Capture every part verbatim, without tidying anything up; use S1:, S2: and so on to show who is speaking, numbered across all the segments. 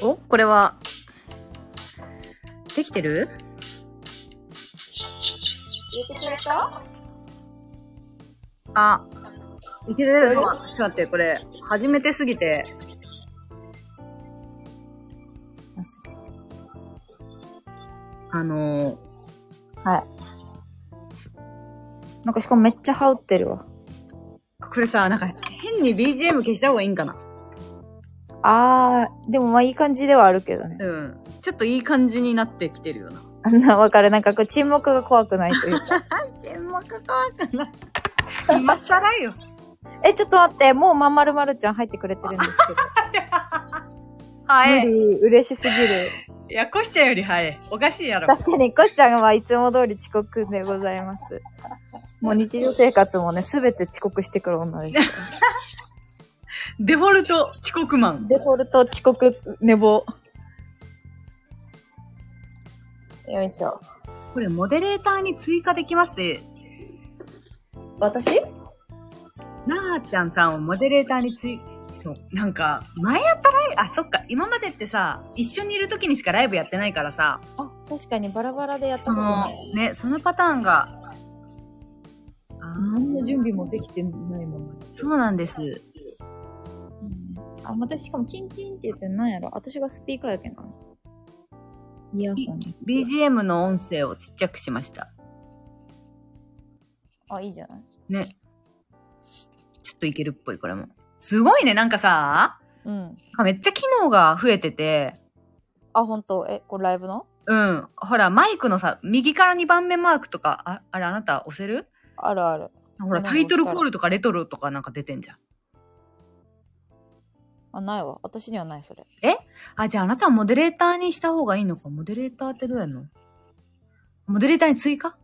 S1: お、これは、できてる？
S2: 入れてくれた？
S1: あ、いけるの？ちょっと待って、これ、初めてすぎて。あのー、
S2: はい。なんかしかもめっちゃ羽織ってるわ。
S1: これさ、なんか変に ビージーエム 消した方がいいんかな？
S2: あー、でもまあいい感じではあるけどね。
S1: うん。ちょっといい感じになってきてるよな。
S2: あんな、わかる。なんかこう沈黙が怖くないというか。
S1: 沈黙怖くない。今更よ。
S2: え、ちょっと待って。もうまんまるまるちゃん入ってくれてるんですけど。
S1: はい。
S2: 無理、嬉しすぎる。
S1: いや、コシちゃんより早い。おかしいやろ。
S2: 確かに、コシちゃんはいつも通り遅刻でございます。もう日常生活もね、すべて遅刻してくる女ですから。
S1: デフォルト遅刻マン。
S2: デフォルト遅刻寝坊。よいしょ。
S1: これモデレーターに追加できますね。
S2: 私？
S1: なーちゃんさんをモデレーターに追加。そう。なんか、前やったライブ、あ、そっか、今までってさ、一緒にいる時にしかライブやってないからさ。
S2: あ、確かにバラバラでやった
S1: ことない。その、ね、そのパターンが。
S2: 何の準備もできてないまま。
S1: そうなんです。うん、
S2: あ、またしかもキンキンって言って何やろ？私がスピーカーやけんかな。イヤホン。
S1: ビージーエム の音声をちっちゃくしました。
S2: あ、いいじゃない？
S1: ね。ちょっといけるっぽい、これも。すごいね、なんかさ、
S2: うん。
S1: めっちゃ機能が増えてて。
S2: あ、ほんと？え、これライブの？
S1: うん。ほら、マイクのさ、右からにばんめマークとか、あ、あれあなた押せる？
S2: あるある。
S1: ほら、タイトルコールとかレトロとかなんか出てんじゃん。
S2: あ、ないわ。私にはない、それ。
S1: え？あ、じゃああなたはモデレーターにした方がいいのか。モデレーターってどうやんの？モデレーターに追加？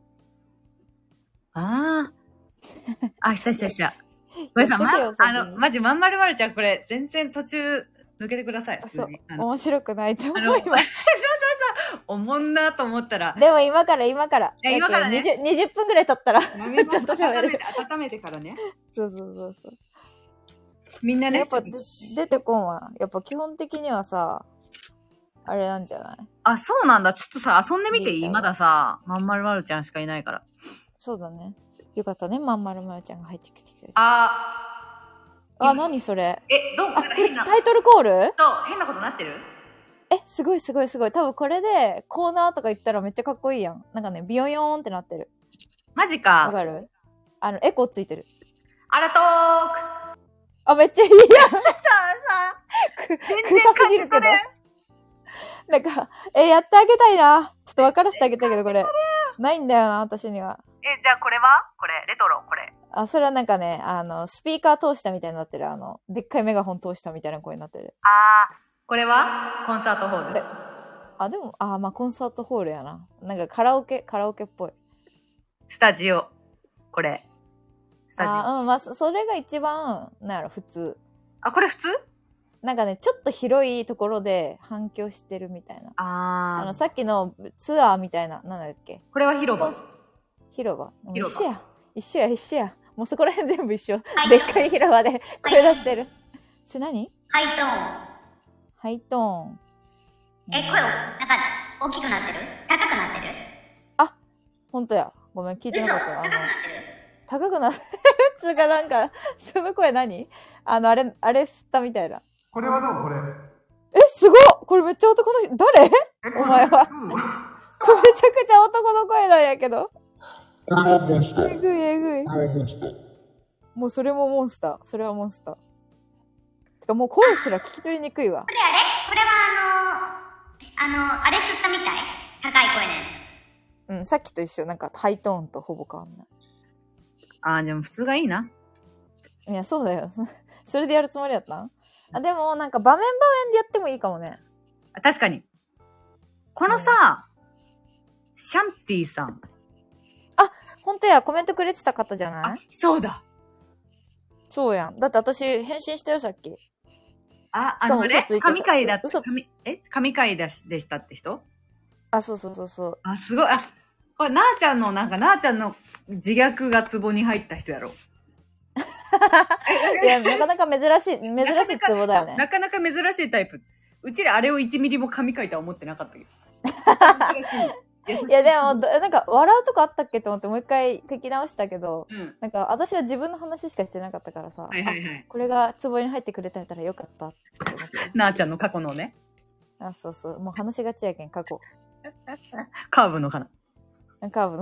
S1: ああ。あ、したしたした。これさ、ま、あの、マジまんまるまるちゃん、これ、全然途中、抜けてください。
S2: そう。面白くないと思います。そうそう
S1: そう。おもんなと思ったら。
S2: でも今から、今から。
S1: いや、今からね。
S2: にじゅう、にじゅっぷんくらい経ったら。ちょっと喋る。
S1: 温めてからね。
S2: そうそうそうそう。
S1: みんなね。
S2: やっぱ、出てこんわ。やっぱ基本的にはさ、あれなんじゃない？
S1: あ、そうなんだ。ちょっとさ、遊んでみていい？まださ、まんまるまるちゃんしかいないから。
S2: そうだね。よかったね、まんまるまるちゃんが入ってきてくれる。
S1: あ
S2: ー。あ、何それ？
S1: え、どう？
S2: あ、これタイトルコール？
S1: そう、変なことなってる？
S2: え、すごいすごいすごい。多分これでコーナーとか言ったらめっちゃかっこいいやん。なんかね、ビヨヨーンってなってる。
S1: マジか。
S2: わかる？あの、エコーついてる。
S1: あらトーク。
S2: あ、めっちゃいいやん。さあさ
S1: あ、全然感じ取れん。
S2: なんか、え、やってあげたいな。ちょっと分からせてあげたいけど、これ。ないんだよな、私には。
S1: え、じゃあこれは？これ、レトロ、これ。
S2: あ、それはなんかね、あの、スピーカー通したみたいになってる。あの、でっかいメガホン通したみたいな声になってる。
S1: あー、これはコンサートホール。
S2: あ、でも、あ、まあコンサートホールやな。なんかカラオケ、カラオケっぽい。
S1: スタジオ。これ。スタジオ。
S2: あ、うん、まあ、それが一番、なんやろ、普通。
S1: あ、これ普通？
S2: なんかね、ちょっと広いところで反響してるみたいな。
S1: あー。
S2: あの、さっきのツアーみたいな、なんだっけ？
S1: これは広場。
S2: 広場。
S1: 広場。
S2: 一緒や。一緒や、一緒や。もうそこら辺全部一緒。でっかい広場で声出してる。それ何？
S3: ハイトーン。
S2: ハイトーン。
S3: え、声を、なんか、大きくなってる？高くなってる？
S2: あ、ほんとや。ごめん、聞いてなかった。あの、高くなってるつうかなんか、その声何？あの、あれ、あれ吸ったみたいな。
S4: これはどう？これ。
S2: え、すごっ！これめっちゃ男の人、誰？お前は。これめちゃくちゃ男の声なんやけど。
S4: これはモンスター。
S2: えぐいえぐい。
S4: これはモンスター。
S2: もうそれもモンスター。それはモンスター。てかもう声すら聞き取りにくいわ。
S3: これあれ？これはあのー、あのー、あれ吸ったみたい？高い声のや
S2: つ。うん、さっきと一緒。なんかハイトーンとほぼ変わんない。
S1: あー、でも普通がいいな。
S2: いや、そうだよ。それでやるつもりだったん？あ、でもなんか場面場面でやってもいいかもね。
S1: 確かに。このさ、うん、シャンティさん。
S2: あ、ほんとや、コメントくれてた方じゃない？あ、
S1: そうだ。
S2: そうやん。だって私、返信したよ、さっき。
S1: あ、あのね、神回だった。神、え神回だし、でしたって人？
S2: あ、そうそうそうそう。
S1: あ、すごい。あ、これ、なーちゃんの、なんか、なーちゃんの自虐がツボに入った人やろ。
S2: いや、なかなか珍しい、珍しいツボだよね。
S1: なかなか珍しいタイプ。 うちらあれをいちミリも噛み書いたは思ってなかったけど。優しい。
S2: いやでもどなんか笑うとこあったっけと思ってもう一回書き直したけど、
S1: うん。
S2: なんか私は自分の話しかしてなかったからさ、
S1: はいはいはい。
S2: あこれがツボに入ってくれたらよかったって思って
S1: なあちゃんの過去のね、
S2: あそうそうもう話しがちやけん過去
S1: カーブのかな。
S2: カーブの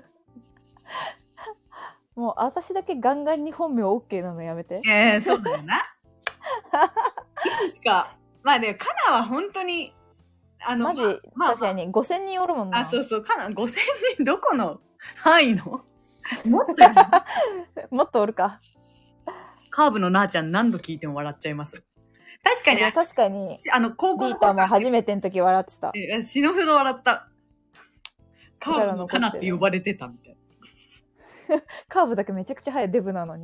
S2: もう私だけガンガンに本名 OK なのやめて。
S1: ええー、そうだよな。いつしか、まあね、カナは本当に、あの、
S2: マジ、
S1: まあまあ
S2: 確かにごせんにんおるもんな。
S1: あ、そうそう、カナごせんにんどこの範囲のもっといる
S2: もっとおるか。
S1: カーブのなあちゃん何度聞いても笑っちゃいます。確かに、
S2: いや確かに、
S1: あの、高校の
S2: リータも初めての時笑ってた。
S1: え死ぬほど笑った。カーブのカナって呼ばれてたみたいな。
S2: カーブだけめちゃくちゃ速いデブなのに。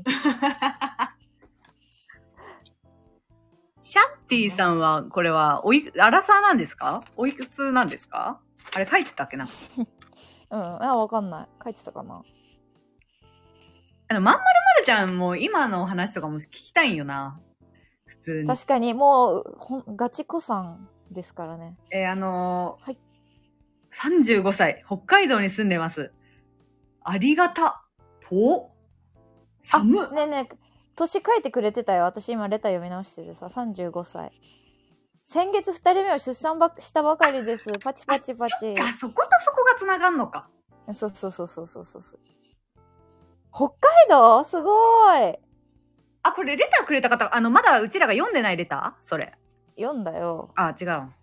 S1: シャンティさんは、これは、おい、アラサーなんですか？おいくつなんですか？あれ書いてたっけな。
S2: うん、あ、わかんない。書いてたかな。
S1: あの、まんまるまるちゃんも今の話とかも聞きたいんよな。普通に。
S2: 確かに、もう、ほん、ガチ子さんですからね。
S1: えー、あのー、
S2: はい。
S1: さんじゅうごさい、北海道に住んでます。ありがた。と寒っ。
S2: ねえねえ、年書いてくれてたよ。私今レター読み直しててさ、さんじゅうごさい。先月ふたりめを出産ばしたばかりです。パチパチパチ。
S1: あ、そことそこが繋がんのか。
S2: そうそうそうそうそうそう。北海道すごい。
S1: あ、これレターくれた方、あの、まだうちらが読んでないレター？それ。
S2: 読んだよ。
S1: あ、違う。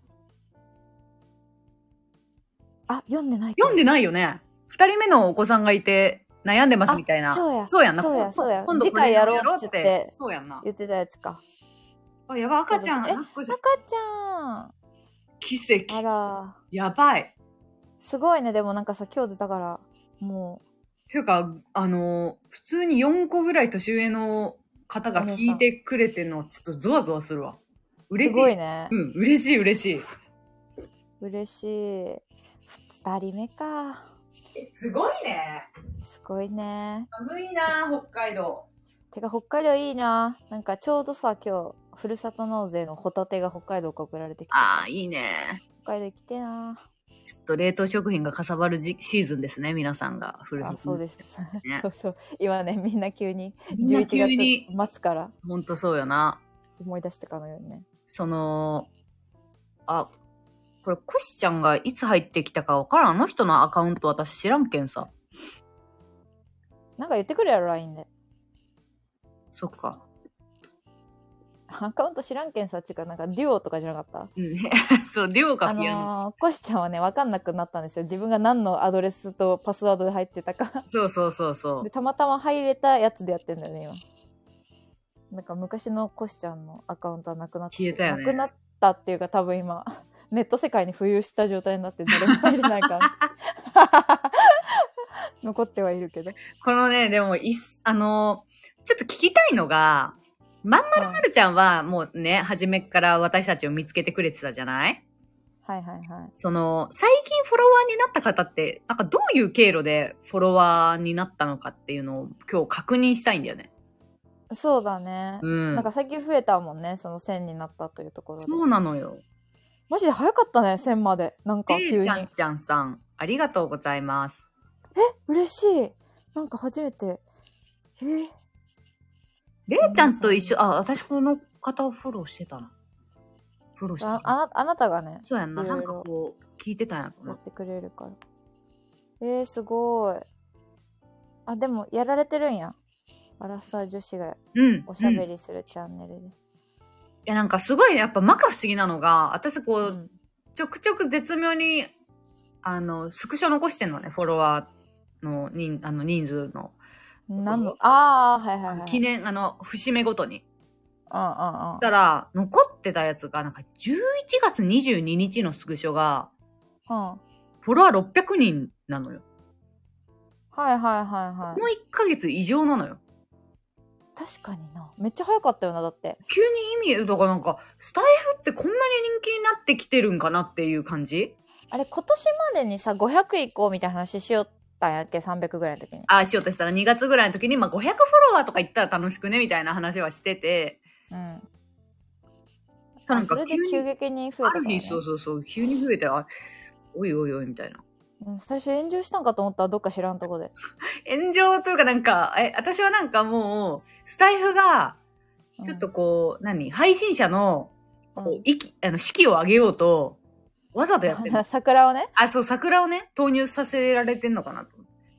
S2: あ、読んでないか。
S1: 読んでないよね。二人目のお子さんがいて悩んでますみたいな。
S2: そうや。
S1: そうやんな。
S2: そうや、そうや。
S1: 今度
S2: 次回やろうって言って。
S1: そうやんな。
S2: 言ってたやつか。
S1: あ、やば、赤ちゃん。
S2: え、
S1: 赤
S2: ちゃん。
S1: 奇跡。
S2: あら。
S1: やばい。
S2: すごいね。でもなんかさ、今日出たから、も
S1: う。ていうか、あの、普通によんこぐらい年上の方が聞いてくれてるの、ちょっとゾワゾワするわ。嬉しい。
S2: すごいね。
S1: うん、嬉しい、嬉しい。
S2: 嬉しい。二人目か。
S1: すごいね。
S2: すごいね。
S1: 寒いな、北海道。
S2: てか、北海道いいな。なんかちょうどさ、今日、ふるさと納税のホタテが北海道から送られてきて。
S1: ああ、いいね。
S2: 北海道行きてえな。
S1: ちょっと冷凍食品がかさばるシーズンですね、皆さんが。ふるさと。
S2: あ、そうです。
S1: ね、
S2: そうそう。今ね、みんな急に、じゅういちがつ末から。
S1: ほんとそうよな。
S2: 思い出したかのようにね。
S1: その、あ、これ、コシちゃんがいつ入ってきたかわからん。あの人のアカウント私知らんけんさ。
S2: なんか言ってくるやろ、ライン で。
S1: そっか。
S2: アカウント知らんけんさっちゅうか、なんかデュオとかじゃなかった？
S1: うん、そう、デュオかピアノ。
S2: あのー、コシちゃんはね、わかんなくなったんですよ。自分が何のアドレスとパスワードで入ってたか。
S1: そうそうそうそう。
S2: で、たまたま入れたやつでやってんだよね、今。なんか昔のコシちゃんのアカウントはなくなった。
S1: 消えたよね。
S2: なくなったっていうか多分今、ネット世界に浮遊した状態になって誰も入れないから。残ってはいるけど。
S1: このね、でも、いあのー、ちょっと聞きたいのが、まんまるまるちゃんはもうね、初めから私たちを見つけてくれてたじゃない？
S2: はいはいはい。
S1: その、最近フォロワーになった方って、なんかどういう経路でフォロワーになったのかっていうのを今日確認したいんだよね。
S2: そうだね。うん。なんか最近増えたもんね、そのせんになったというところで。
S1: そうなのよ。
S2: マジで早かったね、せんまで。なんか急に。
S1: ちゃんちゃんさん、ありがとうございます。
S2: え、嬉しい。なんか初めて。えー、
S1: れいちゃんと一緒、あ、私この方をフォローしてたな。フォローしてた。
S2: あ、あな、あなたがね。
S1: そうやんな。なんかこう、聞いてたんやろな。
S2: やってくれるから。えー、すごい。あ、でも、やられてるんや。アラサー女子がおしゃべりするチャンネルで。うんうん、い
S1: や、なんかすごい、やっぱ摩訶不思議なのが、私こう、うん、ちょくちょく絶妙に、あの、スクショ残してんのね、フォロワーの人、あの人数の。
S2: 何の、ああ、はいはいはい。
S1: 記念、あの、節目ごとに。
S2: うんうんうん。
S1: たら、残ってたやつが、なんかじゅういちがつにじゅうににちのスクショが、うん、フォロワーろっぴゃくにんなのよ。
S2: はいはいはいはい。
S1: もういっかげつ異常なのよ。
S2: 確かにな。めっちゃ早かったよな、だって。
S1: 急に意味、だからなんか、スタイフってこんなに人気になってきてるんかなっていう感じ？
S2: あれ、今年までにさ、ごひゃくいこうみたいな話しよったんやっけ？ さんびゃくぐらいの時に。
S1: ああ、しようとしたらにがつぐらいの時に、まあごひゃくフォロワーとか言ったら楽しくねみたいな話はしてて。うん。 そなんか
S2: それで急激に増えたから、ね。
S1: ある日、そうそうそう、急に増えて、あ、おいおいおい、みたいな。
S2: うん、最初炎上したんかと思ったらどっか知らんとこで。
S1: 炎上というかなんか、え、私はなんかもう、スタイフが、ちょっとこう、うん、何配信者の、こう、うん、息、あの、士気を上げようと、わざとやってる。
S2: 桜をね。
S1: あ、そう、桜をね、投入させられてんのかなと。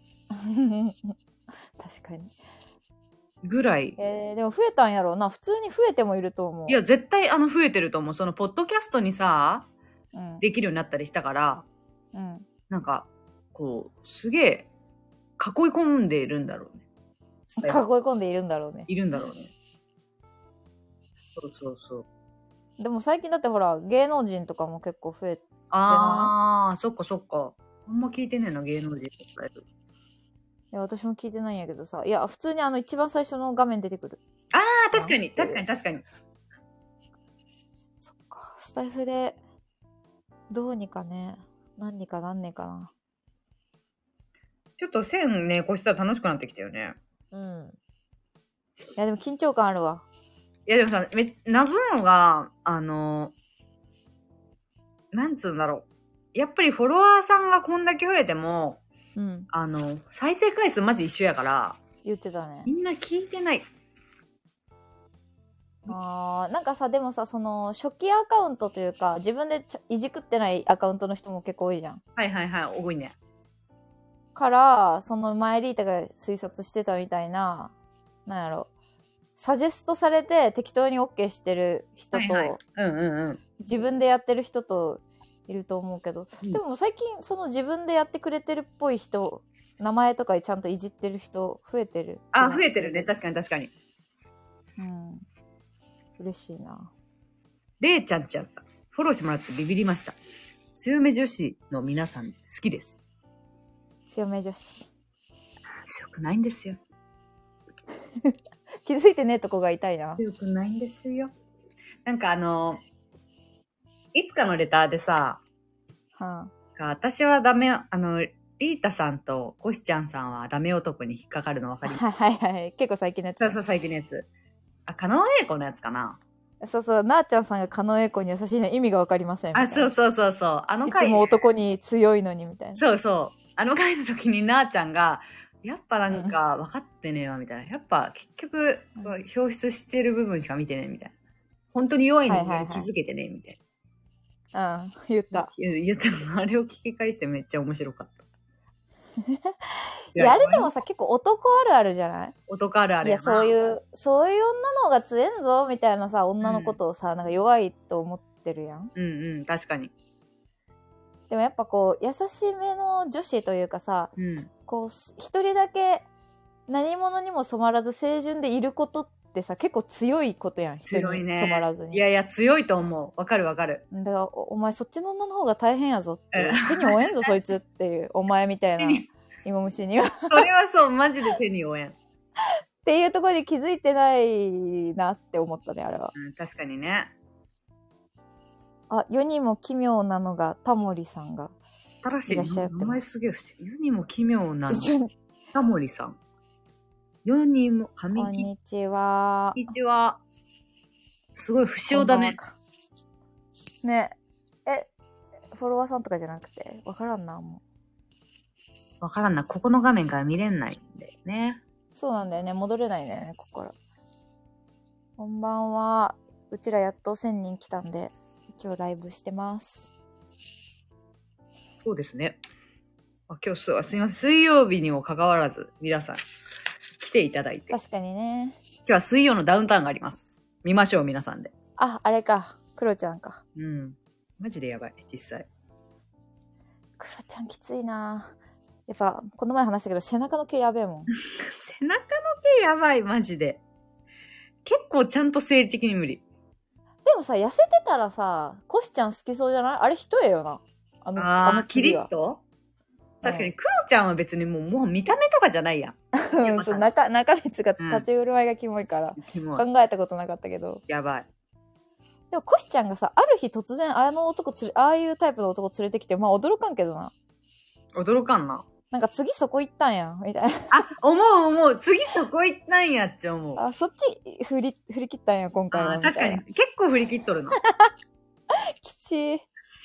S2: 確かに。
S1: ぐらい。
S2: えー、でも増えたんやろうな。普通に増えてもいると思う。
S1: いや、絶対あの増えてると思う。その、ポッドキャストにさ、うん、できるようになったりしたから、うん、なんか、こう、すげえ、囲い込んでいるんだろうね。
S2: 囲い込んでいるんだろうね。
S1: いるんだろうね。そうそうそう。
S2: でも最近だってほら、芸能人とかも結構増えてない？
S1: あー、そっかそっか。あんま聞いてねえな、芸能人とかやる。
S2: いや、私も聞いてないんやけどさ。いや、普通にあの、一番最初の画面出てくる。
S1: あー、確かに、確かに、確かに。
S2: そっか、スタイフで、どうにかね、何にかなんねえかな。
S1: ちょっと線ね、越したら楽しくなってきたよね。
S2: うん。いや、でも緊張感あるわ。
S1: いや、でもさ、め、謎なのが、あの、なんつうんだろう。やっぱりフォロワーさんがこんだけ増えても、うん、あの、再生回数マジ一緒やから。
S2: 言ってたね。
S1: みんな聞いてない。
S2: あー、なんかさ、でもさ、その、初期アカウントというか、自分でちょいじくってないアカウントの人も結構多いじゃん。
S1: はいはいはい、多いね。
S2: から、その前リータが推察してたみたいな、なんやろ、サジェストされて適当に OK してる人と、はいはい、うんうんうん、自分でやってる人といると思うけど、うん、でも最近その自分でやってくれてるっぽい人、名前とかちゃんといじってる人増えてる。
S1: あ、増えてるね。確かに確かに。
S2: うん。嬉しいな。
S1: れいちゃんちゃんさん、フォローしてもらってビビりました。強め女子の皆さん好きです。
S2: 強め女子。
S1: 強くないんですよ。
S2: 気づいてねえとこが痛いな。
S1: 強くないんですよ。なんかあの、いつかのレターでさ、はあ、私はダメ、あの、リータさんとコシちゃんさんはダメ男に引っかかるの分かります？
S2: はいはいはい。結構最近のやつ、ね。
S1: そうそう、最近のやつ。あ、狩野英孝のやつかな。
S2: そうそう、なーちゃんさんが狩野英孝に優しいの意味が分かりませんみたいな。
S1: あ、そうそうそうそう。あの回。
S2: いつも男に強いのにみたいな。
S1: そうそう。あの回の時になーちゃんが、やっぱなんか分かってねえわみたいな。やっぱ結局、うん、表出してる部分しか見てねえみたいな。本当に弱い人間に気づけてねえみたい
S2: な。うん、言った。
S1: 言ったの。あれを聞き返してめっちゃ面白かった。
S2: いや、あれでもさ、結構男あるあるじゃない？
S1: 男あるあるやな。
S2: いや、そういう、そういう女の方が強えんぞみたいなさ、女のことをさ、うん、なんか弱いと思ってるやん。
S1: うんうん、確かに。
S2: でもやっぱこう、優しめの女子というかさ、うん、こう、一人だけ何者にも染まらず清純でいることってさ、結構強いことやん。
S1: 強いね。
S2: 染まらずに。
S1: いやいや、強いと思う。わかるわかる。
S2: だからお、お前そっちの女の方が大変やぞって。手に負えんぞ、そいつっていう、お前みたいな。芋虫には
S1: それはそう、マジで手に負えん
S2: っていうところで気づいてないなって思ったね、あれは。
S1: うん、確かにね。
S2: あ、世にも奇妙なのがタモリさんがいらっしゃってます。
S1: 名前すげえ不思議。世にも奇妙なのタモリさん。世にも神木。
S2: こんにちは。
S1: こんにちは。すごい不詳だね。
S2: ねえ、フォロワーさんとかじゃなくてわからんな、もう。
S1: わからんな。ここの画面から見れないんだよね。
S2: そうなんだよね。戻れないんだよね、ここから。こんばんは。うちらやっとせんにん来たんで、今日ライブしてます。
S1: そうですね。あ、今日す、すみません。水曜日にもかかわらず、皆さん来ていただいて。
S2: 確かにね。
S1: 今日は水曜のダウンタウンがあります。見ましょう、皆さんで。
S2: あ、あれか。クロちゃんか。
S1: うん。マジでやばい、実際。
S2: クロちゃんきついな。やっぱ、この前話したけど、背中の毛やべえもん。
S1: 背中の毛やばい、マジで。結構ちゃんと生理的に無理。
S2: でもさ、痩せてたらさ、コシちゃん好きそうじゃない？あれ一重よな。あの、
S1: あのキリッと確かに、クロちゃんは別にもう、もう見た目とかじゃないやん。
S2: うん、そう、中、中熱が、立ち振る舞いがキモいから、うん、考えたことなかったけど。
S1: やばい。
S2: でも、コシちゃんがさ、ある日突然、あの男つれ、ああいうタイプの男連れてきて、まあ驚かんけどな。
S1: 驚かんな。
S2: なんか次そこ行ったんやみたいな。
S1: あ、思う思う。次そこ行ったんやって思う。
S2: あ、そっち振り、振り切ったんや、今回は。
S1: 確かに。結構振り切っとるな。
S2: きちー。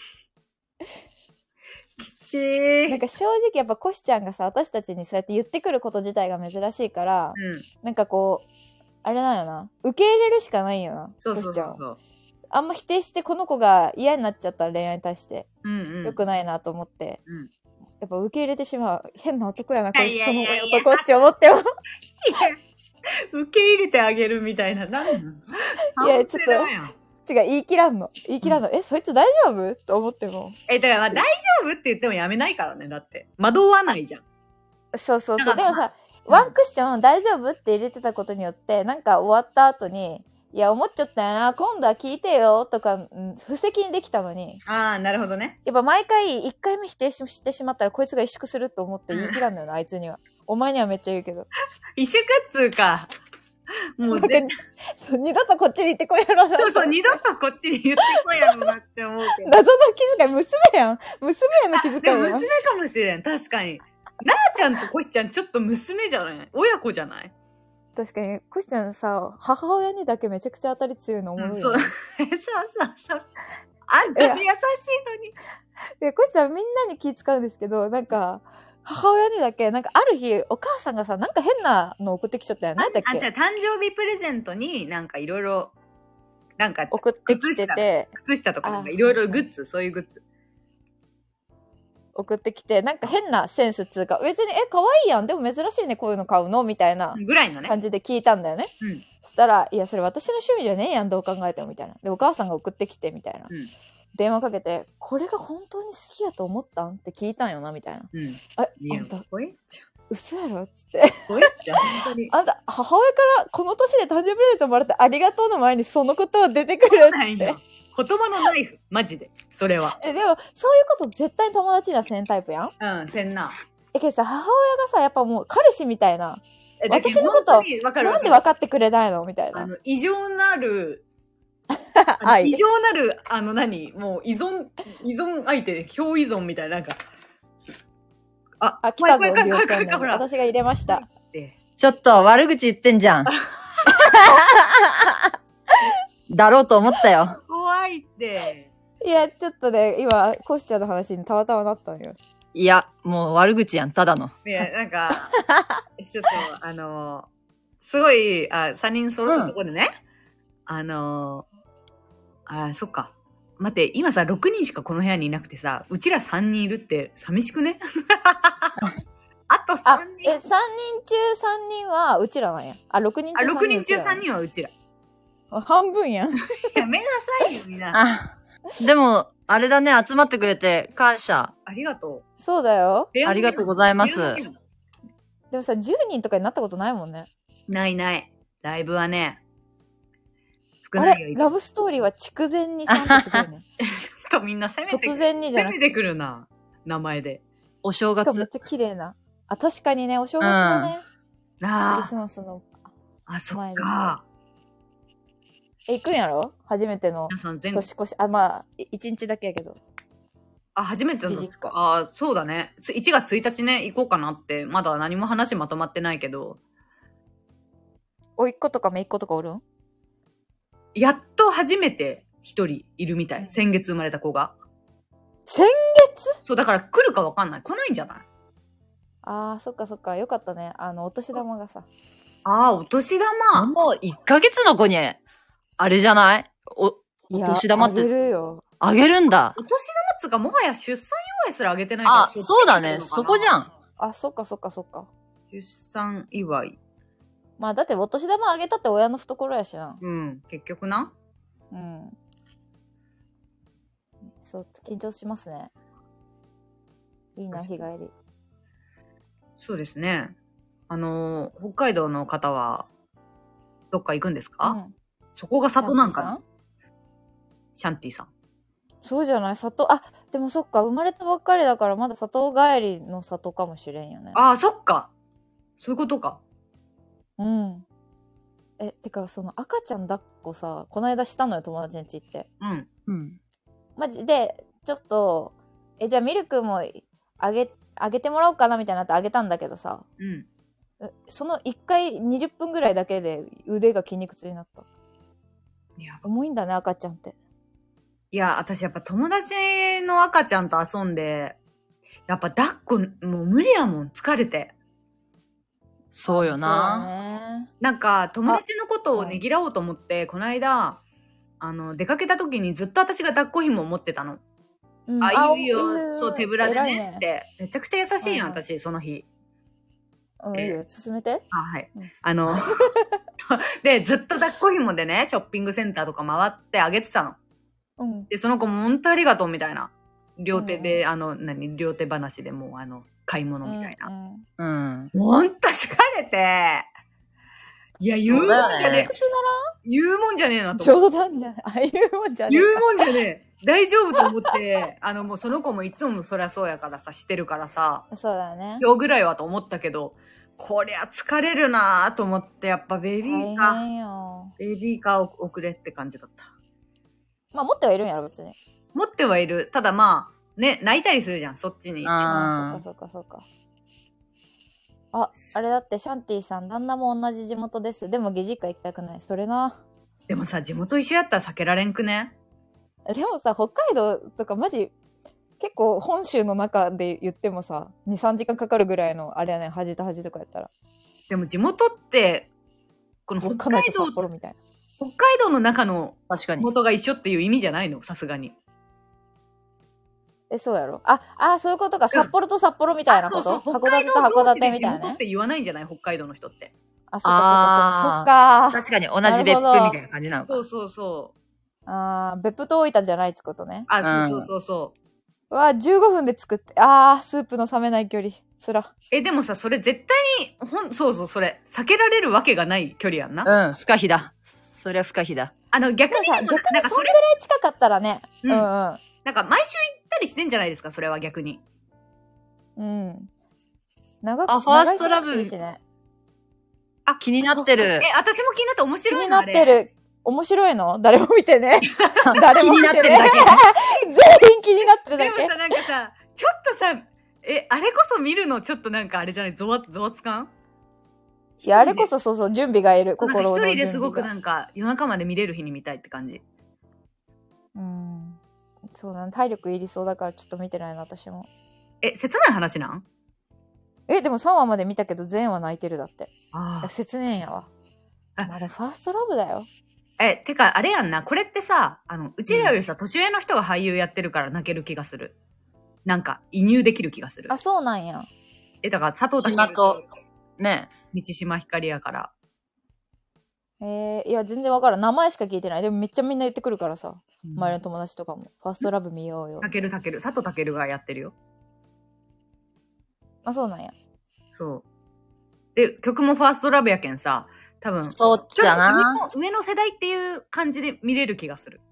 S1: きちー。
S2: なんか正直やっぱコシちゃんがさ、私たちにそうやって言ってくること自体が珍しいから、うん、なんかこう、あれなんよな。受け入れるしかないよな。
S1: そうそうそうそう。コシちゃん
S2: あんま否定してこの子が嫌になっちゃったら恋愛に対して、
S1: うんうん、
S2: よくないなと思って、
S1: うん、
S2: やっぱ受け入れてしまう。変な男やな、こいつその男って思っても。いや、
S1: 受け入れてあげるみたいな。なん
S2: いや、ちょっと、違う、言い切らんの。言い切らんの。うん、え、そいつ大丈夫と思っても。
S1: え、だからまあ大丈夫って言ってもやめないからね、だって。惑わないじゃん。
S2: そうそうそう。でもさ、ワンクッション大丈夫って入れてたことによって、なんか終わった後に、いや、思っちゃったよな、今度は聞いてよ、とか、うん、布石にできたのに。
S1: ああ、なるほどね。
S2: やっぱ毎回、一回目否定してしまったら、こいつが萎縮すると思って言い切らんのよな、あいつには。お前にはめっちゃ言うけど。
S1: 萎縮っつうか。もう全
S2: 然。二度とこっちに行ってこいやろな。
S1: そうそう、二度とこっちに言ってこいやろなって思うけど。
S2: 謎の気遣い、娘やん。娘への気遣いやん。
S1: でも娘かもしれん、確かに。なあちゃんとこしちゃん、ちょっと娘じゃない親子じゃない
S2: 確かに、こしちゃんさ、母親にだけめちゃくちゃ当たり強いの思うよ、ね。
S1: そう、そうそうそう。あんなに優しいのに。
S2: で、こしちゃんみんなに気使うんですけど、なんか、母親にだけ、なんかある日、お母さんがさ、なんか変なの送ってきちゃったよね。
S1: あ、じゃあ誕生日プレゼントになんかいろいろ、なんか、
S2: 送ってきてて。
S1: 靴下とかなんかいろいろグッズ、そういうグッズ。
S2: 送ってきて、なんか変なセンスつうか、別に、え、可愛いやん。でも珍しいね、こういうの買うのみたいな。
S1: ぐらいのね。
S2: 感じで聞いたんだよね。
S1: うん。
S2: そしたら、いや、それ私の趣味じゃねえやん、どう考えても、みたいな。で、お母さんが送ってきて、みたいな。
S1: うん。
S2: 電話かけて、これが本当に好きやと思ったんって聞いたんよな、みたいな。
S1: うん。
S2: あ、あんた、
S1: え
S2: 嘘やろっつって。あんた、母親からこの年で誕生日プレゼントもらってありがとうの前にそのことは出てくるって。
S1: 言葉のナイフ、マジで。それは。
S2: え、でも、そういうこと絶対友達にはせんタイプやん。
S1: うん、せんな。
S2: え、けどさ、母親がさ、やっぱもう彼氏みたいな。私のこと、なんで分かってくれないのみたいな。
S1: あの、異常なる、異常なる、あの何、もう依存、依存相手、表依存みたいな、なんか。
S2: あ、あ、来たぞ、じおちゃんの。私が入れました。
S5: ちょっと悪口言ってんじゃん。だろうと思ったよ。
S1: 怖いって。
S2: いや、ちょっとね、今、コシちゃんの話にたまたまなったのよ。
S5: いや、もう悪口やん、ただの。
S1: いや、なんか、ちょっと、あの、すごい、あ、三人揃ったところでね、うん、あの、あ、そっか。待って、今さ、ろくにんしかこの部屋にいなくてさ、うちらさんにんいるって寂しくねあとさんにん。
S2: え、さんにん中さんにんはうちらなんや。あ、ろくにん中さんにん。
S1: あ、ろくにん中さんにんはうちら。
S2: 半分やん。
S1: やめなさいよ、みんな。
S5: あ、でも、あれだね、集まってくれて感謝。
S1: ありがとう。
S2: そうだよ。
S5: ありがとうございます。
S2: でもさ、じゅうにんとかになったことないもんね。
S1: ないない。ライブはね、少ないよ。
S2: あれラブストーリーは筑前煮さんってすごいね。
S1: ちょっとみんな攻めてくる。
S2: 突然にじゃなくて。
S1: 攻めてくるな。名前で。
S5: お正月。
S2: しかもめっちゃ綺麗な。あ、確かにね、お正月だね。
S1: うん、ああ。
S2: クリスマスの。
S1: あ、そっか。
S2: え、行くんやろ初めての年越し。あ、まあ、一日だけやけど。
S1: あ、初めての年か。あ、そうだね。いちがつついたちね、行こうかなって。まだ何も話まとまってないけど。
S2: おいっ子とかめいっ子とかおるん？
S1: やっと初めて一人いるみたい。先月生まれた子が。
S2: 先月？
S1: そう、だから来るかわかんない。来ないんじゃない？
S2: あー、そっかそっか。よかったね。あの、お年玉がさ。
S1: あー、お年玉。
S5: もういっかげつの子に、あれじゃないお、お年玉って。
S2: あげるよ。
S5: あげるんだ。
S1: お年玉っつうか、もはや出産祝いすらあげてないから。
S5: あ、そうだね。そこじゃん。
S2: あ、そっかそっかそっか。
S1: 出産祝い。
S2: まあ、だってお年玉あげたって親の懐やしな。
S1: うん、結局な。
S2: うん。そう、緊張しますね。いいな、日帰り。
S1: そうですね。あのー、北海道の方は、どっか行くんですか？うん、そこが里なんかな？シャンティさん。
S2: そうじゃない？里、あ、でもそっか、生まれたばっかりだからまだ里帰りの里かもしれんよね。
S1: ああ、そっか。そういうことか。
S2: うん。え、てか、その赤ちゃん抱っこさ、この間したのよ、友達ん家行って。
S1: うん。うん。
S2: マジで、ちょっと、え、じゃあミルクもあげ、 あげてもらおうかなみたいになってあげたんだけどさ、
S1: うん。
S2: そのいっかいにじゅっぷんぐらいだけで腕が筋肉痛になった。いや、重いんだね、赤ちゃんって。
S1: いや、私やっぱ友達の赤ちゃんと遊んで、やっぱ抱っこ、もう無理やもん、疲れて。
S5: そうよな。
S2: ね、
S1: なんか、友達のことをねぎらおうと思って、この間、あの、出かけた時にずっと私が抱っこ紐を持ってたの。うん、あ、いいよ、そう、手ぶらでねって、ね。めちゃくちゃ優しいやん、はいはい、私、その日。
S2: うん、いいよ、進めて。
S1: あ、はい。うん、あの、で、ずっと抱っこ紐でね、ショッピングセンターとか回ってあげてたの。うん、で、その子も本当ありがとうみたいな。両手で、うん、あの、何、両手話でもう、あの、買い物みたいな。うん。うん、ほんと疲れて。いや、言うもんじゃねえ。言うもんじゃねえなと。
S2: 冗談じゃねえ。あ、言うもんじゃねえ。
S1: 言うもんじゃねえ。大丈夫と思って、あの、もうその子もいつもそりゃそうやからさ、してるからさ。
S2: そうだね。
S1: 今日ぐらいはと思ったけど、こりゃ疲れるなぁと思って、やっぱベビーカー。ベビーカーを送れって感じだった。
S2: まあ持ってはいるんやろ、別に。
S1: 持ってはいる。ただまあ、ね、泣いたりするじゃん、そっちに。
S2: ああ、そうかそうかそうか。あ、あれだってシャンティさん、旦那も同じ地元です。でも義実家行きたくない。それな。
S1: でもさ、地元一緒やったら避けられんくね？
S2: でもさ、北海道とかマジ、結構本州の中で言ってもさ、に、さんじかんかかるぐらいの、あれやね、端と端とかやったら。
S1: でも地元って、この北海道、
S2: 札幌みたいな。
S1: 北海道の中の
S5: 地
S1: 元が一緒っていう意味じゃないの？さすがに。
S2: え、そうやろ。あ、あ、そういうことか。札幌と札幌みたいなこと、うん、そうそう、
S1: 函館と函館みたいな、ね。地元って言わないんじゃない？北海道の人って。
S2: あ、そっかそっかそっか。
S5: 確かに同じ別府みたいな感じなのか。
S1: そうそうそう。
S2: あー、別府と大分じゃないってことね。
S1: あ、そうそうそうそう。
S2: うわ、じゅうごふんで作って、あー、スープの冷めない距離。つら。
S1: え、でもさ、それ絶対に、ほん、そうそう、それ、避けられるわけがない距離やんな。
S5: うん、不可避だ。そりゃ不可避だ。
S1: あの、逆にさ、
S2: 逆にそんぐらい近かったらね。うん、うん、うん。
S1: なんか、毎週行ったりしてんじゃないですか、それは逆に。
S2: うん。長く、
S5: あ、ファーストラブ。
S2: ね、
S5: あ、気になってる。
S1: え、私も気になって面白い
S2: の。気になってる。面白いの？誰も見てね。誰も見てね。
S5: 気になってるだけ。
S2: 全員気になってるだけ。
S1: でもさ、なんかさ、ちょっとさ、え、あれこそ見るのちょっとなんかあれじゃない？ゾワ、ゾワつかん？
S2: いや、あれこそそうそう、準備がいる。心の準備が。
S1: 一人ですごくなんか、夜中まで見れる日に見たいって感じ。
S2: うん。そうだね。体力いりそうだからちょっと見てないな、私も。
S1: え、切ない話なん？
S2: え、でもさんわまで見たけど全話泣いてるだって。
S1: ああ。
S2: 切ねえんやわ。あ、まあでもファーストラブだよ。
S1: え、てか、あれやんな。これってさ、あの、うちらよりさ、うん、年上の人が俳優やってるから泣ける気がする。なんか、移入できる気がする。
S2: あ、そうなんや。
S1: え、だから、佐藤
S5: 健と、ね。
S1: 道島ひかりやから。
S2: えー、いや、全然わからん。名前しか聞いてない。でもめっちゃみんな言ってくるからさ。うん、周りの友達とかも。ファーストラブ見ようよ。
S1: たけるたける。佐藤健がやってるよ。
S2: あ、そうなんや。
S1: そう。で、曲もファーストラブやけんさ、多分、
S5: そうじゃな。
S1: 上の世代っていう感じで見れる気がする。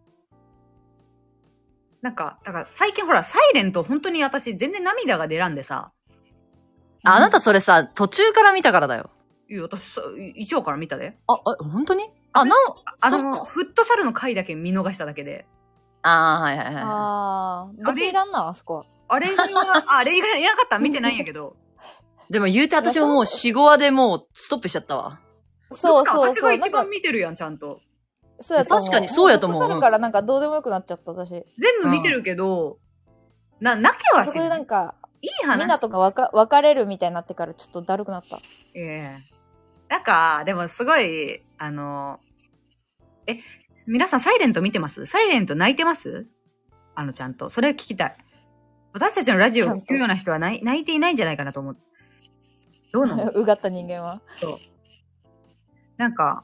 S1: なんか、だから最近ほら、サイレント本当に私全然涙が出らんでさ。
S5: あ、あなたそれさ、途中から見たからだよ。
S1: いや、私さ、いちわから見たで。
S5: あ、あ、本当に？あ、なお、
S1: あの、フットサルの回だけ見逃しただけで。
S5: ああ、はいはいはい。
S2: ああ、別にいらんな、あそこは。
S1: あれは、あれいらなかったら見てないんやけど。
S5: でも言うて私ももうよん、ごわでもうストップしちゃったわ。
S2: そうそうそう。
S1: 私が一番見てるやん、ちゃんと。
S2: そうやと思う。
S5: 確かにそうやと思う。
S2: フットサルからなんかどうでもよくなっちゃった、私。
S1: 全部見てるけど、うん、な、泣けはしない。
S2: そこでなんか、
S1: いい話。
S2: みんなとかわか別れるみたいになってからちょっとだるくなった。
S1: ええー。なんか、でもすごい、あの、え、皆さんサイレント見てます？サイレント泣いてます？あの、ちゃんと。それ聞きたい。私たちのラジオを聞くような人は泣いていないんじゃないかなと思う。どうなの？
S2: うがった人間は。
S1: そう。なんか、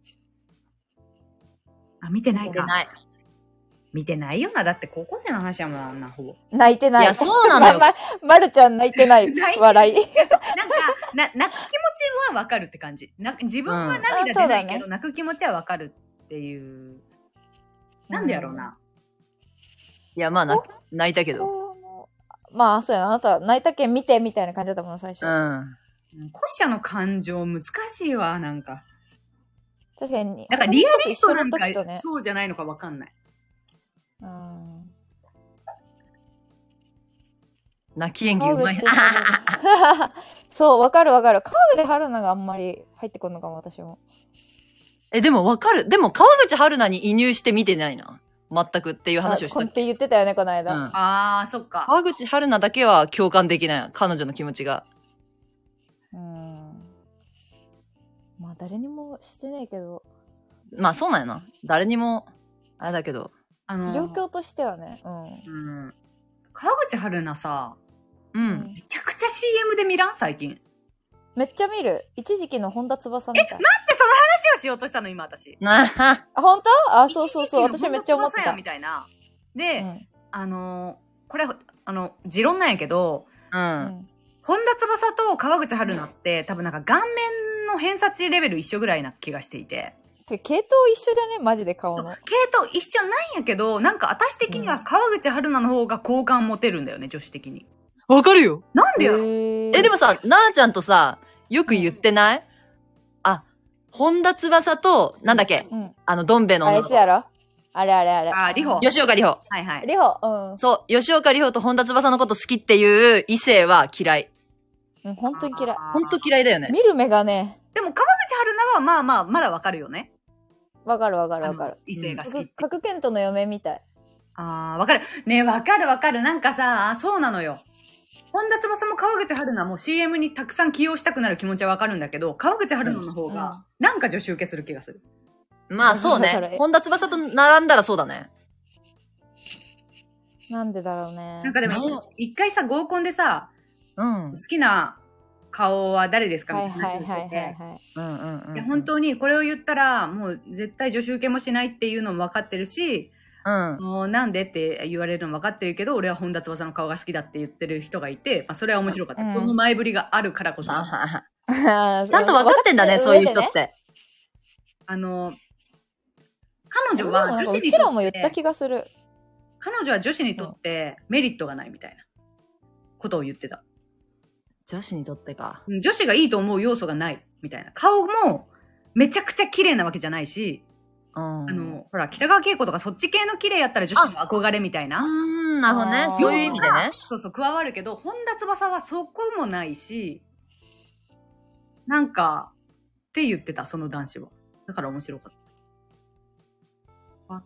S1: あ、見てないか。
S5: 見てない。
S1: 見てないよな。だって高校生の話やもん、あんな、ほぼ。
S2: 泣いてない。
S5: いや、そうなのよ。
S2: ま、まるちゃん泣いてない。笑い。
S1: なんか、な、泣く気持ちはわかるって感じ。な、自分は涙出ないけど、うんね、泣く気持ちはわかるっていう。なんでやろうな。
S5: いや、まあ、泣いたけど。
S2: まあ、そうやな。あなた、泣いたけん見て、みたいな感じだったもん、最初。
S5: うん。
S1: 古者の感情難しいわ、なんか。
S2: 確かに。
S1: なんかリアリストなんか、ね、そうじゃないのかわかんない。
S2: うん。
S5: 泣き演技うまい。
S2: そう、わかるわかる。川口春奈があんまり入ってこんのかも、私も。
S5: え、でもわかる。でも川口春奈に移入して見てないな。全くっていう話をした。
S2: って言ってたよね、この間。
S1: うん、ああ、そっか。
S5: 川口春奈だけは共感できない。彼女の気持ちが。
S2: うん。まあ、誰にもしてないけど。
S5: まあ、そうなんやな。誰にも、あれだけど。
S2: あのー、状況としてはね。うん。
S1: うん。川口春奈さ、
S5: うん。
S1: めちゃくちゃ シーエム で見らん最近。
S2: めっちゃ見る。一時期の本田翼みたい。
S1: え、待って、その話をしようとしたの、今私。
S2: あ、本当？あ、そうそうそう。私めっちゃ思ってた。
S1: みたいな。で、うん、あのー、これ、あの、持論なんやけど、うん。本田翼と川口春奈って多分なんか顔面の偏差値レベル一緒ぐらいな気がしていて。
S2: 系統一緒じゃねマジで顔の。
S1: 系統一緒なんやけど、なんか私的には川口春奈の方が好感持てるんだよね、女子的に。
S5: わかるよ。
S1: なんでやろ？
S5: え、でもさ、なーちゃんとさ、よく言ってない？うん、あ、本田翼と、なんだっけ、うん、あの、どん兵衛の女の子。
S2: あいつやろ？あれあれあれ。
S1: あ、里穂。
S5: 吉岡里帆。
S1: はいはい。
S2: 里穂。うん。
S5: そう、吉岡里帆と本田翼のこと好きっていう異性は嫌い。
S2: うん、本当に嫌い。
S5: 本当嫌いだよね。
S2: 見る目がね。
S1: でも川口春奈はまあまあ、まだわかるよね。
S2: わかるわかるわかる。
S1: 異性が好きって。
S2: 角健人の嫁みたい。
S1: ああ、わかる。ねえ、わかるわかる。なんかさ、そうなのよ。本田翼も川口春奈も シーエム にたくさん起用したくなる気持ちはわかるんだけど、川口春奈の方が、なんか女子受けする気がする。
S5: うん、まあそうね。本田翼と並んだらそうだね。
S2: なんでだろうね。
S1: なんかでも、一回さ、合コンでさ、うん、好きな顔は誰ですかみたいな話をしてて。いや、本当にこれを言ったら、もう絶対女子受けもしないっていうのも分かってるし、うん、もうなんでって言われるのも分かってるけど、俺は本田翼の顔が好きだって言ってる人がいて、まあ、それは面白かった。うん、その前振りがあるからこそ。ちゃ
S5: んと分かってんだね、そういう人って。
S1: あの、彼女は女子にとって。
S2: うちらも言った気がする。
S1: 彼女は女子にとってメリットがないみたいなことを言ってた。
S5: 女子にとってか。
S1: 女子がいいと思う要素がないみたいな。顔もめちゃくちゃ綺麗なわけじゃないし、うん、あの、ほら、北川景子とかそっち系の綺麗やったら女子の憧れみたいな。
S5: うん、なるほどね。そういう意味でね。
S1: そうそう、加わるけど、本田翼はそこもないし、なんか、って言ってた、その男子は。だから面白かった。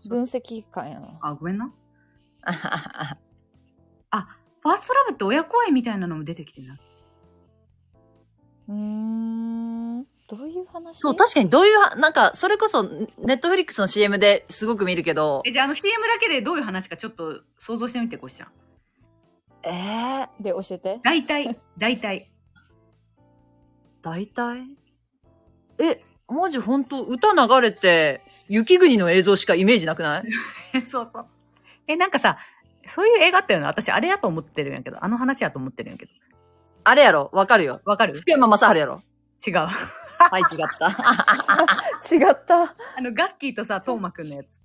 S2: 分析感やな。
S1: あ、ごめんな。あ、ファーストラブって親子愛みたいなのも出てきてな。
S2: うーん、どういう話？
S5: そう、確かにどういう、なんか、それこそ、ネットフリックスの シーエム ですごく見るけど。
S1: え、じゃああの シーエム だけでどういう話かちょっと想像してみて、こしちゃん。
S2: えー、で、教えて。
S1: 大体、大体。
S5: 大体え、マジほんと、歌流れて、雪国の映像しかイメージなくない
S1: そうそう。え、なんかさ、そういう映画っていうのは私あれやと思ってるんやけど、あの話やと思ってるんやけど。
S5: あれやろわかるよ。
S1: わかる？
S5: 福山雅治やろ
S1: 違う。
S5: はい、違った。
S2: 違った。
S1: あの、ガッキーとさ、トーマくんのやつ。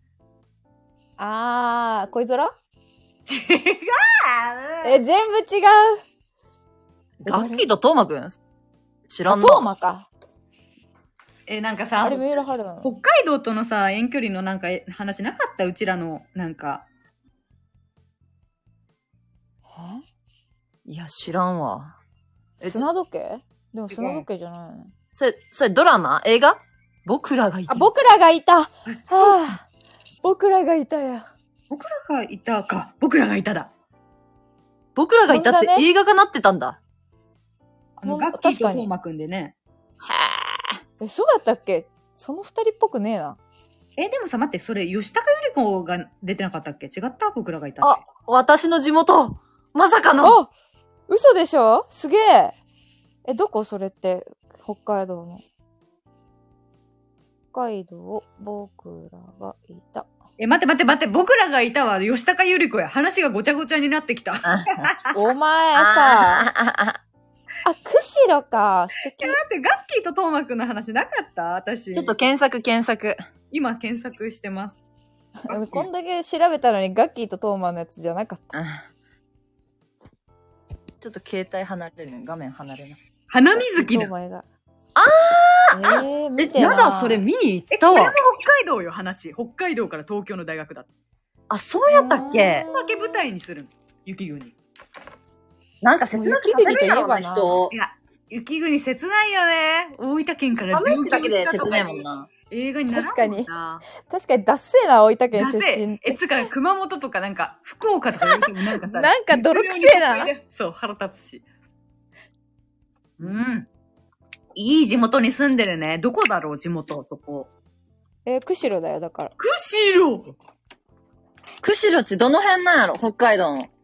S2: あー、恋空？違う
S1: え、
S2: 全部違う。
S5: ガッキーとトーマくん知らん
S2: の？トーマか。
S1: え、なんかさ、
S2: あれ三浦春馬。
S1: 北海道とのさ、遠距離のなんか話なかったうちらの、なんか。
S2: え？
S5: いや、知らんわ。
S2: 砂時計？でも砂時計じゃないよね。
S5: それ、それドラマ？映画？僕らがいた。
S2: あ、僕らがいた。はあ、僕らがいたや。
S1: 僕らがいたか。僕らがいただ。
S5: 僕らがいたって映画化なってたんだ。
S1: あの、ガッキーとトーマくんでね。
S5: は
S2: ぁ。え、そうやったっけ？その二人っぽくねえな。
S1: え、でもさ、待って、それ、吉高由里子が出てなかったっけ？違った？僕らがいたって。
S5: あ、私の地元。まさかの。
S2: あ、嘘でしょ？すげえ。え、どこそれって、北海道の。北海道、僕らがいた。
S1: え、待って待って待って、僕らがいたわ。吉高由里子や。話がごちゃごちゃになってきた。
S2: お前さ。あ、釧路か。素敵。
S1: え、待って、ガッキーとトーマくんの話なかった？私。
S5: ちょっと検索検索。
S1: 今検索してます。
S2: こんだけ調べたのにガッキーとトーマのやつじゃなかった。
S5: ちょっと携帯離れるね。画面離れます。
S1: 花水木だ。
S5: あ
S2: ーえー、見てな。
S5: やだ、それ見に行ったわ。
S1: え、これも北海道よ、話。北海道から東京の大学だ。
S5: あ、そうやったっけ？
S1: こんだけ舞台にするの。雪国。
S5: なんか切なくさせるやろな、人。
S1: いや、雪国切ないよね。大分県から
S5: 寒いってだけで切ないもんな。
S1: 映画になら
S2: 確かに。確かに、ダッセーな、大分県出身。
S1: え、つか、熊本とかなんか、福岡とか言うてもなんかさ、
S2: なんか泥臭いな。
S1: そう、腹立つし。うん。いい地元に住んでるね。どこだろう、地元、そこ。
S2: えー、釧路だよ、だから。
S1: 釧路
S5: 釧路ってどの辺なんやろ、北海道の。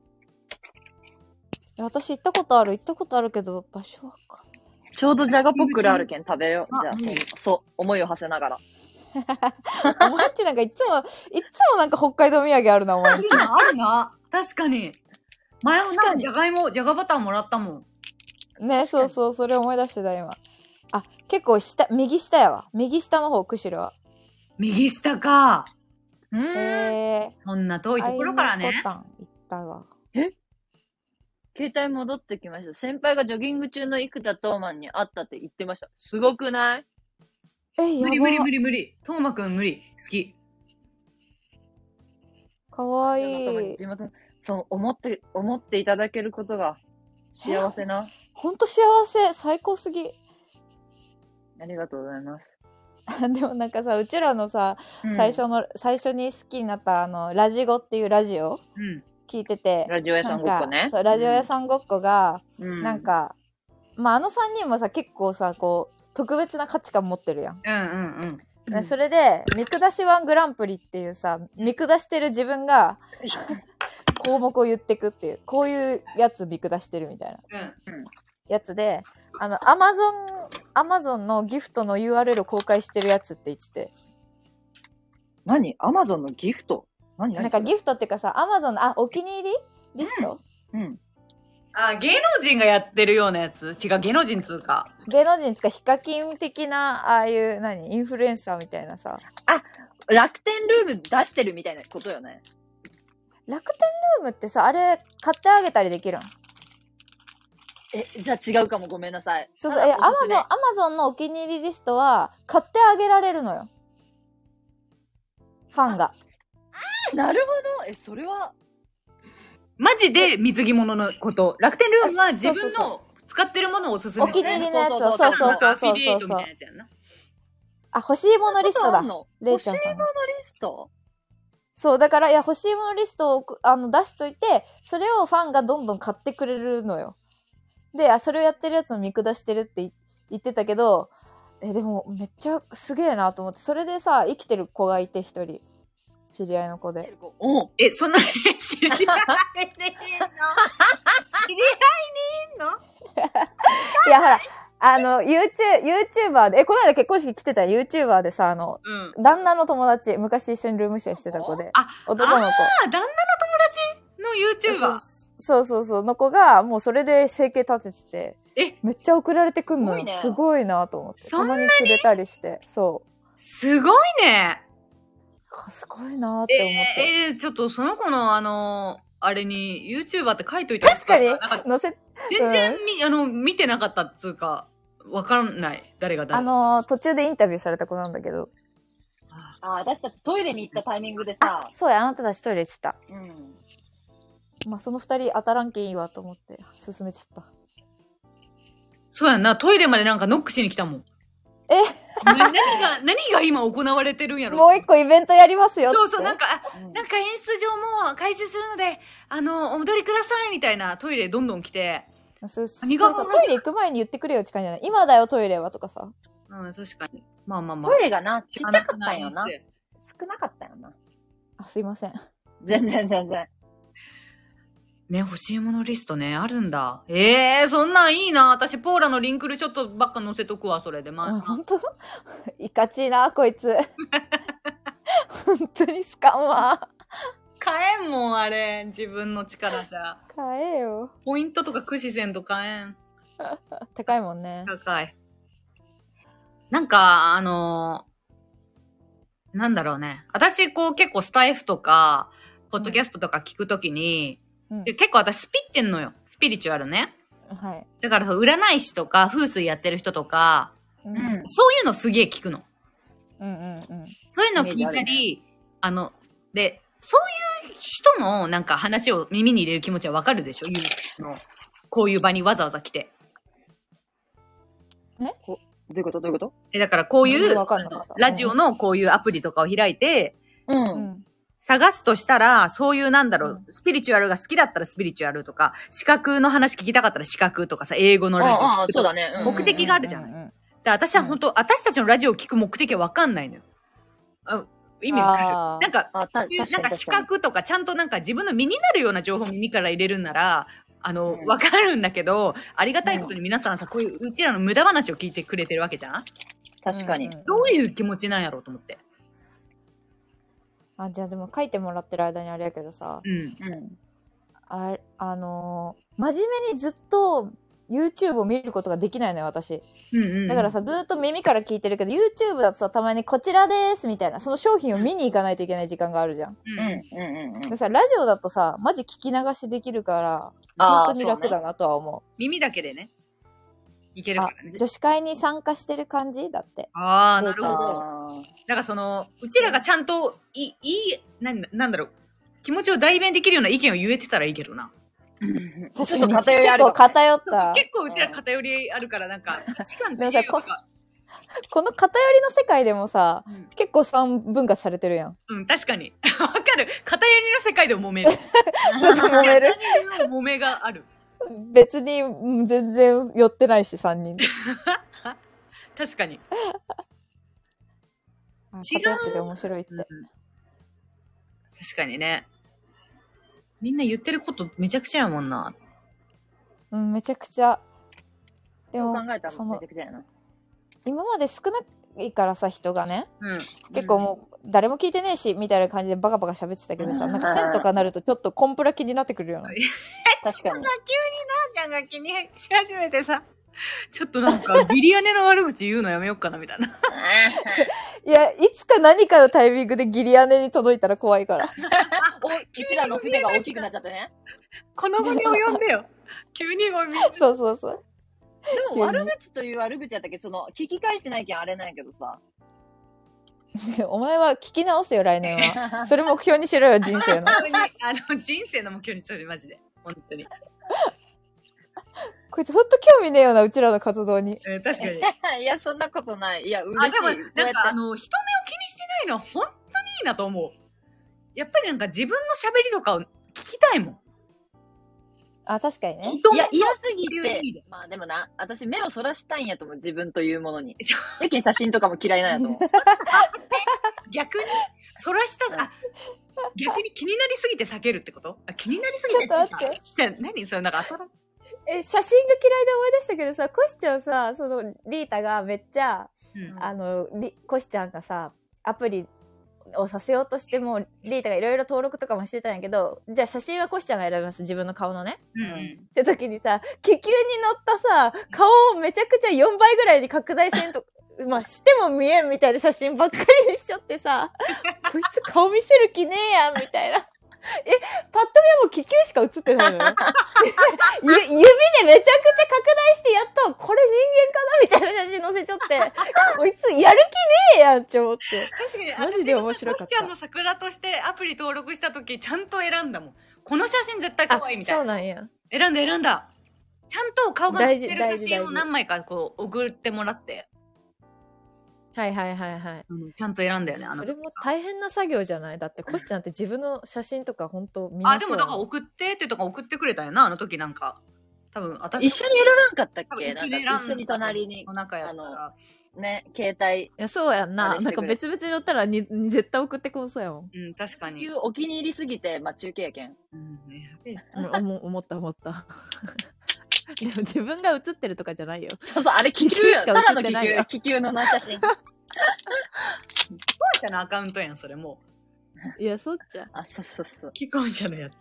S2: 私行ったことある、行ったことあるけど、場所わかんない。
S5: ちょうどじゃがポックルあるけん食べよう。じゃあ、そう、そう、思いを馳せながら。
S2: お前んちなんかいつも、いつもなんか北海道土産あるな、お前んち。
S1: あるな。確かに。前もなんかじゃがいも、じゃがバターもらったもん。
S2: ね、そうそう、それ思い出してた、今。あ、結構下、右下やわ。右下の方、釧路は。
S1: 右下か。
S2: うん。えー、
S1: そんな遠いところからね。
S2: ボタン行ったわ。
S5: え携帯戻ってきました。先輩がジョギング中の生田斗真に会ったって言ってました。すごくない？
S2: え、やば。
S1: 無理無理無理無理。斗真くん無理。好き。
S2: かわいい。
S5: 地元、そう、思って、思っていただけることが幸せな。
S2: ほんと幸せ。最高すぎ。
S5: ありがとうございます。
S2: でもなんかさ、うちらのさ、うん、最初の、最初に好きになったあの、ラジゴっていうラジオ、うん、聞いてて。
S5: ラジオ屋さんごっこね。
S2: そう、ラジオ屋さんごっこが、うん、なんか、まあ、あのさんにんもさ、結構さ、こう、特別な価値観持ってるやん。
S1: うんうん
S2: うん。それで、見下しワングランプリっていうさ、見下してる自分が、項目を言ってくっていう、こういうやつ見下してるみたいな、うん、やつで、あの、アマゾン、アマゾンのギフトの ユーアールエル を公開してるやつって言ってて。
S5: 何？アマゾンのギフト？何？何？
S2: なんかギフトっていうかさ、アマゾンの、あ、お気に入りリスト？
S1: うん。うん、あ、芸能人がやってるようなやつ？違う、芸能人つうか。
S2: 芸能人つか、ヒカキン的な、ああいう、何？インフルエンサーみたいなさ。
S5: あ、楽天ルーム出してるみたいなことよね。
S2: 楽天ルームってさ、あれ、買ってあげたりできるん？
S5: え、じゃあ違うかも、ごめんなさい。
S2: そうそう、え、アマゾン、アマゾンのお気に入りリストは、買ってあげられるのよ。ファンが。
S5: あ、なるほど。え、それは。
S1: マジで水着物のこと。楽天ルームは自分の使ってるものをおすすめ
S2: する。お気に入りのやつを、そうそうそうそうそうそう。あ、欲しいものリストだ。
S5: レイちゃんさん。欲しいものリスト？
S2: そう、だから、いや、欲しいものリストをあの出しといて、それをファンがどんどん買ってくれるのよ。で、あ、それをやってるやつを見下してるって言ってたけど、え、でも、めっちゃすげえなと思って、それでさ、生きてる子がいて、一人。知り合いの子で。
S1: おえ、そんな、知り合いにいんの知り合いにいんの
S2: いや、ほら、あの、YouTube、YouTuber で、え、この間結婚式来てた YouTuber でさ、あの、うん、旦那の友達、昔一緒にルームシェアしてた子で。
S1: あ、
S2: 男の子。あ
S1: あ、旦那の友達の YouTuber。
S2: そうそうそう、の子が、もうそれで生計立ててて、
S1: え、
S2: めっちゃ送られてくんのよ。すごいね。すごいなと思って。
S1: そんなに
S2: たまにくれたりして。そう。
S1: すごいね。
S2: すごいなって思って。
S1: えー、えー、ちょっとその子のあの、あれに YouTuber って書いといて
S2: 確かに。載せ、
S1: 全然み、うん、あの、見てなかったっつうか、わかんない。誰が誰。
S2: あのー、途中でインタビューされた子なんだけど。
S5: あ、私たちトイレに行ったタイミングでさ。
S2: そうや、あなたたちトイレ行ってた。うん。まあ、その二人当たらんけんいいわと思って進めちゃった。
S1: そうやんな、トイレまでなんかノックしに来たもん。
S2: え
S1: 何が、何が今行われてるんやろ。
S2: もう一個イベントやりますよって。
S1: そうそう、なんか、うん、なんか演出上も開始するので、あの、お戻りくださいみたいなトイレどんどん来て。
S2: そうそうそう、トイレ行く前に言ってくれよって感じじゃない？今だよトイレはとかさ。
S1: うん、確かに。まあまあまあ。
S5: トイレがな、ちっちゃかったんよな。少なかったよな。
S2: あ、すいません。
S5: 全然全然。
S2: ね、
S1: 欲しいものリストね、あるんだ。ええー、そんなんいいな。私、ポーラのリンクルショットばっか載せとくわ、それで。まあ、
S2: 本当いかちいな、こいつ。本当に好かんわ。
S1: 買えんもん、あれ。自分の力じゃ。
S2: 買えよ。
S1: ポイントとか駆使せんと買えん。
S2: 高いもんね。
S1: 高い。なんか、あのー、なんだろうね。私、こう、結構スタイフとか、ポッドキャストとか聞くときに、うん、で結構私スピってんのよ。スピリチュアルね。
S2: はい。
S1: だから、占い師とか、風水やってる人とか、うん、そういうのすげえ聞くの。
S2: うんうんうん。
S1: そういうの聞いたり、あの、で、そういう人のなんか話を耳に入れる気持ちはわかるでしょ？言うの。 こういう場にわざわざ来て。
S2: ね
S5: どういうことどういうこと
S1: え、だからこういう、
S2: わかんなかった
S1: ラジオのこういうアプリとかを開いて、
S5: うん。
S2: う
S5: うん
S2: ん。
S1: 探すとしたら、そういうなんだろう、
S2: う
S1: スピリチュアルが好きだったらスピリチュアルとか、資格の話聞きたかったら資格とかさ、英語のラジオ
S5: ああ、
S1: 聞くとか。
S5: そうだね。うん
S1: 目的があるじゃん。
S2: うんうんうん
S1: で私は本当、私たちのラジオを聞く目的はわかんないのよ。あ、意味わか
S2: あー
S1: る。なんか、
S5: あた
S1: そういう
S5: 確かに
S1: なんか資格とか、ちゃんとなんか自分の身になるような情報を耳から入れるんなら、あの、
S5: うん
S1: わかるんだけど、ありがたいことに皆さんさ、こういううちらの無駄話を聞いてくれてるわけじゃん。
S5: 確かに。
S2: うんうん
S1: どういう気持ちなんやろうと思って。
S2: あ、じゃあでも書いてもらってる間にあれやけどさ、
S1: うん。
S5: うん。
S2: ああのー真面目にずっと YouTube を見ることができないのよ、私。
S1: うんうん。
S2: だからさ、ずっと耳から聞いてるけど、YouTube だとさ、たまにこちらですみたいな、その商品を見に行かないといけない時間があるじゃん。
S1: うん、
S5: うん。うん。うん。
S2: でさ、ラジオだとさ、マジ聞き流しできるから、
S5: あー
S2: 本当に楽だなとは思
S1: 耳だけでね。いける
S2: う。あ
S1: からね、。
S2: 女子会に参加してる感じだって。
S1: ああ、なる
S2: ちゃんと
S1: ほど。
S5: あ
S1: だからその、うちらがちゃんと、い、いい、なんなんだろう、気持ちを代弁できるような意見を言えてたらいいけどな。
S5: ー
S2: 確
S5: ちょっと偏りある
S2: 結構偏った。
S1: 結構うちら偏りあるから、なんか、価値観違うよとか。
S2: この偏りの世界でもさ、
S1: うん
S2: 結構三分割されてるやん。
S1: うん、確かに。わかる。偏りの世界でも揉める。
S2: そうそう揉める。
S1: 何でも揉めがある。
S2: 別にうん全然寄ってないし、三人で。
S1: 確かに。
S2: あ
S1: 違う
S2: 偏ってて面白いって。
S1: うん確かにね。みんな言ってることめちゃくちゃやもんな。
S2: うん、めちゃくちゃ。で
S5: そう
S2: も
S5: 考えたらめ
S2: その
S5: ちゃくちゃやな。
S2: 今まで少ないからさ、人がね。
S1: うん。
S2: 結構もう、誰も聞いてねえし、みたいな感じでバカバカ喋ってたけどさ、なんか線とかなるとちょっとコンプラ気になってくるよな。
S5: 確かに。
S1: 急になーちゃんが気にし始めてさ、ちょっとなんか、ビリヤネの悪口言うのやめよっかな、みたいな。
S2: いや、いつか何かのタイミングでギリ屋根に届いたら怖いから。
S5: お、うちらの筆が大きくなっちゃってね。
S1: この後に及んでよ。急にもうみんな。
S2: そうそうそう。
S5: でも悪口という悪口やったけど、その、聞き返してないけんあれなんやけどさ。
S2: お前は聞き直せよ、来年は。それ目標にしろよ、人生の。
S1: 本当に、あの、人生の目標にしてほしい、マジで。本当に。
S2: こいつほんと興味ねえよな、うちらの活動に。
S1: うん、確かに。
S5: いや、そんなことない。いや、嬉
S1: あ、
S5: しい。
S1: でも、
S5: こうやって
S1: なんか、あの、人目を気にしてないのは本当にいいなと思う。やっぱりなんか自分の喋りとかを聞きたいもん。
S2: あ、確かにね。
S1: 人
S5: いや、嫌すぎ
S1: っていう意味で
S5: て。まあでもな、私目をそらしたいんやと思う。自分というものに。やけん写真とかも嫌いなんやと思う。
S1: 逆に、そらしたさ、あ、逆に気になりすぎて避けるってことあ、気になりすぎて
S2: ちょっと待って。
S1: じゃあ何それ、なんか新
S2: え、写真が嫌いで思い出したけどさ、コシちゃんさ、その、リータがめっちゃ、
S1: うん
S2: あの、リコシちゃんがさ、アプリをさせようとしても、リータがいろいろ登録とかもしてたんやけど、じゃあ写真はコシちゃんが選びます、自分の顔のね。
S1: うん。
S2: って時にさ、気球に乗ったさ、顔をめちゃくちゃよんばいぐらいに拡大せんと、まあ、しても見えんみたいな写真ばっかりにしちゃってさ、こいつ顔見せる気ねえやん、みたいな。え、パッと見はもう気球しか映ってないのよ。ゆ指でめちゃくちゃ拡大してやっと、これ人間かなみたいな写真載せちゃって、こいつやる気ねえやんって思って。
S1: 確かに、
S2: マジで面白かった
S1: 私もさコシちゃんの桜としてアプリ登録した時、ちゃんと選んだもん。この写真絶対可愛いみたいな。
S2: そうなんや。
S1: 選んだ選んだ。ちゃんと顔が
S2: 大事
S1: 載ってる写真を
S2: 大事大事
S1: 何枚かこう送ってもらって、
S2: はいはいはいはい。
S1: うん、ちゃんと選んだよね、あの
S2: それも大変な作業じゃないだって、コシちゃんって自分の写真とか本当見な
S1: あ、でもだから
S2: そう
S1: 送ってってとか送ってくれたよな、あの時なんか。多分、私
S5: 一緒に選ばんかったっ
S1: 多分
S5: け
S1: 一緒に選んだ
S5: なんか一緒に隣に
S1: の、中やったら。
S5: ね、携帯、
S2: いや、そうやんな。なんか
S5: あれしてくれ
S2: 別々に乗ったらにに絶対送ってこうそうやもん。
S1: うん、確かに。
S5: お気に入りすぎて、まあ中継やけん。
S1: うん、やべえ。
S2: うん思思った思った。でも自分が写ってるとかじゃないよ。
S5: そうそう、あれ気球
S2: 気球しか
S5: ただの気
S2: 写ってないよ
S5: 球、気球のな写真。
S1: 既婚者のアカウントやん、それも
S2: いや、そっちゃ。
S5: あ、そうそうそう
S1: う。。既婚者のやつ。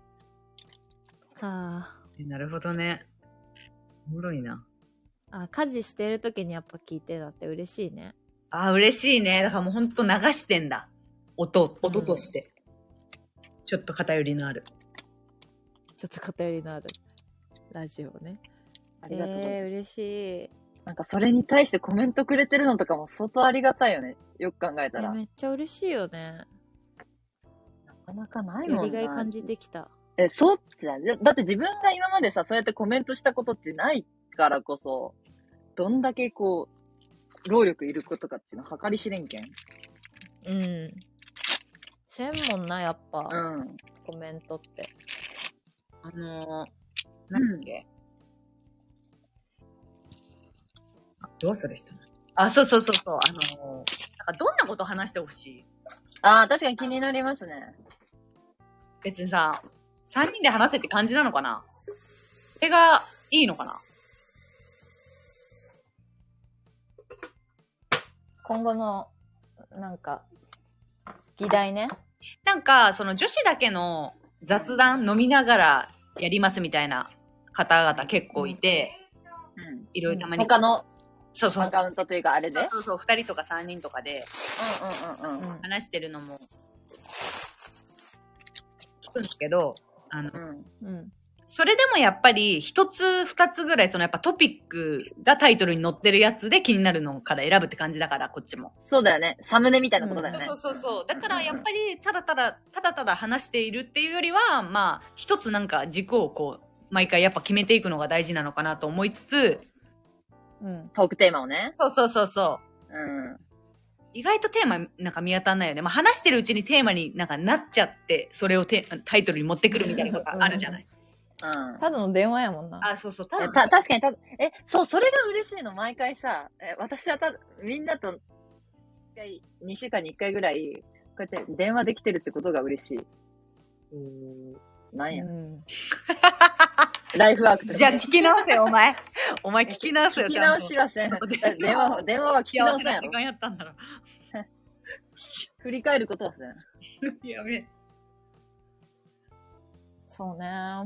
S2: は
S1: えなるほどね。おもろいな。
S2: あ。あ、家事してる時にやっぱ聞いてなって嬉しいね。
S1: あ、嬉しいね。だからもうほんと流してんだ。音、音として。ちょっと偏りのある。
S2: ちょっと偏りのあるラジオね。
S5: ありがとうございます。
S2: えー、嬉しい。
S5: なんかそれに対してコメントくれてるのとかも相当ありがたいよね。よく考えたら。な
S2: えめっちゃ嬉しいよね。
S5: かなかないもんな。
S2: やりがい感じてきた。
S5: え、そうじゃん。だって自分が今までさ、そうやってコメントしたことってないからこそ、どんだけこう、労力いることかっていうの計り知れんけん。
S2: うん。せんもんな、やっぱ。
S5: うん。
S2: コメントって。
S1: あのー、なんだっけ、うん、あ、どうするしたの？あ、そうそうそうそう。あのー、なんかどんなこと話してほしい？
S5: ああ、確かに気になりますね。
S1: 別にさ、三人で話せって感じなのかな？それがいいのかな？
S2: 今後の、なんか、議題ね。
S1: なんか、その女子だけの雑談飲みながらやりますみたいな方々結構いて、うん、いろいろたまに。
S5: 他の、
S1: そうそう。
S5: アカウントというかあれで。
S1: そうそうそう、二人とか三人とかで、
S5: うんうんうんうん。
S1: 話してるのも、聞くんですけど、あの、うん。うんそれでもやっぱり一つ二つぐらいそのやっぱトピックがタイトルに載ってるやつで気になるのから選ぶって感じだからこっちも。
S5: そうだよね。サムネみたいなことだよね。
S1: そうそうそう。だからやっぱりただただただただ話しているっていうよりはまあ一つなんか軸をこう毎回やっぱ決めていくのが大事なのかなと思いつつ、
S5: うん、トークテーマをね。
S1: そうそうそうそう。
S5: うん。
S1: 意外とテーマなんか見当たんないよね。まあ話してるうちにテーマになんかなっちゃってそれをテタイトルに持ってくるみたいなことがあるじゃない。
S2: うん、ただの電話やもんな。
S1: あ、そうそう。た
S5: だた確かにた、え、そう、それが嬉しいの。毎回さ、え私はた、みんなと、にしゅうかんにいっかいぐらい、こうやって電話できてるってことが嬉しい。うん。なんや。うん、ライフワークと
S1: じゃあ聞き直せよ、お前。お前聞き直せよ、
S5: 聞き直しはせん。電話、電話は聞き直せんやろ。
S1: 時間やったんだろ。
S5: 振り返ることはせん。
S1: やべえ。
S2: そうね。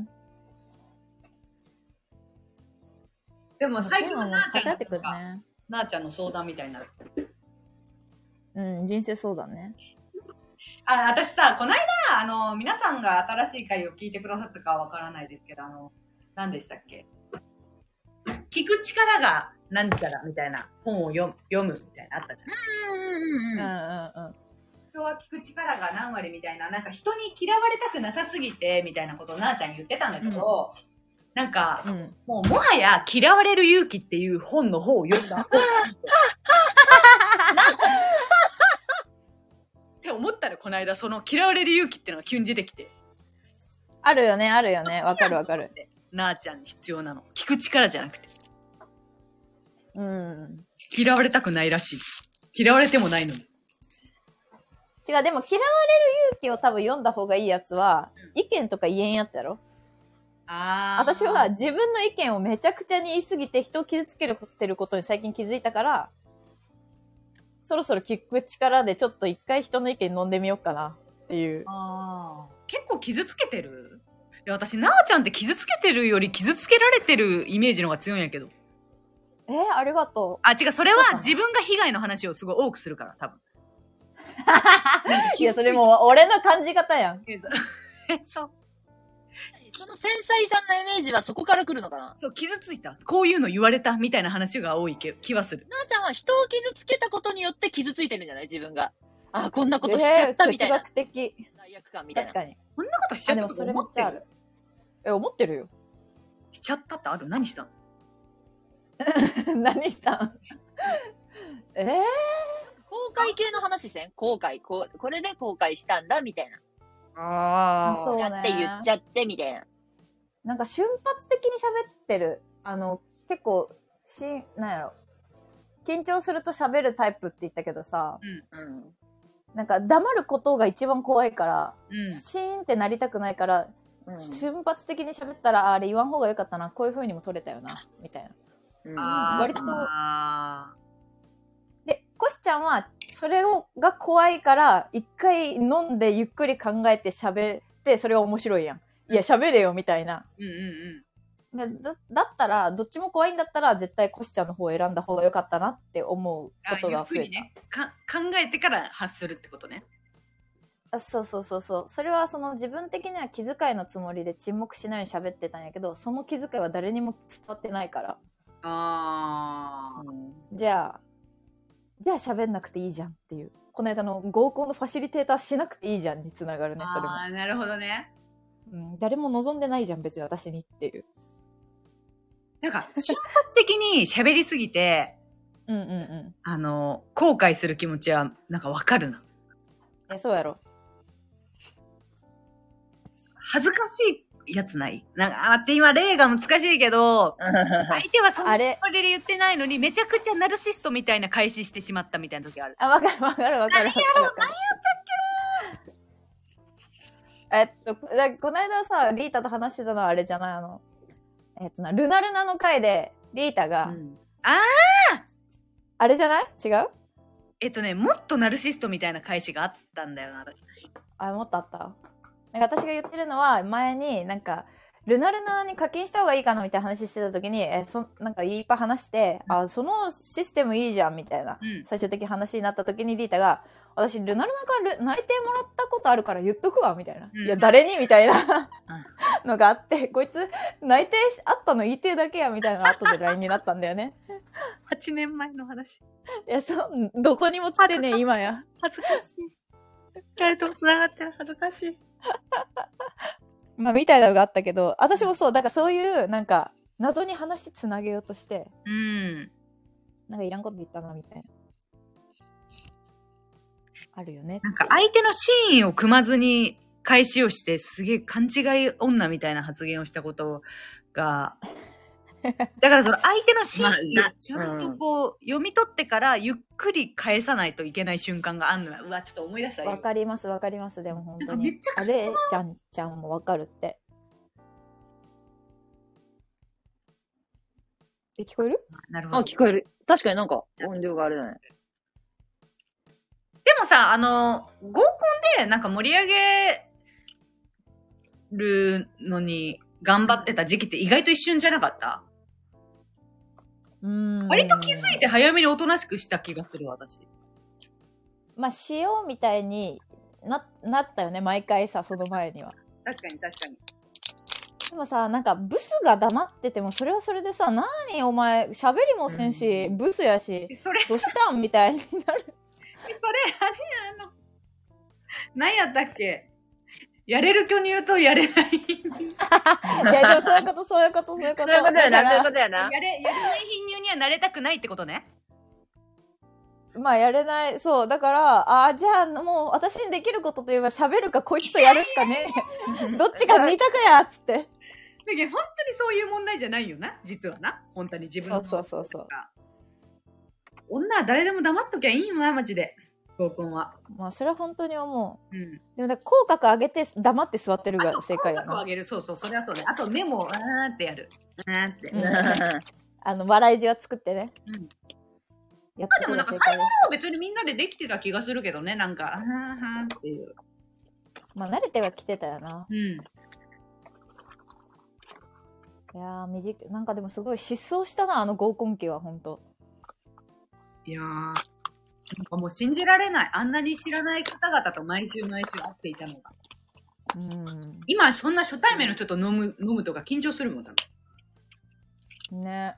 S1: でも最近はなーちゃん
S2: 偏ってくるね。
S1: なーちゃんの相談みたいになる。
S2: うん、人生相談ね。
S1: あ、私さ、この間、あの、皆さんが新しい回を聞いてくださったかはわからないですけど、あの、何でしたっけ？聞く力がなんちゃらみたいな本を読む、読むみたいなあったじゃん。うんうんうんうん。うんうんうん。人は聞く力が何割みたいな、なんか人に嫌われたくなさすぎて、みたいなことをなーちゃん言ってたんだけど、うんなんか、うん、もうもはや嫌われる勇気っていう本の方を読んだって思ったらこの間その嫌われる勇気っていうのが急に出てきて。
S2: あるよね、あるよね。わかるわかる。
S1: なーちゃんに必要なの。聞く力じゃなくて。
S2: うん。
S1: 嫌われたくないらしい。嫌われてもないのに。
S2: 違う、でも嫌われる勇気を多分読んだ方がいいやつは、うん、意見とか言えんやつやろ？あ私は自分の意見をめちゃくちゃに言いすぎて人を傷つけてることに最近気づいたから、そろそろ聞く力でちょっと一回人の意見飲んでみようかなっていう。
S1: あ結構傷つけてる？いや私、なーちゃんって傷つけてるより傷つけられてるイメージの方が強いんやけど。
S2: えー、ありがとう。
S1: あ、違う、それは自分が被害の話をすごい多くするから、多分。
S2: いや、それも俺の感じ方やん。
S1: そう。
S5: その繊細さんなイメージはそこから来るのかな？
S1: そう、傷ついた。こういうの言われたみたいな話が多い気はする。
S5: なーちゃんは人を傷つけたことによって傷ついてるんじゃない？自分が。あ、こんなことしちゃったみたいな。
S2: 哲学的。
S5: 罪悪感みたいな。
S2: 確かに。
S1: こんなことしちゃったって思ってる？
S2: え、思ってるよ。
S1: しちゃったってある？何したの？
S2: 何したんえー、
S5: 後悔系の話してん？後悔。こ, これで後悔したんだみたいな。
S2: ああ、そうね。
S5: やって言っちゃってみたいな。
S2: なんか瞬発的に喋ってる。あの、結構、し、なんやろ。緊張すると喋るタイプって言ったけどさ、うんうん、なんか黙ることが一番怖いから、うん、シーンってなりたくないから、うん、瞬発的に喋ったら、あれ言わん方がよかったな、こういう風にも取れたよな、みたいな。うん、割と。で、コシちゃんは、それをが怖いから、一回飲んでゆっくり考えて喋って、それが面白いやん。いや、喋れよ、みたいな。うんうんうん。だ, だったら、どっちも怖いんだったら、絶対コシちゃんの方を選んだ方がよかったなって思うことが増えた。ゆっくりね、
S1: か考えてから発するってことね。
S2: あ、そうそうそうそう。それはその自分的には気遣いのつもりで沈黙しないように喋ってたんやけど、その気遣いは誰にも伝わってないから。あー。うん、じゃあ、じゃあ喋んなくていいじゃんっていう。この間の合コンのファシリテーターしなくていいじゃんにつながるね、それも。
S1: あー、なるほどね。
S2: うん、誰も望んでないじゃん、別に私にっていう。
S1: なんか、瞬発的に喋りすぎて、
S2: うんうんうん。
S1: あの、後悔する気持ちは、なんかわかるな。
S2: え、そうやろ。
S1: 恥ずかしいやつない？なんか、あって今例が難しいけど、相手はそんなつもりで言ってないのに、めちゃくちゃナルシストみたいな返ししてしまったみたいな時ある。
S2: あ、わかるわかるわかる。何やろう、何やったっけな。えっと、だこの間さ、リータと話してたのはあれじゃない、あの、えっとな、ルナルナの回で、リータが、うん、
S1: ああ
S2: あれじゃない？違う？
S1: えっとね、もっとナルシストみたいな返しがあったんだよな。
S2: あ、もっとあった？なんか私が言ってるのは、前になんか、ルナルナに課金した方がいいかなみたいな話してた時に、え、そ、なんかいっぱい話して、うん、あ、そのシステムいいじゃんみたいな、うん、最終的話になった時にリータが、私、ルナルナから内定もらったことあるから言っとくわ、みたいな。うん、いや、誰にみたいなのがあって、こいつ、内定あったの言いてえだけや、みたいな後で ライン になったんだよね。
S1: はちねんまえの話。
S2: いや、そう、どこにもつてねえ、今や。
S1: 恥ずかしい。誰とも繋がってる、恥ずかしい。
S2: まあ、みたいなのがあったけど、私もそう、だからそういう、なんか、謎に話つなげようとして、
S1: うん。
S2: なんかいらんこと言ったな、みたいな。あるよね。
S1: なんか相手のシーンを組まずに返しをして、すげえ勘違い女みたいな発言をしたことが、だからその相手のシーンをちゃんとこう、読み取ってからゆっくり返さないといけない瞬間があるのよ。うわ、ちょっと思い出したよ。
S2: わかります、わかります。でも本当に。めっちゃあれ、ちゃんちゃんもわかるって。え、聞こえる？
S5: なるほど。あ、聞こえる。確かになんか音量があれだね。
S1: でもさ、あの、合コンでなんか盛り上げるのに頑張ってた時期って意外と一瞬じゃなかった？
S2: うーん。
S1: 割と気づいて早めにおとなしくした気がする、私。
S2: まあ、しようみたいにな、なったよね、毎回さ、その前には。
S1: 確かに確かに。
S2: でもさ、なんかブスが黙ってても、それはそれでさ、なにお前、喋りもせんし、うん、ブスやし、それどうしたんみたいになる。
S1: それ、あれあの、何やったっけ？やれる巨乳とやれない。い
S2: や、でもそういうこと、そういうこと、そういうこと。
S5: そういうことやな、そういうことやな。
S1: やれ、やれない貧乳にはなれたくないってことね。
S2: まあ、やれない。そう。だから、あ、じゃあ、もう、私にできることといえば、喋るか、こいつとやるしかねえ。どっちか二択やっつって。
S1: だけど、本当にそういう問題じゃないよな。実はな。本当に自分の。
S2: そうそうそうそう。
S1: 女は誰でも黙っときゃいいよな、マジで。合コンは。
S2: まあ、それは本当に思
S1: う。うん。
S2: でも、口角上げて、黙って座ってるが正解やな。
S1: 口角上げる、そうそう、それはそうね。あと、目も、あーってやる。あーって。
S2: あの、笑いじわ作ってね。
S1: うん。やっぱでもなんか最後の方別にみんなでできてた気がするけどね、なんか、あーはーっていう。
S2: まあ、慣れてはきてたよな。
S1: うん。い
S2: やー、短い。なんかでもすごい失踪したな、あの合コン期は、ほんと。
S1: いやー、なんかもう信じられない。あんなに知らない方々と毎週毎週会っていたのが。
S2: うん。
S1: 今、そんな初対面の人と飲む、飲むとか緊張するもん、多
S2: 分。ね。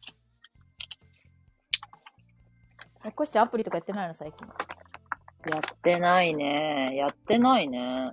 S2: え、こしちゃんアプリとかやってないの最近？
S5: やってないね。やってないね。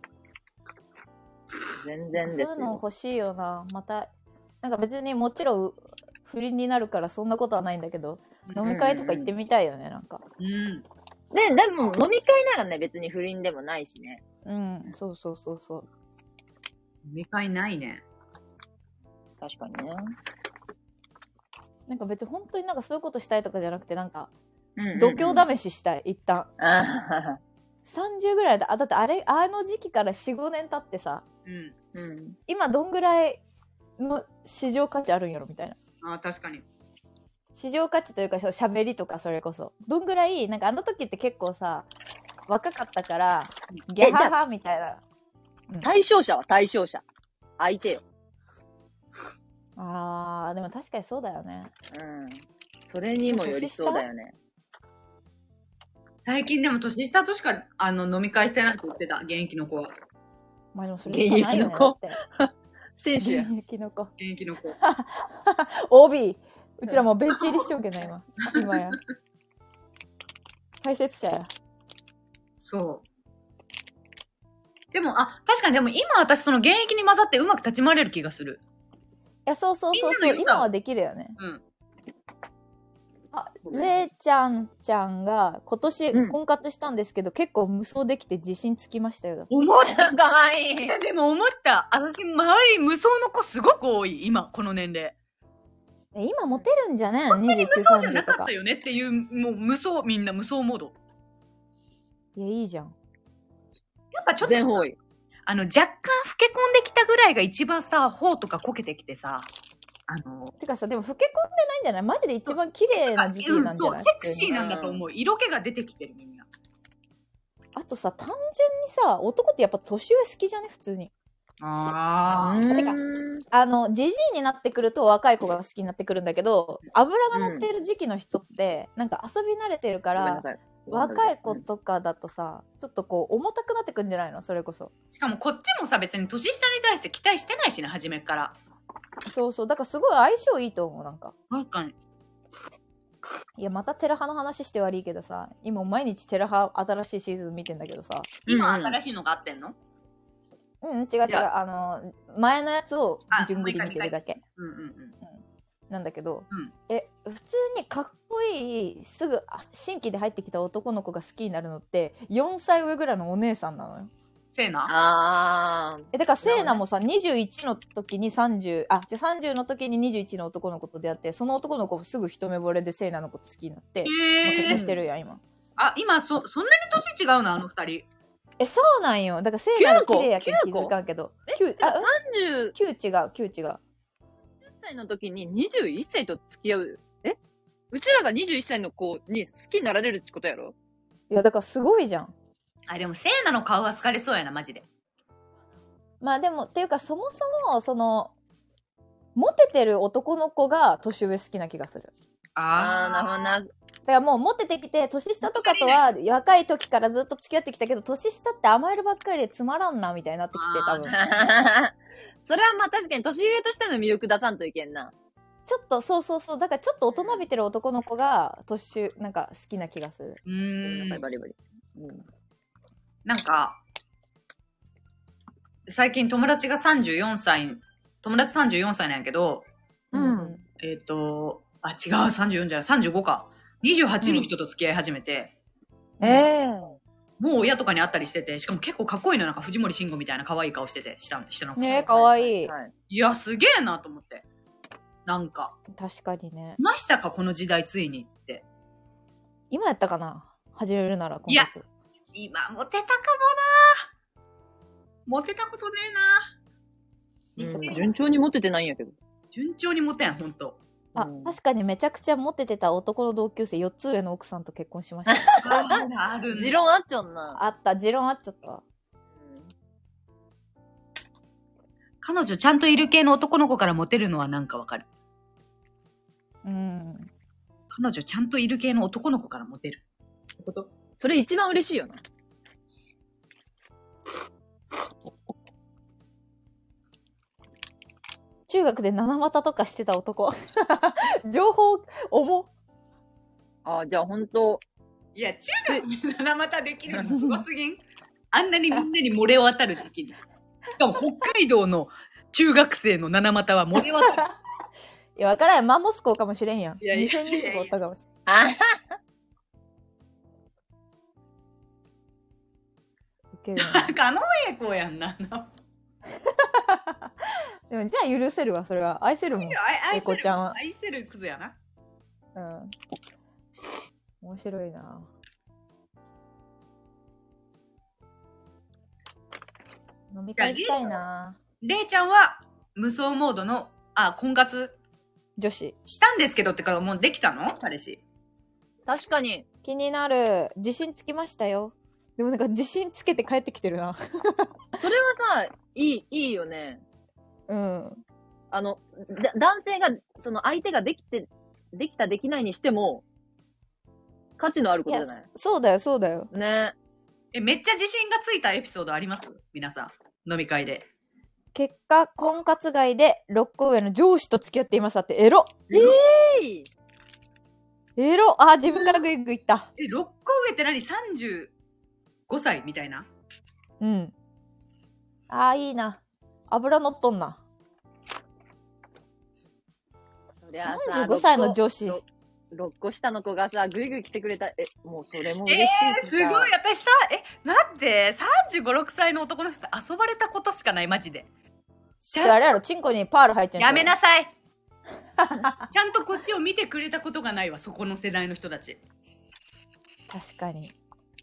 S5: 全然ですよ。
S2: そういうの欲しいよな。また、なんか別にもちろん不倫になるからそんなことはないんだけど、飲み会とか行ってみたいよね、なんか。
S1: うん。
S5: ね、でも飲み会ならね、別に不倫でもないしね。
S2: うん、そうそうそうそう。
S1: 飲み会ないね。
S5: 確かにね。
S2: なんか別に本当になんかそういうことしたいとかじゃなくて、なんか、度胸試ししたい、一旦。さんじゅうぐらいだ。あ、だってあれ、あの時期からよん、ごねん経ってさ、
S1: うんうん、
S2: 今どんぐらいの市場価値あるんやろみたいな。
S1: あ、確かに。
S2: 市場価値というか、喋りとかそれこそ。どんぐらい、なんかあの時って結構さ、若かったから、ギャハハみたいな。
S5: うん、対象者は対象者。相手よ。
S2: あー、でも確かにそうだよね。
S5: うん。それにもよりそうだよね。
S1: 最近でも年下としかあの飲み会してないって言ってた、現役の子は。
S2: まあでもそれしかないよね。
S5: 選手や。
S2: 現役の子。
S1: 現役の子。
S2: オービー。うちらもうベンチ入りしようけな、今。今や。解説者や。
S1: そう。 でも、あ、確かにでも今私その現役に混ざってうまく立ち回れる気がする。
S2: いや、そうそうそうそう、今はできるよね。
S1: うん。
S2: あ、れいちゃんちゃんが今年婚活したんですけど、うん、結構無双できて自信つきましたよ。
S1: 思った
S5: かわいい。
S1: でも思った。私、周り無双の子すごく多い、今、この年齢。
S2: 今モテるんじゃねん、
S1: にじゅうきゅう、さんじゅうとか。無双じゃなかったよねっていう、もう無双、みんな無双モード。
S2: いや、いいじゃん。
S1: やっぱちょっと、全方位。あの、若干老け込んできたぐらいが一番さ、頬とかこけてきてさ、あの、
S2: てかさ、でも老け込んでないんじゃない？マジで一番綺麗な時期なんじゃない？
S1: そう、セクシーなんだと思う。色気が出てきてる、みんな。
S2: あとさ、単純にさ、男ってやっぱ年上好きじゃね？普通に。
S1: あ
S2: ー。てか、あの、ジジイになってくると若い子が好きになってくるんだけど、油が乗ってる時期の人って、うん、なんか遊び慣れてるから、若い子とかだとさ、ちょっとこう、重たくなってくんじゃないの？それこそ。
S1: しかもこっちもさ、別に年下に対して期待してないしね、初めから。
S2: そうそう。だからすごい相性いいと思う、なんか。
S1: 確かに。
S2: いや、またテラハの話して悪いけどさ、今毎日テラハ新しいシーズン見てんだけどさ。
S1: 今新しいのがあってんの？
S2: うん、違う違う。あの、前のやつを順繰り見てるだけ。
S1: うんうんうん。
S2: なんだけど、
S1: うん、
S2: え、普通にかっこいい、すぐ新規で入ってきた男の子が好きになるのって、よんさい上ぐらいのお姉さんなのよ。
S1: セーナ？
S5: あー。
S2: え、だからセーナもさ、にじゅういちの時にさんじゅう、あ、じゃさんじゅうの時ににじゅういちの男の子と出会って、その男の子すぐ一目惚れでセーナのこと好きになって、まあ、結婚してるやん、今。
S1: あ、今、そ、そんなに年違うのあの二人。
S2: え、そうなんよ。だからセーナが綺麗やけん気づかんけど。
S5: きゅう、あ、さんじゅう。
S2: きゅう違う、きゅう違う。じゅっ
S5: さいの時ににじゅういっさいと付き合う。え？うちらがにじゅういっさいの子に好きになられるってことやろ？
S2: いや、だからすごいじゃん。
S1: あ、でもセーナの顔は疲れそうやな、マジで。
S2: まあでも、っていうかそもそも、その、モテてる男の子が年上好きな気がする。
S1: あ
S5: あー、なるほどな。
S2: だからもうモテてきて、年下とかとは若い時からずっと付き合ってきたけど、年下って甘えるばっかりでつまらんな、みたいになってきて、多分。
S5: それはまあ確かに年上としての魅力出さんといけんな。
S2: ちょっと、そうそうそう。だからちょっと大人びてる男の子が、年、なんか好きな気がする。
S1: うーん。
S5: バリバリ。うん。
S1: なんか、最近友達がさんじゅうよんさい、友達さんじゅうよんさいなんやけど、
S2: うん。
S1: えっ、ー、と、あ、違う、さんじゅうよんじゃない、さんじゅうごか。にじゅうはちの人と付き合い始めて。
S2: うん、ええー。
S1: もう親とかに会ったりしてて、しかも結構かっこいいの、なんか藤森慎吾みたいな可愛い顔してて、下、下の子。
S2: ねえ、かわいい。はい、
S1: いや、すげえなと思って。なんか。
S2: 確かにね。
S1: いましたか、この時代ついにって。
S2: 今やったかな、始めるなら今月。
S1: いや、今モテたかもな。モテたことね
S5: えな。うん、順調にモテてないんやけど。
S1: 順調にモテん、ほんと。
S2: あ、うん、確かにめちゃくちゃモテてた男の同級生よっつ上の奥さんと結婚しました。
S5: ああるんだ。持論あっちゃんな。
S2: あった、持論あっちゃった。
S1: 彼女ちゃんといる系の男の子からモテるのはなんかわかる。
S2: うん。
S1: 彼女ちゃんといる系の男の子からモテる。ってこと？
S5: それ一番嬉しいよな。
S2: 中学で七股とかしてた男。情報重。
S5: ああ、じゃあほんと。
S1: いや、中学で七股できるのすごすぎん。あんなにみんなに漏れ渡る時期に。しかも北海道の中学生の七股は漏れ渡る。
S2: いや、わからん。マンモス校かもしれんやん。
S1: いやいやいやいや
S2: にせんにんとかおったかもしれん。ウケるな。
S1: カノエコやんな。
S2: でもじゃあ許せるわ、それは。愛せるもん。エコちゃんは。
S1: 愛せるクズやな。
S2: うん。面白いな。飲み会したいな。
S1: レイちゃんは無双モードの、あ、婚活
S2: 女子。
S1: したんですけどってからもうできたの？彼氏。
S5: 確かに。
S2: 気になる。自信つきましたよ。でもなんか自信つけて帰ってきてるな。
S5: それはさ、いい、いいよね。
S2: うん。
S5: あの、男性が、その相手ができて、できたできないにしても、価値のあることじゃない？い
S2: そうだよ、そうだよ。
S5: ね。
S1: え、めっちゃ自信がついたエピソードあります？皆さん。飲み会で。
S2: 結果、婚活外でろっこ上の上司と付き合っていましたって、エロ。
S5: えー、
S2: エロ。あ、自分からグイグイいった。
S1: え、ろっこ上って何？ さんじゅうご 歳みたいな。
S2: うん。 ああ、いいな。油乗っとんな。さんじゅうごさいの女子。
S5: ろっこ下の子がさ、ぐいぐい来てくれた。え、もうそれも嬉しいしさ。
S1: えー、すごい。私さ、え、待って、さんじゅうご、ろくさいの男の人と遊ばれたことしかない、マジで。
S2: じゃあ、あれやろ、チンコにパール入っちゃう。
S1: やめなさい。ちゃんとこっちを見てくれたことがないわ、そこの世代の人たち。
S2: 確かに。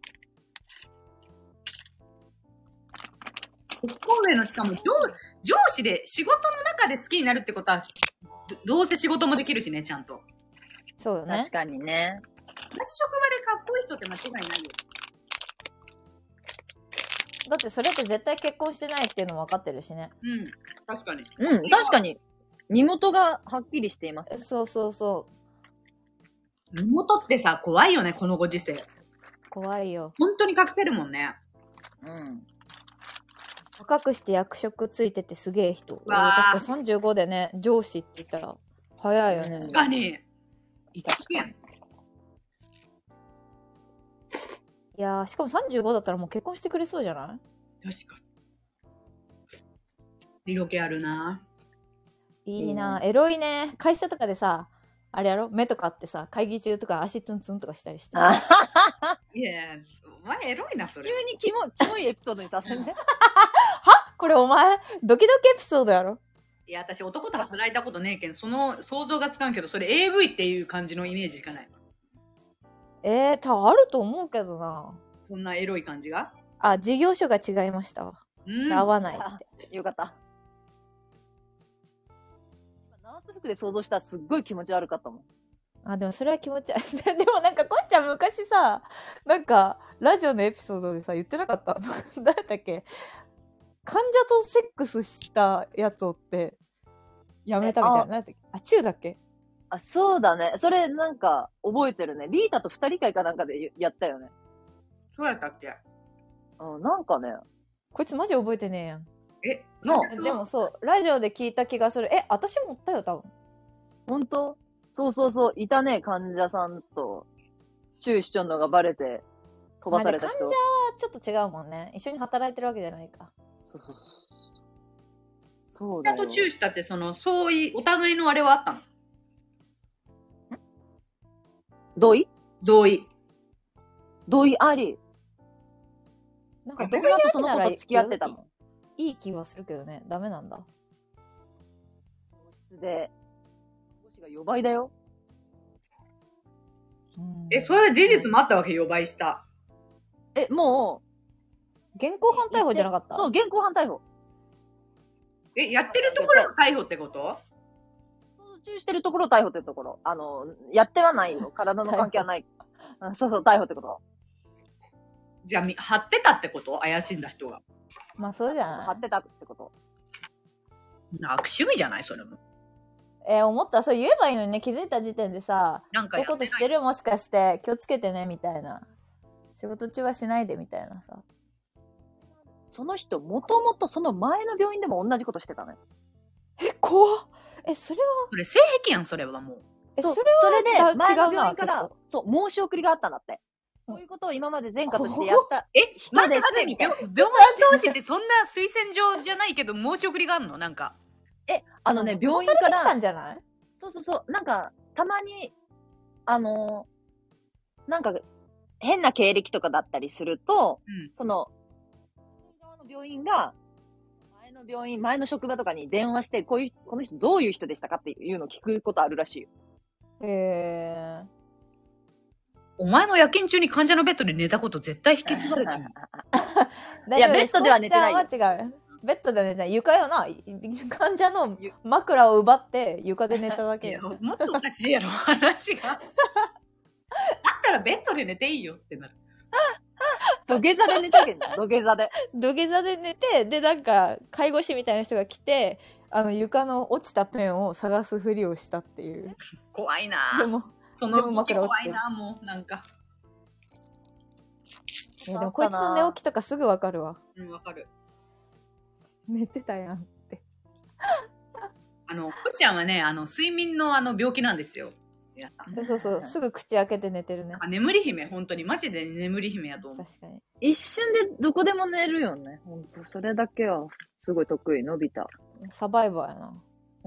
S1: 一個上のしかも上、上司で仕事の中で好きになるってことは、ど, どうせ仕事もできるしね、ちゃんと。
S2: そうよね。
S5: 確かにね。
S1: 同じ職場でかっこいい人って間違いないよ。
S2: だってそれって絶対結婚してないっていうのも分かってるしね。
S1: うん、確かに。
S5: うん、確かに。身元がはっきりしています、ね。
S2: そうそうそう。
S1: 身元ってさ、怖いよね、このご時世。
S2: 怖いよ。
S1: 本当に隠せるもんね。
S5: うん。
S2: 若くして役職ついててすげえ人。
S1: わー
S2: 確かさんじゅうごでね、上司って言ったら早いよね。
S1: 確かに。いたやん。
S2: いやー、しかもさんじゅうごだったらもう結婚してくれそうじゃない？
S1: 確かに。色気あるな。
S2: いいな、エロいね。会社とかでさ、あれやろ、目とかあってさ、会議中とか足ツンツンとかしたりして。
S1: いや、お前エロいな、それ。
S5: 急にキモキモいエピソードにさせんね。
S2: はこれお前、ドキドキエピソードやろ。
S1: いや、私男と働いたことねえけん、その想像がつかんけど、それ エーブイ っていう感じのイメージしかない。
S2: えー、多分あると思うけどな。
S1: そんなエロい感じが。
S2: あ、事業所が違いましたわ。
S1: うん。
S2: 合わないって。
S5: よかった。ナース服で想像したらすっごい気持ち悪かったもん。
S2: あ、でもそれは気持ち悪い。でもなんか、こいちゃん昔さ、なんか、ラジオのエピソードでさ、言ってなかった誰だっけ患者とセックスしたやつをって、やめたみたいな。なんだっけあ、チューだっけ
S5: あ、そうだね。それなんか、覚えてるね。リータと二人会かなんかでやったよね。
S1: そうやったっけ？
S5: うん、なんかね。
S2: こいつマジ覚えてねえやん。
S1: え、
S5: の
S2: でもそう、ラジオで聞いた気がする。え、私もおったよ、多分。
S5: ほんと？そうそうそう。いたね、患者さんと、チューしちょんのがバレて、飛ばされた人。
S2: まあ、患者はちょっと違うもんね。一緒に働いてるわけじゃないか。
S5: そうそうそう。そうだよ。
S1: とチューしたって、その、そうい、お互いのあれはあったの？
S5: 同意
S1: 同意。
S5: 同意あり。
S2: なんか、
S5: 同意ありならその子と付き合ってたもん。
S2: いい気はするけどね。ダメなんだ。
S5: 教室で、保護士がよばいだよ。
S1: え、それは事実もあったわけ？よばいした。
S5: え、も
S2: う、現行犯逮捕じゃなかった？
S5: そう、現行犯逮捕。
S1: え、やってるところが逮捕ってこと？
S5: チューしてるところ逮捕ってところ。あの、やってはないよ。体の関係はない。そうそう、逮捕ってこと。
S1: じゃあ、貼ってたってこと？怪しんだ人が。
S2: まあ、そうじゃない。
S5: 貼ってたってこと。
S1: 悪趣味じゃないそれも。
S2: えー、思った。そう言えばいいのにね。気づいた時点でさ、
S1: なんか
S2: こういうことしてるもしかして気をつけてねみたいな。仕事中はしないでみたいなさ。
S5: その人、もともとその前の病院でも同じことしてたのよ。
S2: え、怖っ。え、それは
S1: それ性癖やん、それはもう。
S2: え、それは
S5: それで、前の
S2: 違うな、
S5: 病院から、そう、申し送りがあったんだって。こういうことを今まで前科としてやった
S1: え、
S5: 人ですみたいな。
S1: 病院同士ってそんな推薦状じゃないけど申し送りがあるの？なんか。
S5: え、あのね、病院
S2: か
S5: から。
S2: 来たんじゃない？
S5: そうそうそう。なんか、たまに、あのー、なんか、変な経歴とかだったりすると、うん、その、側の病院が、前の病院、前の職場とかに電話して、こういう、この人どういう人でしたかっていうのを聞くことあるらしいよ。
S2: へー。
S1: お前も夜勤中に患者のベッドで寝たこと絶対引き継がれちゃう。
S5: いや、ベッドでは寝てないよ。
S2: 違う。ベッドで寝てない。床よな。患者の枕を奪って床で寝ただけ。
S1: いや、もっとおかしいやろ、話が。だったらベッドで寝ていいよってなる。
S5: 土下座で寝たけど、土下座で。
S2: 土下座で寝て、で、なんか、介護士みたいな人が来て、あの、床の落ちたペンを探すふりをしたっていう。
S1: 怖いなぁ。
S2: でも、
S1: その動き怖いなぁ、もう、なんか。
S2: いや、でもこいつの寝起きとかすぐわかるわ。
S1: うん、わかる。
S2: 寝てたやんって。
S1: あの、こちゃんはね、あの、睡眠のあの、病気なんですよ。 皆さん。
S2: そうそう、すぐ口開けて寝てるね。
S1: あ、眠り姫、本当に。マジで眠り姫やと思う。
S2: 確かに。
S5: 一瞬でどこでも寝るよね。ほんと、それだけはすごい得意、のび太。
S2: サバイバーやな。
S5: うん。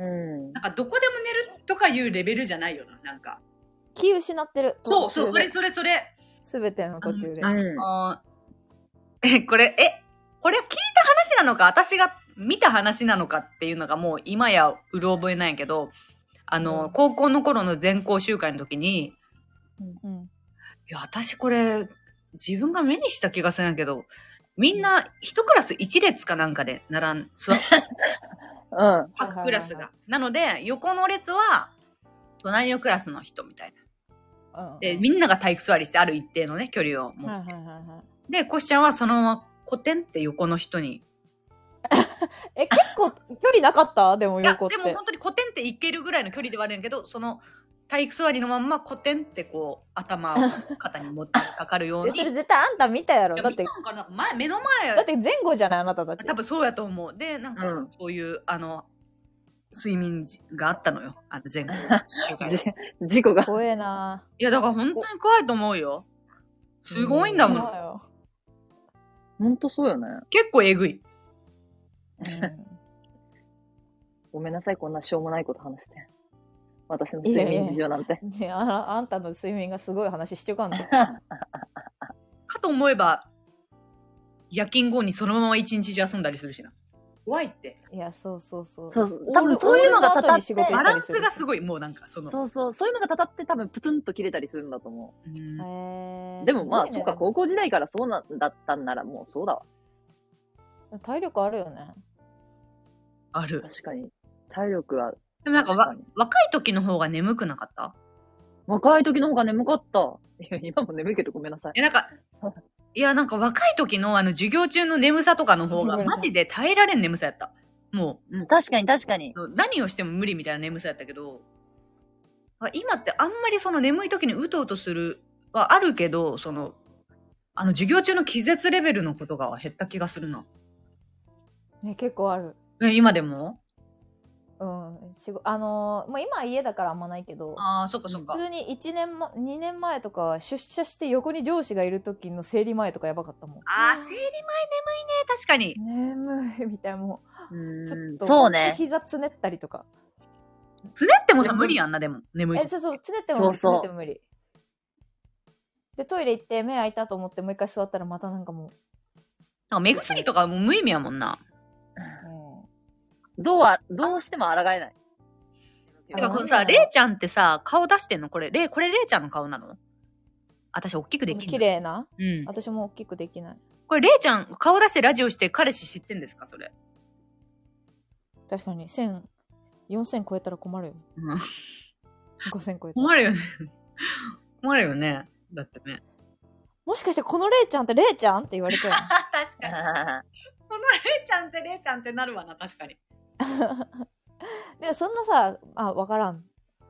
S1: なんかどこでも寝るとかいうレベルじゃないよな、なんか。
S2: 気失ってる。
S1: そうそう、それそれそれ。
S2: すべての途中で。
S1: あのー、え、これ、え、これ聞いた話なのか、私が見た話なのかっていうのがもう今やうる覚えないけど、あの、うん、高校の頃の全校集会の時に、うん、いや、私これ、自分が目にした気がするんやけど、みんな一クラス一列かなんかで並ん、座って、うん。各クラスが。なので、横の列は、隣のクラスの人みたいな。うん、で、みんなが体育座りしてある一定のね、距離を持って。はいはいはいはい、で、コシちゃんはそのまま、コテンって横の人に。
S2: え、結構距離なかったでも横って。
S1: いや、でも本当にコテンっていけるぐらいの距離ではあるんやけど、その、体育座りのまんまコテンってこう、頭を肩に持ってかかるように。
S2: それ絶対あんた見たやろ。だって。
S1: 見たんかな前、目の前。
S2: だって前後じゃないあなただって。
S1: 多分そうやと思う。で、なんか、そういう、うん、あの、睡眠があったのよ。あの前後週間
S5: 事故が。
S2: 怖えな。
S1: いや、だから本当に怖いと思うよ。すごいんだもん。そうよ。
S5: ほんとそうよね。
S1: 結構えぐい。
S2: うん、
S5: ごめんなさい、こんなしょうもないこと話して。私の睡眠事情なんて。
S2: いやいやあ, あんたの睡眠がすごい話しちゃうかんね。
S1: かと思えば、夜勤後にそのまま一日中遊んだりするしな。怖いって。
S2: いや、そうそうそう。
S5: そうそう多分そういうのがたたって、
S1: バランスがすごい、もうなんかその。
S5: そうそう、そういうのがたたって多分プツンと切れたりするんだと思う。うんへーでもまあ、ね、そっか、高校時代からそうなんだったんならもうそうだわ。
S2: 体力あるよね。
S1: ある。
S5: 確かに。体力は。
S1: でもなんかわ、若い時の方が眠くなかった？
S5: 若い時の方が眠かった。いや、今も眠いけどごめんなさい。
S1: え、なんか、いや、なんか若い時のあの授業中の眠さとかの方がマジで耐えられん眠さやった。も
S5: う。うん、確かに確かに。
S1: 何をしても無理みたいな眠さやったけど、今ってあんまりその眠い時にうとうとするはあるけど、その、あの授業中の気絶レベルのことが減った気がするな。
S2: ね、結構ある。
S1: え、今でも？
S2: うん。しごあのー、もう今は家だからあんまないけど。
S1: ああ、そっかそっか。
S2: 普通にいちねんま、にねんまえとかは出社して横に上司がいる時の生理前とかやばかったもん。
S1: ああ、生理前眠いね。確かに。
S2: 眠いみたいな、もう。うんちょっと。
S5: そうね。
S2: 膝つねったりとか。
S1: つねってもさ、無理やんな、でも。眠い。
S2: え、そうそう、つねっても無理。そうそうつねっても無理。で、トイレ行って目開いたと思ってもう一回座ったらまたなんかもう。
S1: なんか目薬とかもう無意味やもんな。
S5: うん。どうは、どうしても抗えない。
S1: てかこのさ、レイちゃんってさ、顔出してんのこれ、レイ、これレイちゃんの顔なの？私、大きくできない。
S2: 綺麗な？
S1: うん。
S2: 私も大きくできない。
S1: これ、レイちゃん、顔出してラジオして彼氏知ってんですかそれ。
S2: 確かに、千、四千超えたら困るよ。
S1: うん。
S2: 五千超えたら。
S1: 困るよね。困るよね。だってね。
S2: もしかしてこのレイちゃんってレイちゃんって言われちゃう
S1: 確かに。このレイちゃんってレイちゃんってなるわな、確かに。
S2: でもそんなさ、あ、わからん。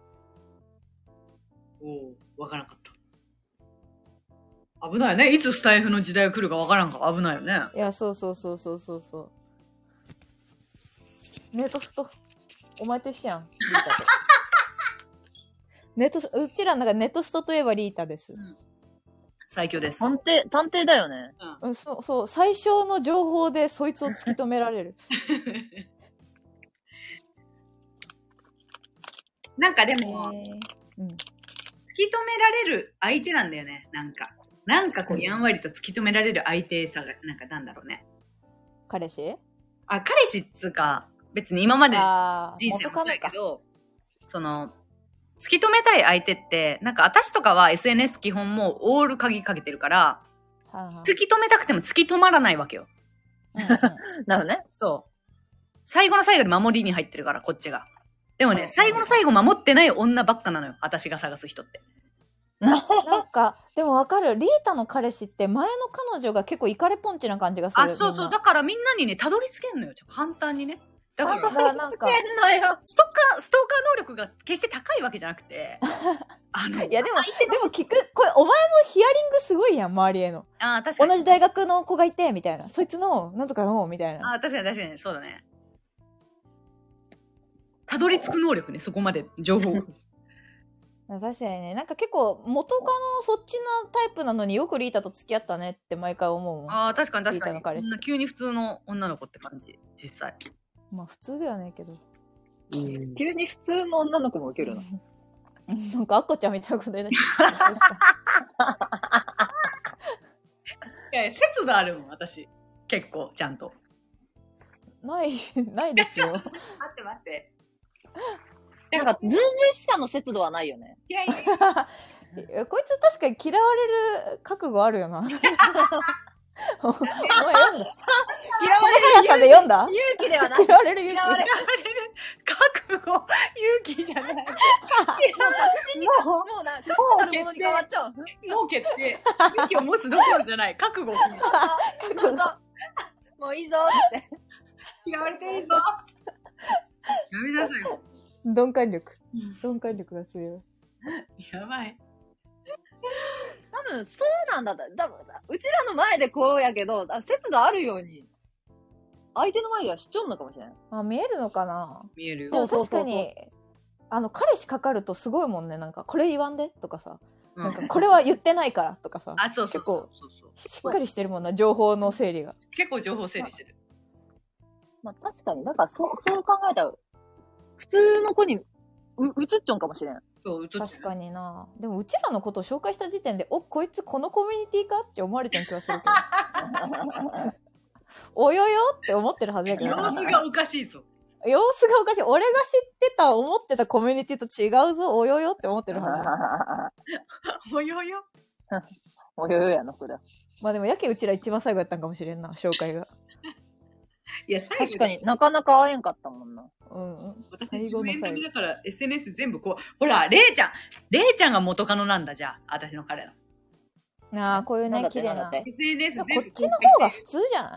S1: おお、わからんかった。危ないよね。いつスタイフの時代が来るかわからんか危ないよね。
S2: いや、そうそうそうそうそうそう。ネトスト。お前と一緒やん。リータとネトス、うちらの中でネトストといえばリータです。うん、
S1: 最強です。
S5: 探偵、探偵だよね。
S2: うん、そう、そう。最小の情報でそいつを突き止められる。
S1: なんかでも、えーうん、突き止められる相手なんだよね。なんか。なんかこう、やんわりと突き止められる相手さが、なんかなんだろうね。
S2: 彼氏？
S1: あ、彼氏っつうか、別に今まで人生もそうやけど、その、突き止めたい相手って、なんか私とかは エスエヌエス 基本もうオール鍵かけてるから、はあはあ、突き止めたくても突き止まらないわけよ。
S2: うんうん、
S5: なるほどね。
S1: そう。最後の最後で守りに入ってるから、こっちが。でもね、最後の最後守ってない女ばっかなのよ。私が探す人って。
S2: なんか、でもわかる。リータの彼氏って前の彼女が結構イカレポンチな感じがする。
S1: あ、そうそう。だからみんなにね、たどり着けんのよ。簡単にね。だから、
S5: からなんか、
S1: ストーカー、ストーカー能力が決して高いわけじゃなくて。
S2: あの、いやでも、でも聞く、これ、お前もヒアリングすごいやん、周りへの。
S1: あ、確かに。
S2: 同じ大学の子がいて、みたいな。そいつの、なんとかの、みたいな。
S1: あ、確かに確かに、そうだね。たどり着く能力ね、そこまで情報。
S2: 確かにね、なんか結構元カノそっちのタイプなのによくリータと付き合ったねって毎回思うもん。
S1: ああ、確かに確かに。
S2: リータの彼氏
S1: そんな急に普通の女の子って感じ、実際。
S2: まあ普通ではないけど。
S5: うん、急に普通の女の子も受けるの。
S2: なんか赤ちゃんみたいなことでね。
S1: いや、節度あるもん、私。結構、ちゃんと。
S2: ない、ないですよ。
S1: 待って待って。
S5: なんか、ずうずうしさの節度はないよね。
S1: いやいやい
S2: やこいつ確かに嫌われる覚悟あるよな。お前読んだ。
S5: 嫌われる
S2: 速さで読んだ
S5: 勇気ではない。
S2: 嫌われる勇気。
S1: 嫌われる覚悟、勇気じゃない。もう、
S5: 確信に、もうな、確固たるものに変わっちゃう。
S1: もう決定。勇気を持つどころじゃない。覚悟を決めた。
S2: 覚悟。
S5: もういいぞって。
S1: 嫌われていいぞ。やめなさいよ。
S2: 鈍感力。鈍感力が強い。
S1: やばい。
S5: 多分、そうなんだ。だうちらの前でこうやけど、節度あるように、相手の前ではしちょんのかもしれない。
S2: あ、見えるのかな？
S1: 見えるよ。
S2: でも確かに、あの、彼氏かかるとすごいもんね。なんか、これ言わんでとかさ。うん、なんか、これは言ってないからとかさ。
S1: あ、そうそうそうそうそう。
S2: 結構、しっかりしてるもんな、情報の整理が。
S1: 結構情報整理してる。
S5: まあ、確かに、だから、そう、そう考えたら、普通の子にう、うつっちょんかもしれん。
S1: そう、うつっちょん。
S2: 確かにな。でも、うちらのことを紹介した時点で、お、こいつこのコミュニティかって思われてる気がするけど。およよって思ってるはずやけど。
S1: 様子がおかしいぞ。
S2: 様子がおかしい。俺が知ってた、思ってたコミュニティと違うぞ、およよって思ってるは
S1: ず。およよ
S5: およよやな、そりゃ。
S2: まあでも、やけうちら一番最後やったんかもしれんな、紹介が。
S1: いや、
S5: 確かになかなか会えんかったもんな。
S2: うんうん。
S1: 最後の最後。だから エスエヌエス 全部こう、ほら、れいちゃんれいちゃんが元カノなんだ、じゃあ、私の彼の。
S2: ああ、こういうね、綺麗な。
S1: エスエヌエス 全部
S2: こっちの方が普通じゃない？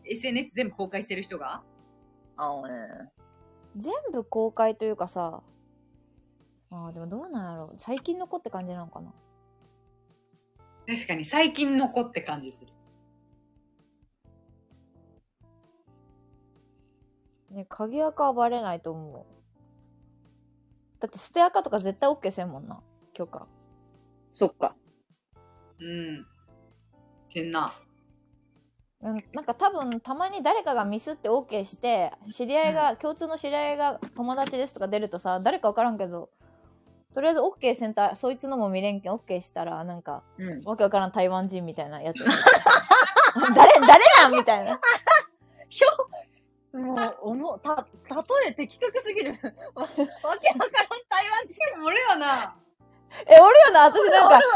S1: エスエヌエス 全部公開してる人が
S5: ああね。
S2: 全部公開というかさ、ああ、でもどうなんやろう。最近の子って感じなのかな。
S1: 確かに最近の子って感じする。
S2: ね、鍵垢はバレないと思う。だって捨て垢とか絶対 OK せんもんな、許可。
S5: そっか。
S1: うん。せんな。
S2: なんか多分たまに誰かがミスって OK して知り合いが、うん、共通の知り合いが友達ですとか出るとさ、誰か分からんけどとりあえず OK センターそいつのも見れんけん OK したらなんか、うん、わけ分からん台湾人みたいなやつ誰誰なんみたいな
S5: ひょもうおもた例え的確すぎるわけ分からん台湾人
S1: 俺はな
S2: え、おるよな、私なんか、はい、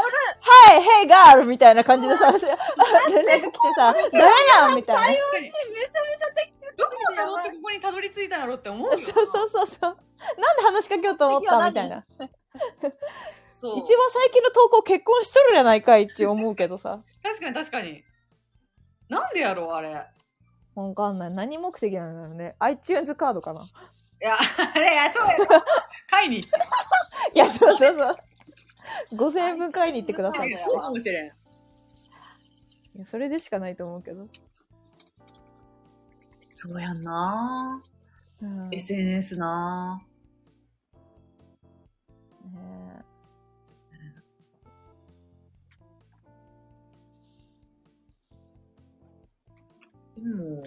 S2: ヘイガールみたいな感じでさ、連絡来てさ、誰やんみたいな。
S5: 台湾人めちゃめちゃ的確。
S1: どこを辿ってここにたどり着いたんだろうって思うよ。
S2: そうそうそうそう。なんで話しかけようと思ったみたいな。そう。一番最近の投稿結婚しとるやないかいって思うけどさ。
S1: 確かに確かに。なんでやろう、あれ。
S2: わかんない。何目的なんだろうね。iTunes カードかな。い
S1: や、あれ、や、そうやろ。買いに行って。
S2: いや、そうそうそう。ごせんえんぶん買いに行ってください。
S1: そうかもしれん。い
S2: や、それでしかないと思うけど。
S1: そうやんなぁ、うん。エスエヌエス なぁ。ねえ。でも、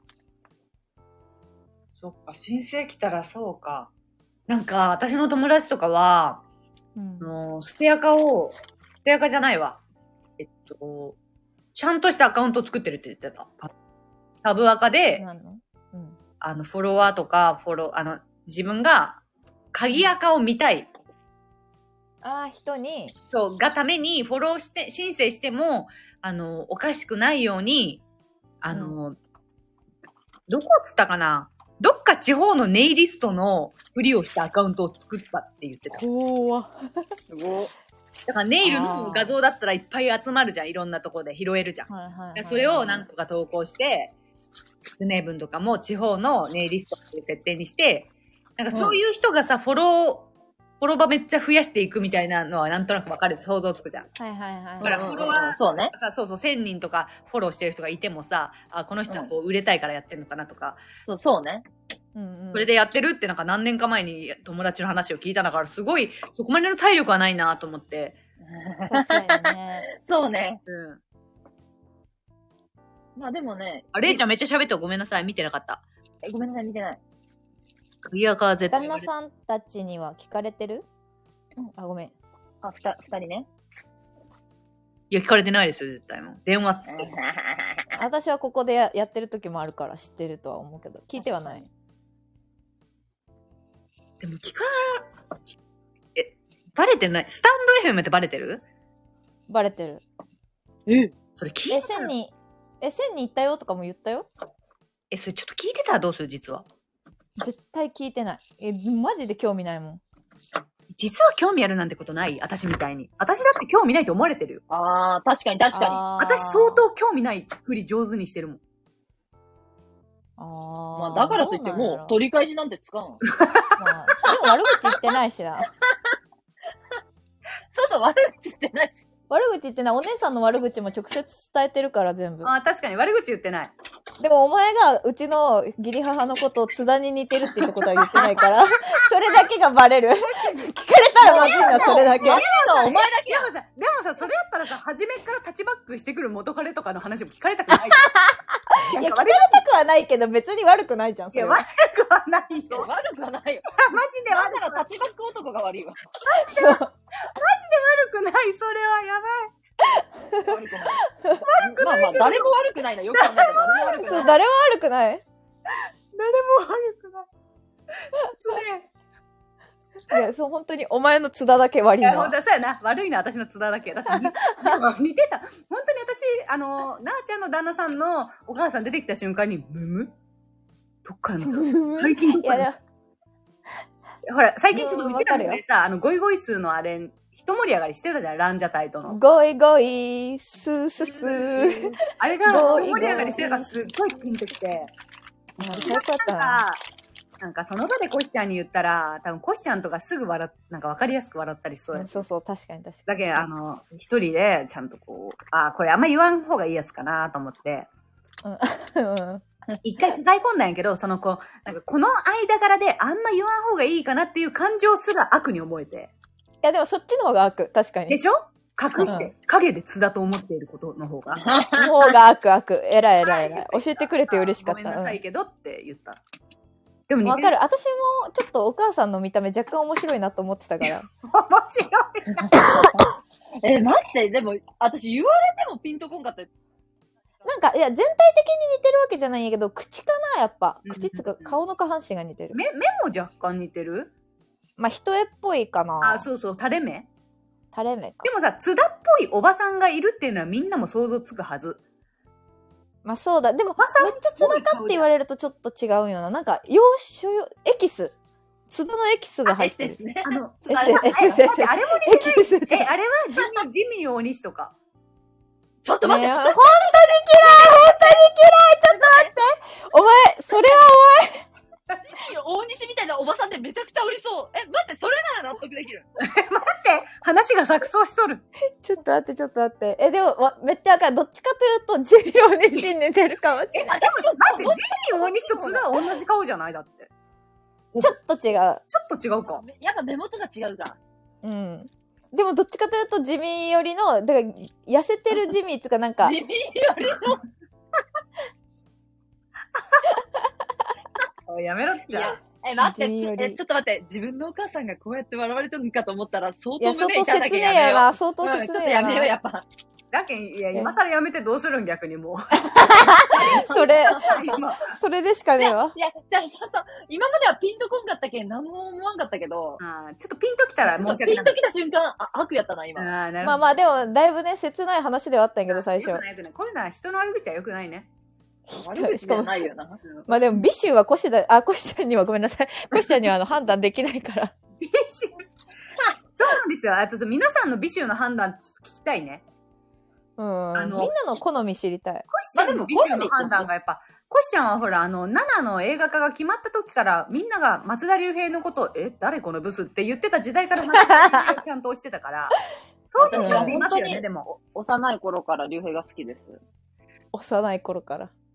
S1: そっか、申請来たらそうか。なんか、私の友達とかは、うん、のステアカを、ステアカじゃないわ。えっと、ちゃんとしたアカウントを作ってるって言ってた。タブアカで、うん、あの、フォロワーとか、フォロー、あの、自分が、鍵アカを見たい。
S2: ああ、人に。
S1: そう、がために、フォローして、申請しても、あの、おかしくないように、あの、うん、どこっつったかな？どっか地方のネイリストのふりをしたアカウントを作ったって言ってた。
S2: 怖っ。
S1: だからネイルの画像だったらいっぱい集まるじゃん。いろんなとこで拾えるじゃん。はいはいはいはい、それを何個か投稿して、説明文とかも地方のネイリストっていう設定にして、なんかそういう人がさ、うん、フォロー、フォロバーめっちゃ増やしていくみたいなのはなんとなくわかる。想像つくじゃん。
S2: はいはいはい。
S1: だからフォロワー、そうね。さ、そうそう、せんにんとかフォローしてる人がいてもさ、あ、この人はこう売れたいからやってんのかなとか。
S5: そうそうね。
S2: うんうん、
S1: それでやってるってなんか何年か前に友達の話を聞いたんだから、すごい、そこまでの体力はないなと思って。
S2: 確かにね。
S5: そうね。
S1: うん。
S5: まあでもね。
S1: あ、れいちゃんめっちゃ喋ってごめんなさい。見てなかった。
S5: え、ごめんなさい、見てない。
S1: 鍵垢は絶対。
S2: 旦那さんたちには聞かれてる？うん、あ、ごめん。
S5: あ、ふた、二人ね。
S1: いや、聞かれてないですよ、絶対もう。電話って。
S2: 私はここで や, やってる時もあるから知ってるとは思うけど、聞いてはない。
S1: でも聞か、え、バレてない？スタンド エフエム ってバレてる？
S2: バレてる。
S1: え？それ聞いてた？
S2: え、線に、え、線に行ったよとかも言ったよ。
S1: え、それちょっと聞いてたらどうする？実は。
S2: 絶対聞いてない。え、マジで興味ないもん。
S1: 実は興味あるなんてことない？私みたいに。私だって興味ないと思われてるよ。
S5: ああ、確かに確かに。
S1: 私相当興味ないふり上手にしてるもん。
S2: あ
S5: あ。まあだからといってもう取り返しなんてつかんわ。ま
S2: あ、でも悪口言ってないしな。
S5: そうそう、悪口言ってないし。
S2: 悪口言ってない。お姉さんの悪口も直接伝えてるから全部。
S1: ああ、確かに悪口言ってない。
S2: でもお前がうちの義理母のことを津田に似てるって言ったことは言ってないから、それだけがバレる。聞かれたらまずいな、それだけ。
S5: まずいのお前だけ。
S1: でもさ、でもさ、それやったらさ、初めからタッチバックしてくる元彼とかの話も聞かれたくない。
S2: いや、聞かれたくはないけど、別に悪くないじゃん、それは。
S1: いや、悪くはないよ。
S5: 悪くはないよ。
S1: マジで悪く
S5: ない。タッチバック男が悪いわ。
S1: そう。マジで悪くない、それはやばい。
S5: 悪くない。悪くない。まあまあ、誰も悪くないな。よく考えたら誰も悪くない。
S2: 誰も悪くない。
S1: 誰も悪くない。つね。
S2: いや、そう、本当にお前の津田だけ悪いな。
S1: いや、ほんとそうやな。悪いな、私の津田だけ。だって似てた。本当に私、あの、なあちゃんの旦那さんのお母さん出てきた瞬間に、むむどっから見た？最近どっから見た？ほら、最近ちょっとうちらでさ、あの、ゴイゴイスーのあれ、一盛り上がりしてたじゃん、ランジャタイとの。
S2: ゴイゴイ、スーススー。
S1: あれが一盛り上がりしてるからすっごいピンときて。
S2: 最高だったな。
S1: なんかその場でコシちゃんに言ったら、多分コシちゃんとかすぐ笑っ、なんかわかりやすく笑ったりしそうや。
S2: そうそう、確かに確かに。
S1: だけど、あの、一人でちゃんとこう、あ、これあんま言わん方がいいやつかなと思って。うん。一回抱え込んだんやけど、その子、なんかこの間柄であんま言わん方がいいかなっていう感情すら悪に思えて。
S2: いやでもそっちの方が悪、確かに。
S1: でしょ？隠して、うん、影で津だと思っていることの方が。
S2: の方が悪悪。えらいえらいえらい。教えてくれて嬉しかった。
S1: ごめんなさいけどって言った。
S2: でもわかる。私もちょっとお母さんの見た目若干面白いなと思ってたから。
S1: 面白
S5: い。え、待って、でも私言われてもピンとこんかった。
S2: なんか、いや、全体的に似てるわけじゃないんやけど、口かな、やっぱ。口つか、顔の下半身が似てる。
S1: 目、目も若干似てる？
S2: まあ、人絵っぽいかな。
S1: あ、そうそう、垂れ目？
S2: 垂れ目か。
S1: でもさ、津田っぽいおばさんがいるっていうのはみんなも想像つくはず。
S2: まあ、そうだ。でも、めっちゃ津田かって言われるとちょっと違うような。なんか、要所要、エキス。津田のエキスが入ってる。
S5: ですね。
S1: あの、
S2: エスエスエスエス。
S1: あれも似てない。え、あれはジミー、ジミー大西とか。
S5: ちょっと待って、
S2: 本当に嫌い本当に嫌いちょっと待ってお前、それは
S5: お前大西みたいなおばさんでめちゃくちゃおりそう。え、待って、それなら納得できる。
S1: 待って、話が錯綜しとる。
S2: ちょっと待って、ちょっと待って。え、でも、わめっちゃわかる。どっちかというと、ジミー大西に似てるかもしれない。
S1: え、でも、待って、ジミー大西と津田は同じ顔じゃないだって。
S2: ちょっと違う。
S1: ちょっと違うか。
S5: やっぱ目元が違うが。
S2: うん。でもどっちかというと地味よりの、だから痩せてる地味つかなんか。
S5: 地味より
S1: の。やめろっちゃ。いや、
S5: え、待って、え、ちょっと待って、自分のお母さんがこうやって笑われてるのかと思ったら相当胸痛だけやめよう。
S2: や、相当切ねえやな。相当切ねえやな。
S5: ちょっとやめよう、やっぱ。
S1: だけいや、今更やめてどうするん逆にもう。
S2: それ、それでしかねえわ。
S5: いや、じゃあ、そうそう。今まではピンとこんかったけん、何も思わんかったけど。
S1: あちょっとピンときたら申し訳ない。
S5: ピンときた瞬間、あ、悪やったな、今。
S2: あなるほど。まあまあ、でも、だいぶね、切ない話ではあったんやけど、最初。
S1: よくないよくない。こういうのは人の悪口はよくないね。
S5: 悪口じゃないよな。
S2: まあでも、美醜はコシだ、あ、コシちゃんにはごめんなさい。コシちゃんにはあの判断できないから。
S1: 美醜そうなんですよ。あ、ちょっと皆さんの美醜の判断、ちょっと聞きたいね。
S2: うん。あのみんなの好み知りたい。
S1: コシちゃんの美醜の判断がやっぱ、コシちゃんはほら、あの、ナナの映画化が決まった時から、みんなが松田龍平のことを、え、誰このブスって言ってた時代から松田龍平をちゃんと推してたから、そういうのありますよね、でも。
S5: 幼い頃から龍平が好きです。
S2: 幼い頃から。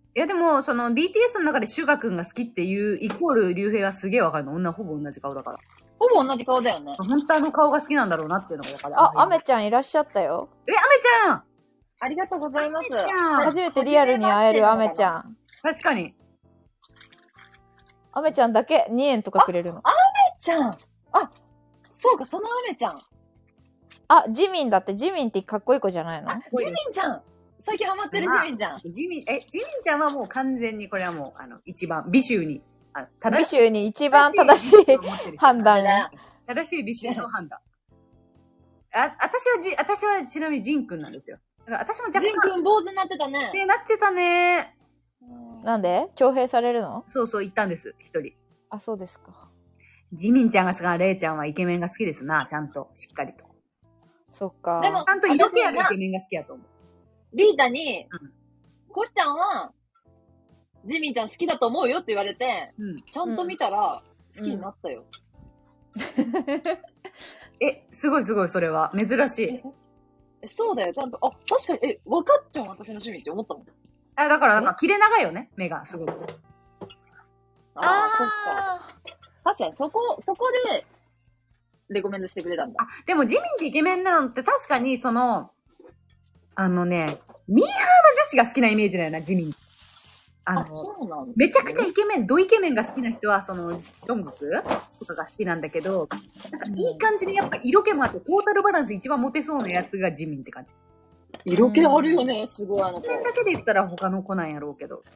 S1: いやでも、その ビーティーエス の中でシュガ君が好きっていうイコール竜兵はすげえわかるの。女ほぼ同じ顔だから。
S5: ほぼ同じ顔だよね。
S1: 本当あの顔が好きなんだろうなっていうのがわかる。
S2: あ、アメちゃんいらっしゃったよ。
S1: え、アメちゃん
S5: ありがとうございます。
S2: 初めてリアルに会えるアメちゃん。
S1: 確かに。
S2: アメちゃんだけにえんとかくれるの。
S5: アメちゃんあ、そうか、そのアメちゃん。
S2: あ、ジミンだって、ジミンってかっこいい子じゃないの？
S5: ジミンちゃん最近ハマってるジミンちゃん。
S1: ジミン、え、ジミンちゃんはもう完全にこれはもう、あの、一番、美醜に、あ
S2: 美醜に一番正しい判断や。
S1: 正しい美醜の判断。あ、私はじ、私はちなみにジンくんなんですよ。だから私も若干。
S5: ジンくん坊主になってたね。
S1: え、なってたね。
S2: なんで徴兵されるの？
S1: そうそう、行ったんです、一人。
S2: あ、そうですか。
S1: ジミンちゃんが好きなレイちゃんはイケメンが好きですな、ちゃんと、しっかりと。
S2: そっか。
S5: でも、
S1: ちゃんと色気あるイケメンが好きやと思う。
S5: リータに、うん、コシちゃんは、ジミンちゃん好きだと思うよって言われて、うん、ちゃんと見たら、好きになったよ。
S1: うん、え、すごいすごい、それは。珍しい。
S5: え、そうだよ、ちゃんと。あ、確かに、え、分かっちゃう私の趣味って思ったもん。
S1: あ、だから、なんか、切れ長いよね、目が、すごく。
S5: ああ、そっか。確かに、そこ、そこで、レコメンドしてくれたんだ。
S1: あ、でも、ジミンってイケメンなのって確かに、その、あのね、ミーハーな女子が好きなイメージだよな、ジミン。あの、あ、そうなんだ、ね、めちゃくちゃイケメン、ドイケメンが好きな人は、その、ジョングクとかが好きなんだけど、なんかいい感じにやっぱ色気もあって、トータルバランス一番モテそうなやつがジミンって感じ。
S5: 色気あるよね、すごいあの子。
S1: それだけで言ったら他の子なんやろうけど。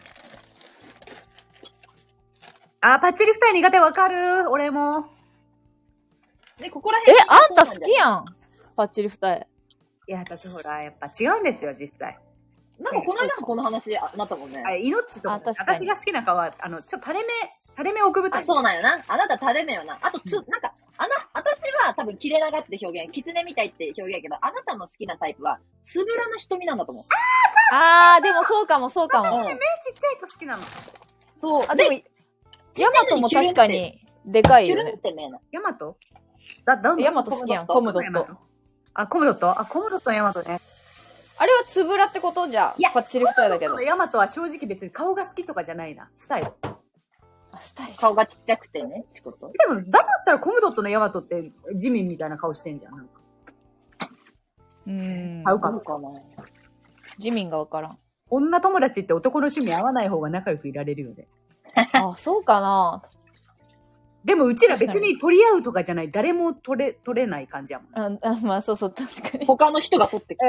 S1: あ、パッチリ二重苦手わかる俺も。
S5: で、ここら辺。
S2: え、あんた好きやん。パッチリ二重。
S1: いや、私ほら、やっぱ違うんですよ、実際。
S5: なんかこの間もこの話あなったもんね。
S1: あ、命とか。私が好きな顔は、あの、ちょっと垂れ目、垂れ目奥舞台。
S5: あ、そうなんよな。あなた垂れ目よな。あとつ、うん、なんか、あな、私は多分切れ長って表現、狐みたいって表現やけど、あなたの好きなタイプは、つぶらな瞳なんだと思う。
S2: あー、でもそうかもそうかも。
S1: 私ね、目ちっちゃいと好きなの。
S5: そう。
S2: あ、でも、ヤマトも確かに、でかいよね。
S1: ヤマトだ、だ、
S2: ヤマト好きやん、コムドット。
S1: あ、コムドットあ、コムドットのヤマトね。
S2: あれはつぶらってことじゃ、いや、パッチリ二重だけど。
S1: ヤマトは正直別に顔が好きとかじゃないな。スタイル。
S2: あ、スタイル。
S5: 顔がちっちゃくてね、チコと。
S1: でも、だとしたらコムドットのヤマトってジミンみたいな顔してんじゃん、なんか。
S2: うーん。
S1: 合うか
S5: な。
S2: ジミンがわからん。
S1: 女友達って男の趣味合わない方が仲良くいられるよね。
S2: あ、そうかな。で
S1: もうちら別に取り合うとかじゃない、誰も取れ、取れない感じやもん。
S2: あ、あまあそうそう、確かに。
S5: 他の人が取ってくる。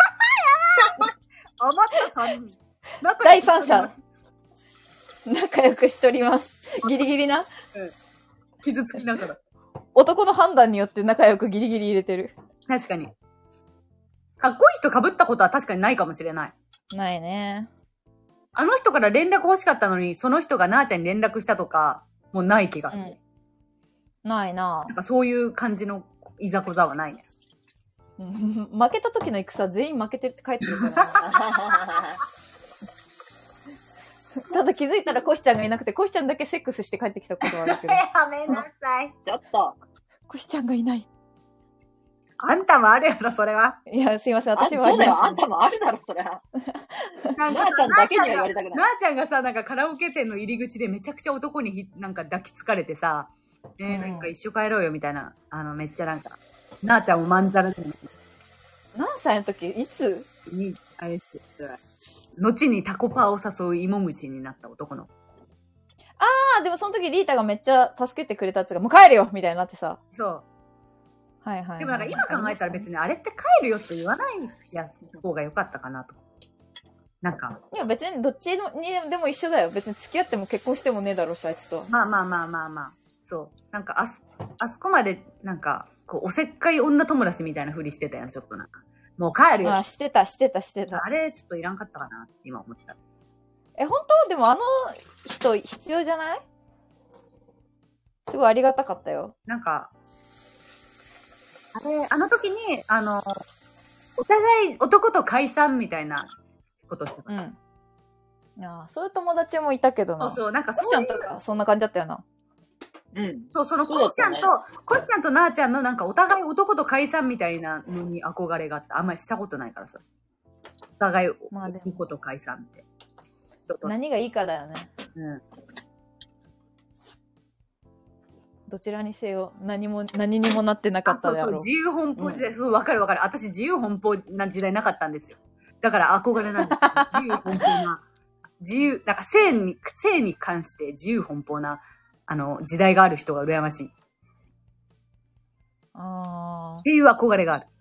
S1: あ、またさんにん。
S2: 第三者。仲良くしとります。ギリギリな。うん。
S1: 傷つきながら。
S2: 男の判断によって仲良くギリギリ入れてる。
S1: 確かに。かっこいい人被ったことは確かにないかもしれない。
S2: ないね。
S1: あの人から連絡欲しかったのに、その人がなーちゃんに連絡したとか、もうない気がする。
S2: うん、ないな。
S1: なんかそういう感じのいざこざはないね。
S2: 負けた時の戦全員負けてるって書いてるから。ただ気づいたらコシちゃんがいなくて、コシちゃんだけセックスして帰ってきたことはあるけど。
S1: やめなさい。
S5: ちょっと。
S2: コシちゃんがいない。
S1: あんたもあるやろ、それは。
S2: いや、すいません、私は。
S5: そうだよ、あんたもあるだろ、それは。なーちゃんだけには言われたくない。
S1: なーちゃんがさ、なんかカラオケ店の入り口でめちゃくちゃ男になんか抱きつかれてさ、えー、なんか一緒帰ろうよみたいな、あの、めっちゃなんか、なーちゃんもまんざらで。
S2: 何歳の時いつ
S1: に、あれっす、後にタコパを誘う芋虫になった男の。
S2: あー、でもその時リータがめっちゃ助けてくれたやつが、もう帰るよみたいになってさ。
S1: そう。
S2: はいはい、はい。
S1: でもなんか今考えたら別にあれって帰るよって言わないや方が良かったかなと。なんか。
S2: いや別にどっちのにでも一緒だよ。別に付き合っても結婚してもねえだろうし、あいつと。
S1: まあまあまあまあまあ。そう。なんかあそ、あそこまでなんか、こう、おせっかい女友達みたいなふりしてたやん、ちょっとなんか。もう帰るよ。
S2: あ、してた、してた、してた。
S1: あれ、ちょっといらんかったかなって今思った。
S2: え、本当でもあの人必要じゃない？すごいありがたかったよ。
S1: なんか、あれ、あの時に、あの、お互い男と解散みたいなことしてた。うん。
S2: いやそういう友達もいたけどな。
S1: そうそう、なんか
S2: そういう。コシちゃんとかそんな感じだったよな。
S1: うん。そう、そのコシちゃんと、ね、コシちゃんとなーちゃんのなんかお互い男と解散みたいなのに憧れがあった。あんまりしたことないからさ。お互い男と解散って。
S2: 何がいいかだよね。
S1: うん。
S2: どちらにせよ、何も、何にもなってなかったであろう。
S1: そうそう、自由奔放時代、うん、そう、わかるわかる。私、自由奔放な時代なかったんですよ。だから憧れなんですよ。自由奔放な。自由、だから性に、性に関して自由奔放な、あの、時代がある人が羨ましい。
S2: ああ。
S1: っていう憧れがある。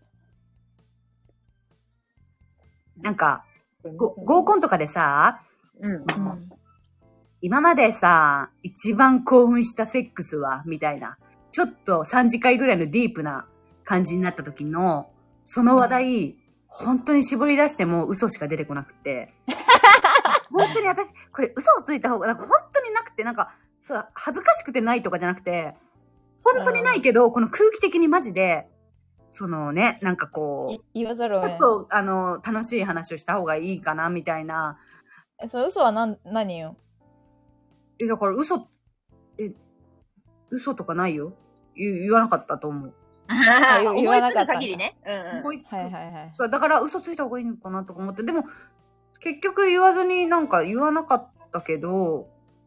S1: なんか、ご合コンとかでさ、
S5: うん。うん、
S1: 今までさ、一番興奮したセックスはみたいな。ちょっとさんじかいぐらいのディープな感じになった時の、その話題、うん、本当に絞り出しても嘘しか出てこなくて。本当に私、これ嘘をついた方が、なんか本当になくて、なんか、そう、恥ずかしくてないとかじゃなくて、本当にないけど、この空気的にマジで、そのね、なんかこう、
S2: 言わざるを得ない。
S1: ちょっと、あの、楽しい話をした方がいいかな、みたいな。
S2: え、その嘘は何、何よ？
S1: え、だから嘘、え、嘘とかないよ。言、言わなかったと思う。
S5: ああ、思いつく限りね。うんうん。
S1: 思いつく。
S2: はいはいはい。
S1: そう、だから嘘ついた方がいいのかなとか思って。でも、結局言わずになんか言わなかったけど、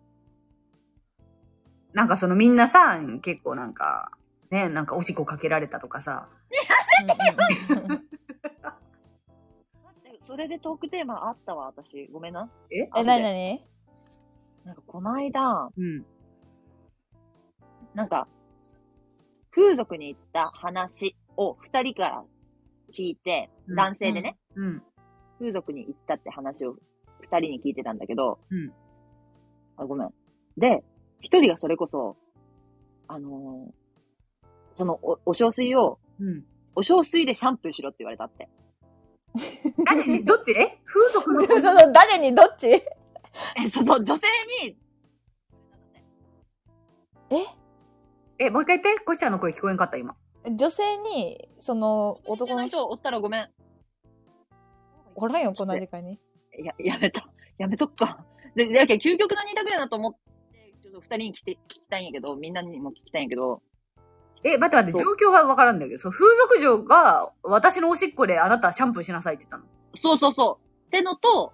S1: なんかそのみんなさ、結構なんか、ね、なんかおしっこかけられたとかさ。
S5: それでトークテーマあったわ、私。ごめんな。
S1: え
S2: え、なになに？
S5: なんかこの間、
S1: うん。
S5: なんか、風俗に行った話を二人から聞いて、うん、男性でね、
S1: うん、
S5: 風俗に行ったって話を二人に聞いてたんだけど、
S1: うん、
S5: あ、ごめん。で、一人がそれこそ、あのー、そのお、お小水を、
S1: うん、
S5: お小水でシャンプーしろって言われたって。
S1: 誰にどっちえ風俗の
S2: その誰にどっちえ、
S5: そうそう、女性に。
S2: え
S1: え、もう一回言って。コシちゃんの声聞こえんかった、今。
S2: 女性に、その、男の
S5: 人おったらごめん。
S2: おらんよ、こんな時間に。
S5: いや、やめた。やめとっか。で、だけど究極の二択だなと思って、ちょっと二人に来て、聞きたいんやけど、みんなにも聞きたいんやけど。
S1: え、待って待って、状況がわからんだけど、そう、風俗嬢が、私のおしっこであなたはシャンプーしなさいって言ったの。
S5: そうそうそう。ってのと、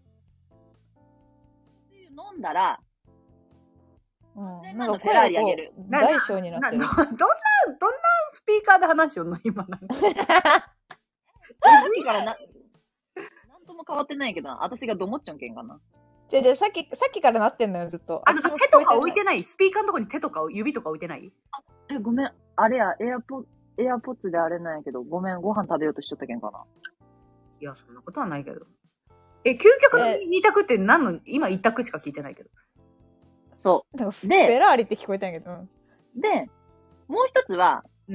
S5: 飲んだら、
S2: うん、
S5: なんかフェラーリあげる。
S2: 大小になってる。
S1: どんな、どんなスピーカーで話しよんの今なんか。
S5: さっきからな、なんとも変わってないけどな。私がどもっちょんけんかな。
S2: じゃじゃさっき、さっきからなってんのよ、ずっと。
S1: あのさ、手とか置いてない？スピーカーのとこに手とか、指とか置いてない？
S5: あ、え、ごめん。あれや、エアポ、エアポッツであれなんやけど、ごめん、ご飯食べようとしとったけんかな。
S1: いや、そんなことはないけど。え、究極の二択って何の、今一択しか聞いてないけど。
S5: そう。
S2: で、フェラーリって聞こえたんやけど。うん、
S5: で、もう一つは、
S1: うん。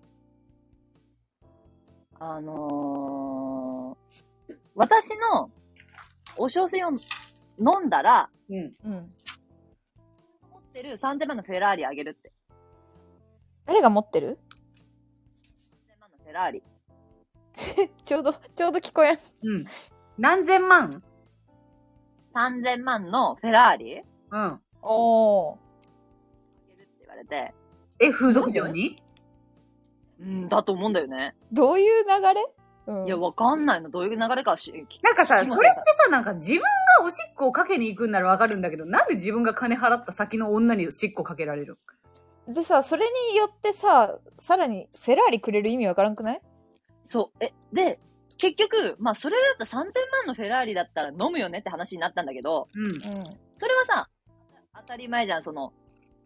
S5: あのー、私のお小水を飲んだら、
S1: うん。うん。
S5: 持ってるさんぜんまんのフェラーリあげるって。
S2: 誰が持ってる ?
S5: さんぜんまんのフェラーリ。
S2: ちょうど、ちょうど聞こえん。
S1: うん。何千万 ?
S5: さんぜんまんのフェラーリ？
S1: うん。
S2: おー。
S5: あげるって言われて。
S1: え、風俗嬢に？
S5: うん、だと思うんだよね。
S2: どういう流れ？うん、
S5: いや、わかんないの。どういう流れかし。
S1: なんかさ、それってさ、なんか自分がおしっこをかけに行くんならわかるんだけど、なんで自分が金払った先の女におしっこかけられる？
S2: でさ、それによってさ、さらにフェラーリくれる意味わからんくない？
S5: そう。え、で、結局、まあ、それだったらさんぜんまんのフェラーリだったら飲むよねって話になったんだけど、
S1: うん。うん。
S5: それはさ、当たり前じゃん、その、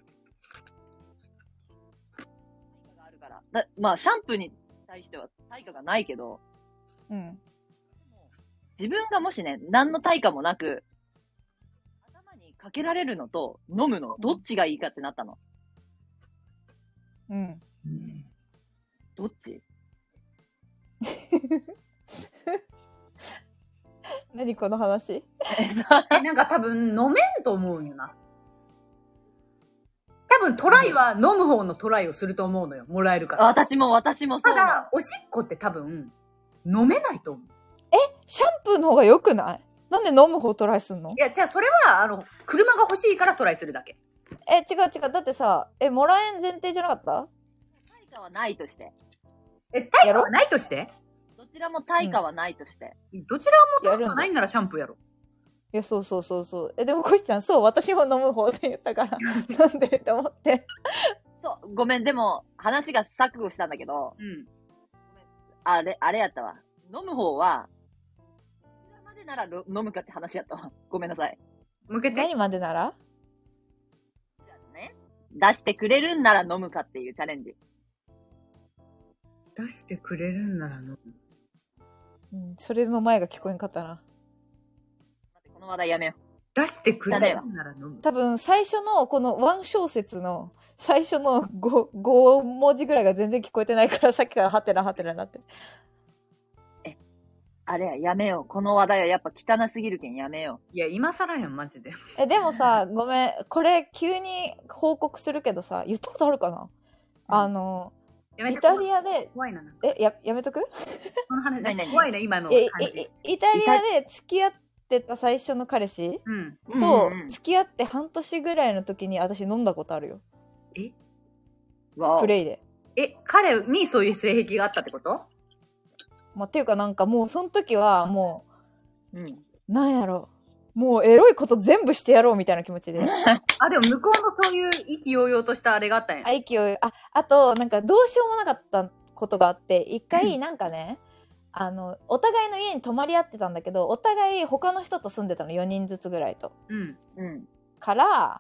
S5: 対価があるから。だまあ、シャンプーに対しては対価がないけど、
S2: うん。
S5: 自分がもしね、何の対価もなく、頭にかけられるのと飲むの、どっちがいいかってなったの。
S2: うん。
S5: どっち？
S2: 何この話？
S1: え、なんか多分飲めんと思うんよな。多分トライは飲む方のトライをすると思うのよ。もらえるから。
S5: 私も私もそう。
S1: ただ、おしっこって多分、飲めないと思う。
S2: え、シャンプーの方が良くない？なんで飲む方トライすんの？
S1: いや、じゃあそれは、あの、車が欲しいからトライするだけ。
S2: え、違う違う。だってさ、え、もらえん前提じゃなかった？
S5: 対価はないとして。
S1: え、対価はないとして？
S5: どちらも対価はないとして。
S1: うん、どちらも対価ないならシャンプーやろ。
S2: いや、そうそうそうそう。え、でも、こしちゃん、そう、私も飲む方で言ったから、なんでって思って。
S5: そう、ごめん、でも、話が錯誤したんだけど、うん。あれ、あれやったわ。飲む方は、いくらまでなら飲むかって話やったわ。ごめんなさい。
S2: 向けて。何までなら？
S5: ね。出してくれるんなら飲むかっていうチャレンジ。
S1: 出してくれるんなら飲む。
S2: うん、それの前が聞こえんかったな。
S5: この話題やめよう。
S1: 出してくれるなら飲む。
S2: 多分最初のこのワン小節の最初の 5, 5文字ぐらいが全然聞こえてないからさっきからハテナハテナになって。
S5: え、あれや、やめよう。この話題はやっぱ汚すぎるけんやめよ
S1: う。いや、今更やん、マジで。
S2: え、でもさ、ごめん。これ急に報告するけどさ、言ったことあるかな、うん、あの、イタリアで、
S1: 怖いな。
S2: え、や、やめとく
S1: この話、怖いな、今の感じ。
S2: イタリアで付き合ってた最初の彼氏、うん、と付き合って半年ぐらいの時に私飲んだことあるよ。
S1: え？
S2: プレイで。
S1: え、彼にそういう性癖があったってこと？
S2: まあ、っていうかなんかもうその時はもう、うん、なんやろ。もうエロいこと全部してやろうみたいな気持ちで。
S1: あ、でも向こうのそういう意気揚々としたあれがあったんや。
S2: あ、意気揚々。あ、あと、なんかどうしようもなかったことがあって、一回なんかね、あの、お互いの家に泊まり合ってたんだけど、お互い他の人と住んでたの、よにんずつぐらいと。うん。うん。から、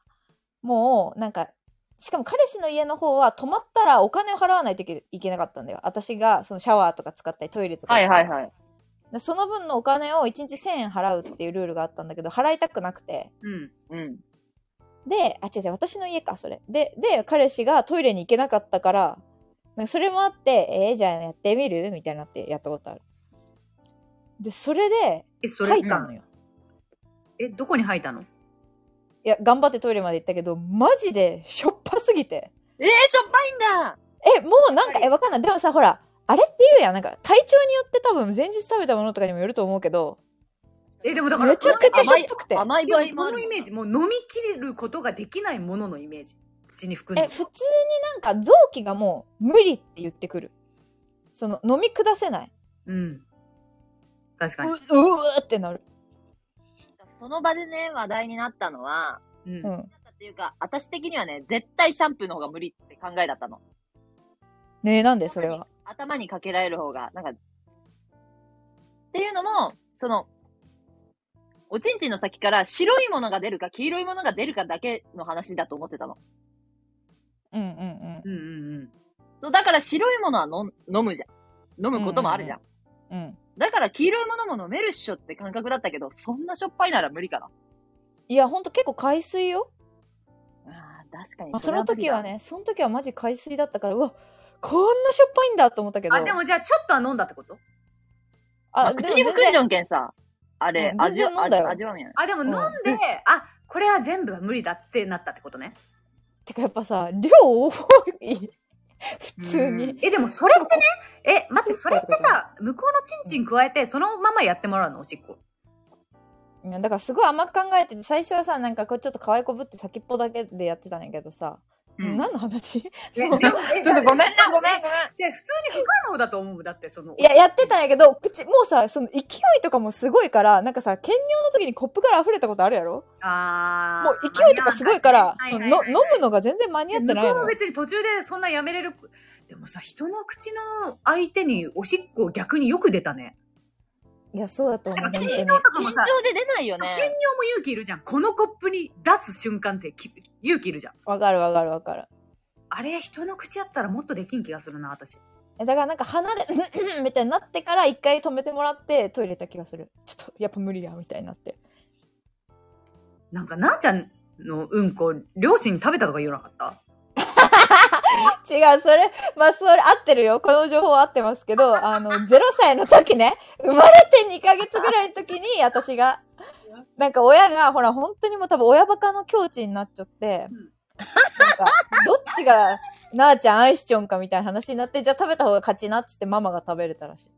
S2: もう、なんか、しかも彼氏の家の方は泊まったらお金を払わないといけなかったんだよ。私がそのシャワーとか使ったりトイレとか。
S5: はいはいはい。
S2: その分のお金をいちにちせんえん払うっていうルールがあったんだけど、払いたくなくて。うん。うん。で、あ、違う違う、私の家か、それ。で、で、彼氏がトイレに行けなかったから、なんかそれもあって、えー、じゃあやってみるみたいになってやったことある。で、それで、
S1: え、それ吐いたのよ。え、どこに吐いたの？
S2: いや、頑張ってトイレまで行ったけど、マジでしょっぱすぎて。
S5: えー、しょっぱいんだ。
S2: え、もうなんか、え、わかんない。でもさ、ほら、あれって言うやん。なんか、体調によって多分前日食べたものとかにもよると思うけど。
S1: え、でもだから、
S2: めちゃくちゃしょっぱくて。
S5: 甘い場合もある。
S1: そのイメージ、もう飲み切ることができないもののイメージ。口に含んで。
S2: え、普通になんか臓器がもう無理って言ってくる。その、飲み下せない。
S1: うん。確かに。う、う
S2: ーってなる。
S5: その場でね、話題になったのは、うん。っていうか、私的にはね、絶対シャンプーの方が無理って考えだったの。
S2: ねえ、なんでそれは。
S5: 頭にかけられる方が、なんか、っていうのも、その、おちんちんの先から白いものが出るか黄色いものが出るかだけの話だと思ってたの。
S2: うんうんうん。うんうん
S5: うん。そう、だから白いものはの飲むじゃん。飲むこともあるじゃん。うん、うんうん。だから黄色いものも飲めるっしょって感覚だったけど、そんなしょっぱいなら無理かな。
S2: いや、ほんと結構海水よ。
S5: ああ、確かに。
S2: その時はね、その時はマジ海水だったから、うわ、こんなしょっぱいんだと思ったけど。
S1: あ、でもじゃあちょっとは飲んだってこと？
S5: あ、まあ、口に含んじゃんけんさ。あれ、
S2: うん、味は飲んだよ。
S5: 味わうんや。
S1: あ、でも飲んで、うん、あ、これは全部は無理だってなったってことね。
S2: てかやっぱさ、量多い。普通に。
S1: え、でもそれってね、え、待って、それってさ、向こうのチンチン加えて、そのままやってもらうの、おしっこ。
S2: いや、だからすごい甘く考えてて、最初はさ、なんかこうちょっと可愛いこぶって先っぽだけでやってたんやけどさ、うん、何の話？
S5: え、でも、え、ちょっとごめんな、ごめん、ごめん。
S1: じゃあ普通に不可能だと思う。だってその。
S2: いや、やってたんやけど、口、もうさ、その勢いとかもすごいから、なんかさ、検尿の時にコップから溢れたことあるやろ？あー。もう勢いとかすごいから、その飲むのが全然間に合ってないの。
S1: 向こうも別に途中でそんなやめれる。でもさ、人の口の相手におしっこ逆によく出たね。
S2: いや、そうだと思う。
S1: 検尿とかもさ、
S5: 緊張で出ないよね。
S1: 検尿も勇気いるじゃん。このコップに出す瞬間って勇気いるじゃん。
S2: わかるわかるわかる。
S1: あれ、人の口やったらもっとできん気がするな、私。
S2: だからなんか鼻で、みたいになってから一回止めてもらってトイレ行った気がする。ちょっと、やっぱ無理や、みたいになって。
S1: なんか、なーちゃんのうんこ、両親に食べたとか言わなかった
S2: 違う、それ、まあ、それ合ってるよ。この情報合ってますけど、あの、ゼロさいの時ね、生まれてにかげつぐらいの時に、私が、なんか親が、ほら、本当にもう多分親バカの境地になっちゃって、うんなんか、どっちが、なーちゃん愛しちょんかみたいな話になって、じゃあ食べた方が勝ちなっつってママが食べれたらしい。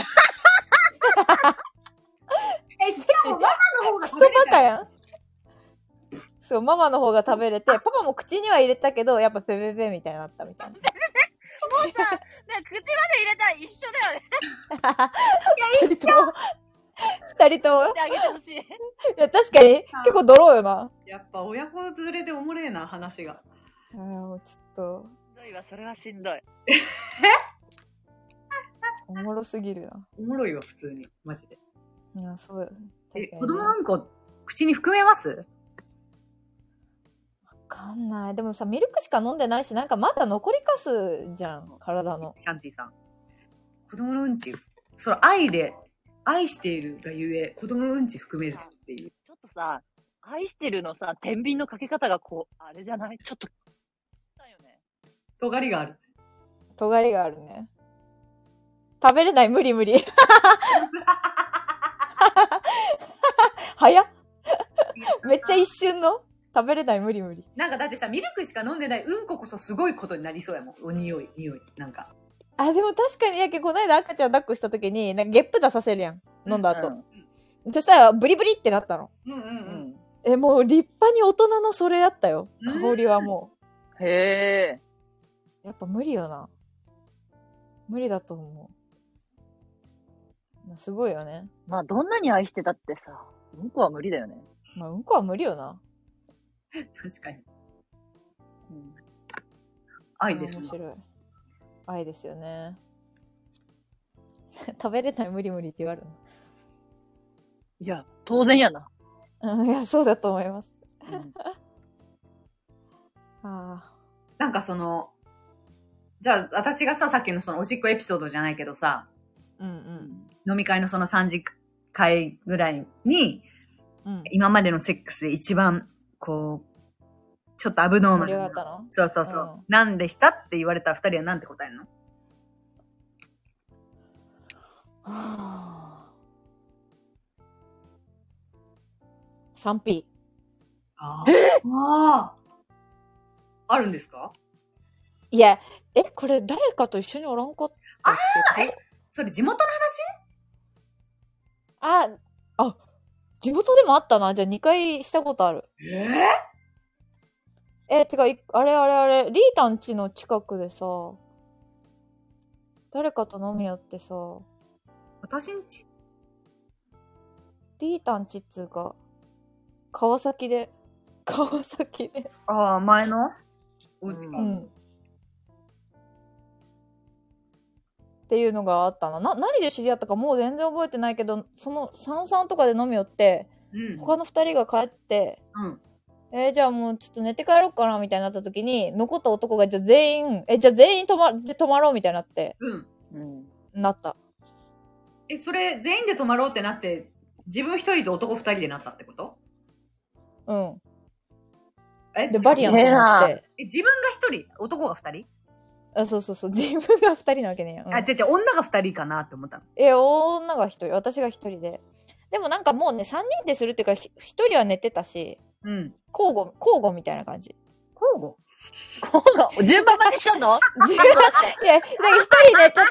S1: え、しかもママの方が
S2: 食べれた。クソバカやん。そう、ママの方が食べれて、パパも口には入れたけど、やっぱペペペみたいになったみたいな。
S5: もうさ、なんか口まで入れたら一緒だよね。
S1: いや、一緒
S2: 二人とも。
S5: してあげてほしい。
S2: いや、確かに、結構ドローよな。
S1: やっぱ親子連れでおもれえな、話が。
S2: ああ、もうちょっと。
S5: しんどいわ、それはしんどい。
S2: おもろすぎるな。
S1: おもろいわ、普通に。マジで。
S2: いや、そうよ。
S1: え、子供のうんこ、口に含めます？
S2: わかんない。でもさ、ミルクしか飲んでないし、なんかまだ残りかすじゃん、体の。
S1: シャンティさん。子供のうんち、その愛で、愛しているがゆえ、子供のうんち含めるっていう。
S5: ちょっとさ、愛してるのさ、天秤のかけ方がこう、あれじゃない？ちょっと、だよね。
S1: 尖りがある。
S2: 尖りがあるね。食べれない、無理無理。早っ。めっちゃ一瞬の食べれない、無理無理。
S1: なんかだってさ、ミルクしか飲んでないうんここそすごいことになりそうやもん。お匂い、匂い。なんか。
S2: あ、でも確かに、やけ、この間赤ちゃん抱っこした時に、なんかゲップ出させるやん。飲んだ後。うんうん、そしたら、ブリブリってなったの。うんうんうん。え、もう立派に大人のそれだったよ。香りはも
S5: う。へえ。
S2: やっぱ無理よな。無理だと思う。すごいよね。
S5: まあ、どんなに愛してたってさ、うんこは無理だよね。
S2: まあ、うんこは無理よな。
S1: 確かに。うん、愛ですね。
S2: 面白い。愛ですよね。食べれない無理無理って言われるの。
S5: いや、当然やな。
S2: うん、いや、そうだと思います。うん、
S1: あなんかその、じゃあ私がさ、さっきのそのおしっこエピソードじゃないけどさ、うんうん、飲み会のそのさんじかいぐらいに、うん、今までのセックスで一番、こう、ちょっとアブノーマルな。そうそうそう。うん、なんでしたって言われたら二人はなんて答えるの？は
S2: ぁ。スリーピー。
S1: ああ。あるんですか？
S2: いや、え、これ誰かと一緒におらんかったっけ？
S1: ああ、え、それ地元の
S2: 話？あ、あ、地元でもあったな。じゃあにかいしたことある。
S1: えー、
S2: え、てか、あれあれあれ、リータン家の近くでさ、誰かと飲み寄ってさ、
S1: 私んち？
S2: リータン家っつうか、川崎で、川崎で。
S1: ああ、前のお家か。うん。
S2: っていうのがあったな。な、何で知り合ったかもう全然覚えてないけど、その三々とかで飲み寄って、うん、他の二人が帰って、うん、えー、じゃあもうちょっと寝て帰ろうかなみたいになった時に、残った男がじゃあ全員、え、じゃあ全員泊ま、で泊まろうみたいになって、うん。うん、なった。
S1: え、それ全員で泊まろうってなって、自分一人と男二人でなったってこと？
S2: うん。え、で、バリアントになって。
S1: え、自分が一人、男が二人？
S2: あ、そうそうそう。自分が二人なわけねえや、
S1: うん。あ、違う違う、女が二人かなって思ったの。
S2: え、女が一人。私が一人で。でもなんかもうね、三人でするっていうか、一人は寝てたし、うん。交互、交互みたいな感じ。
S1: 交互
S5: 交互順番待ちしとんの？
S2: 順番待ち。いや、なんか一人寝ちゃって。一人寝ちゃって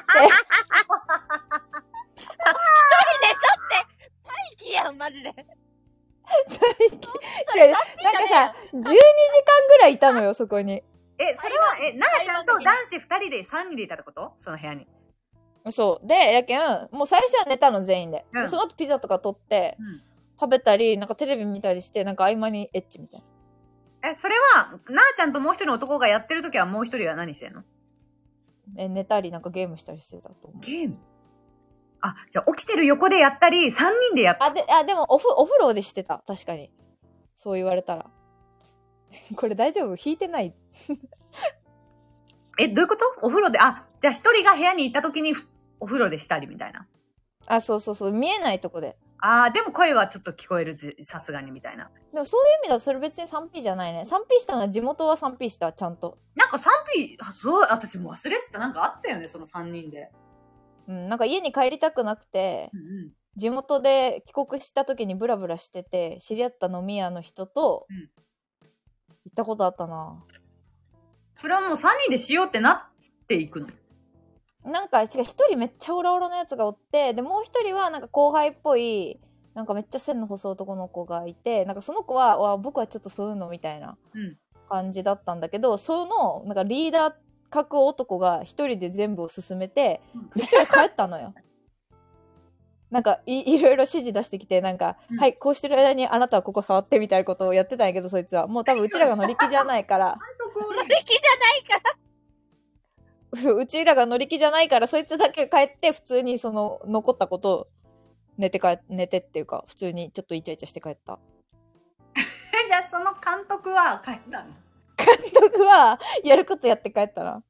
S5: 待機やん、マジで。待
S2: 機。違う、なんかさ、じゅうにじかんぐらいいたのよ、そこに。
S1: え、それは、え、なあちゃんと男子二人で三人でいたってこと？その部屋に。
S2: そう。で、やけん、もう最初は寝たの全員で。うん、その後ピザとか取って、うん、食べたり、なんかテレビ見たりして、なんか合間にエッチみたい
S1: な。え、それは、なあちゃんともう一人の男がやってるときはもう一人は何してんの？
S2: え、寝たり、なんかゲームしたりしてたと思う。
S1: ゲーム？あ、じゃあ起きてる横でやったり、三人でやった。
S2: あ、で、あ、でもおふ、お風呂でしてた。確かに。そう言われたら。これ大丈夫？引いてない？
S1: え、どういうこと？お風呂で、あ、じゃあ一人が部屋に行った時にお風呂でしたりみたいな。
S2: あ、そうそうそう。見えないとこで。
S1: あー、でも声はちょっと聞こえる、さすがにみたいな。
S2: でもそういう意味だとそれ別に スリーピー じゃないね。スリーピー したのは地元は スリーピー した、ちゃんと。
S1: なんか スリーピー、あ、そう、私もう忘れてた。なんかあったよね、そのさんにんで。
S2: うん、なんか家に帰りたくなくて、うんうん、地元で帰国した時にブラブラしてて、知り合った飲み屋の人と、うん、行ったことあったな。
S1: それはもうさんにんでしようってなっていくの？
S2: なんか、違う、一人めっちゃオラオラのやつがおって、で、もう一人はなんか後輩っぽい、なんかめっちゃ線の細い男の子がいて、なんかその子は、わ、僕はちょっとそういうのみたいな感じだったんだけど、うん、その、なんかリーダー格男が一人で全部を進めて、一、うん、人帰ったのよ。 なんかい、いろいろ指示出してきて、なんか、うん、はい、こうしてる間にあなたはここ触ってみたいなことをやってたんやけど、そいつは。もう多分うちらが乗り気じゃないから。
S5: 乗り気じゃないから
S2: そううちらが乗り気じゃないから、そいつだけ帰って普通にその残ったことを寝てか、寝てっていうか、普通にちょっとイチャイチャして帰った。
S1: じゃあその監督は帰ったの？
S2: 監督はやることやって帰ったな。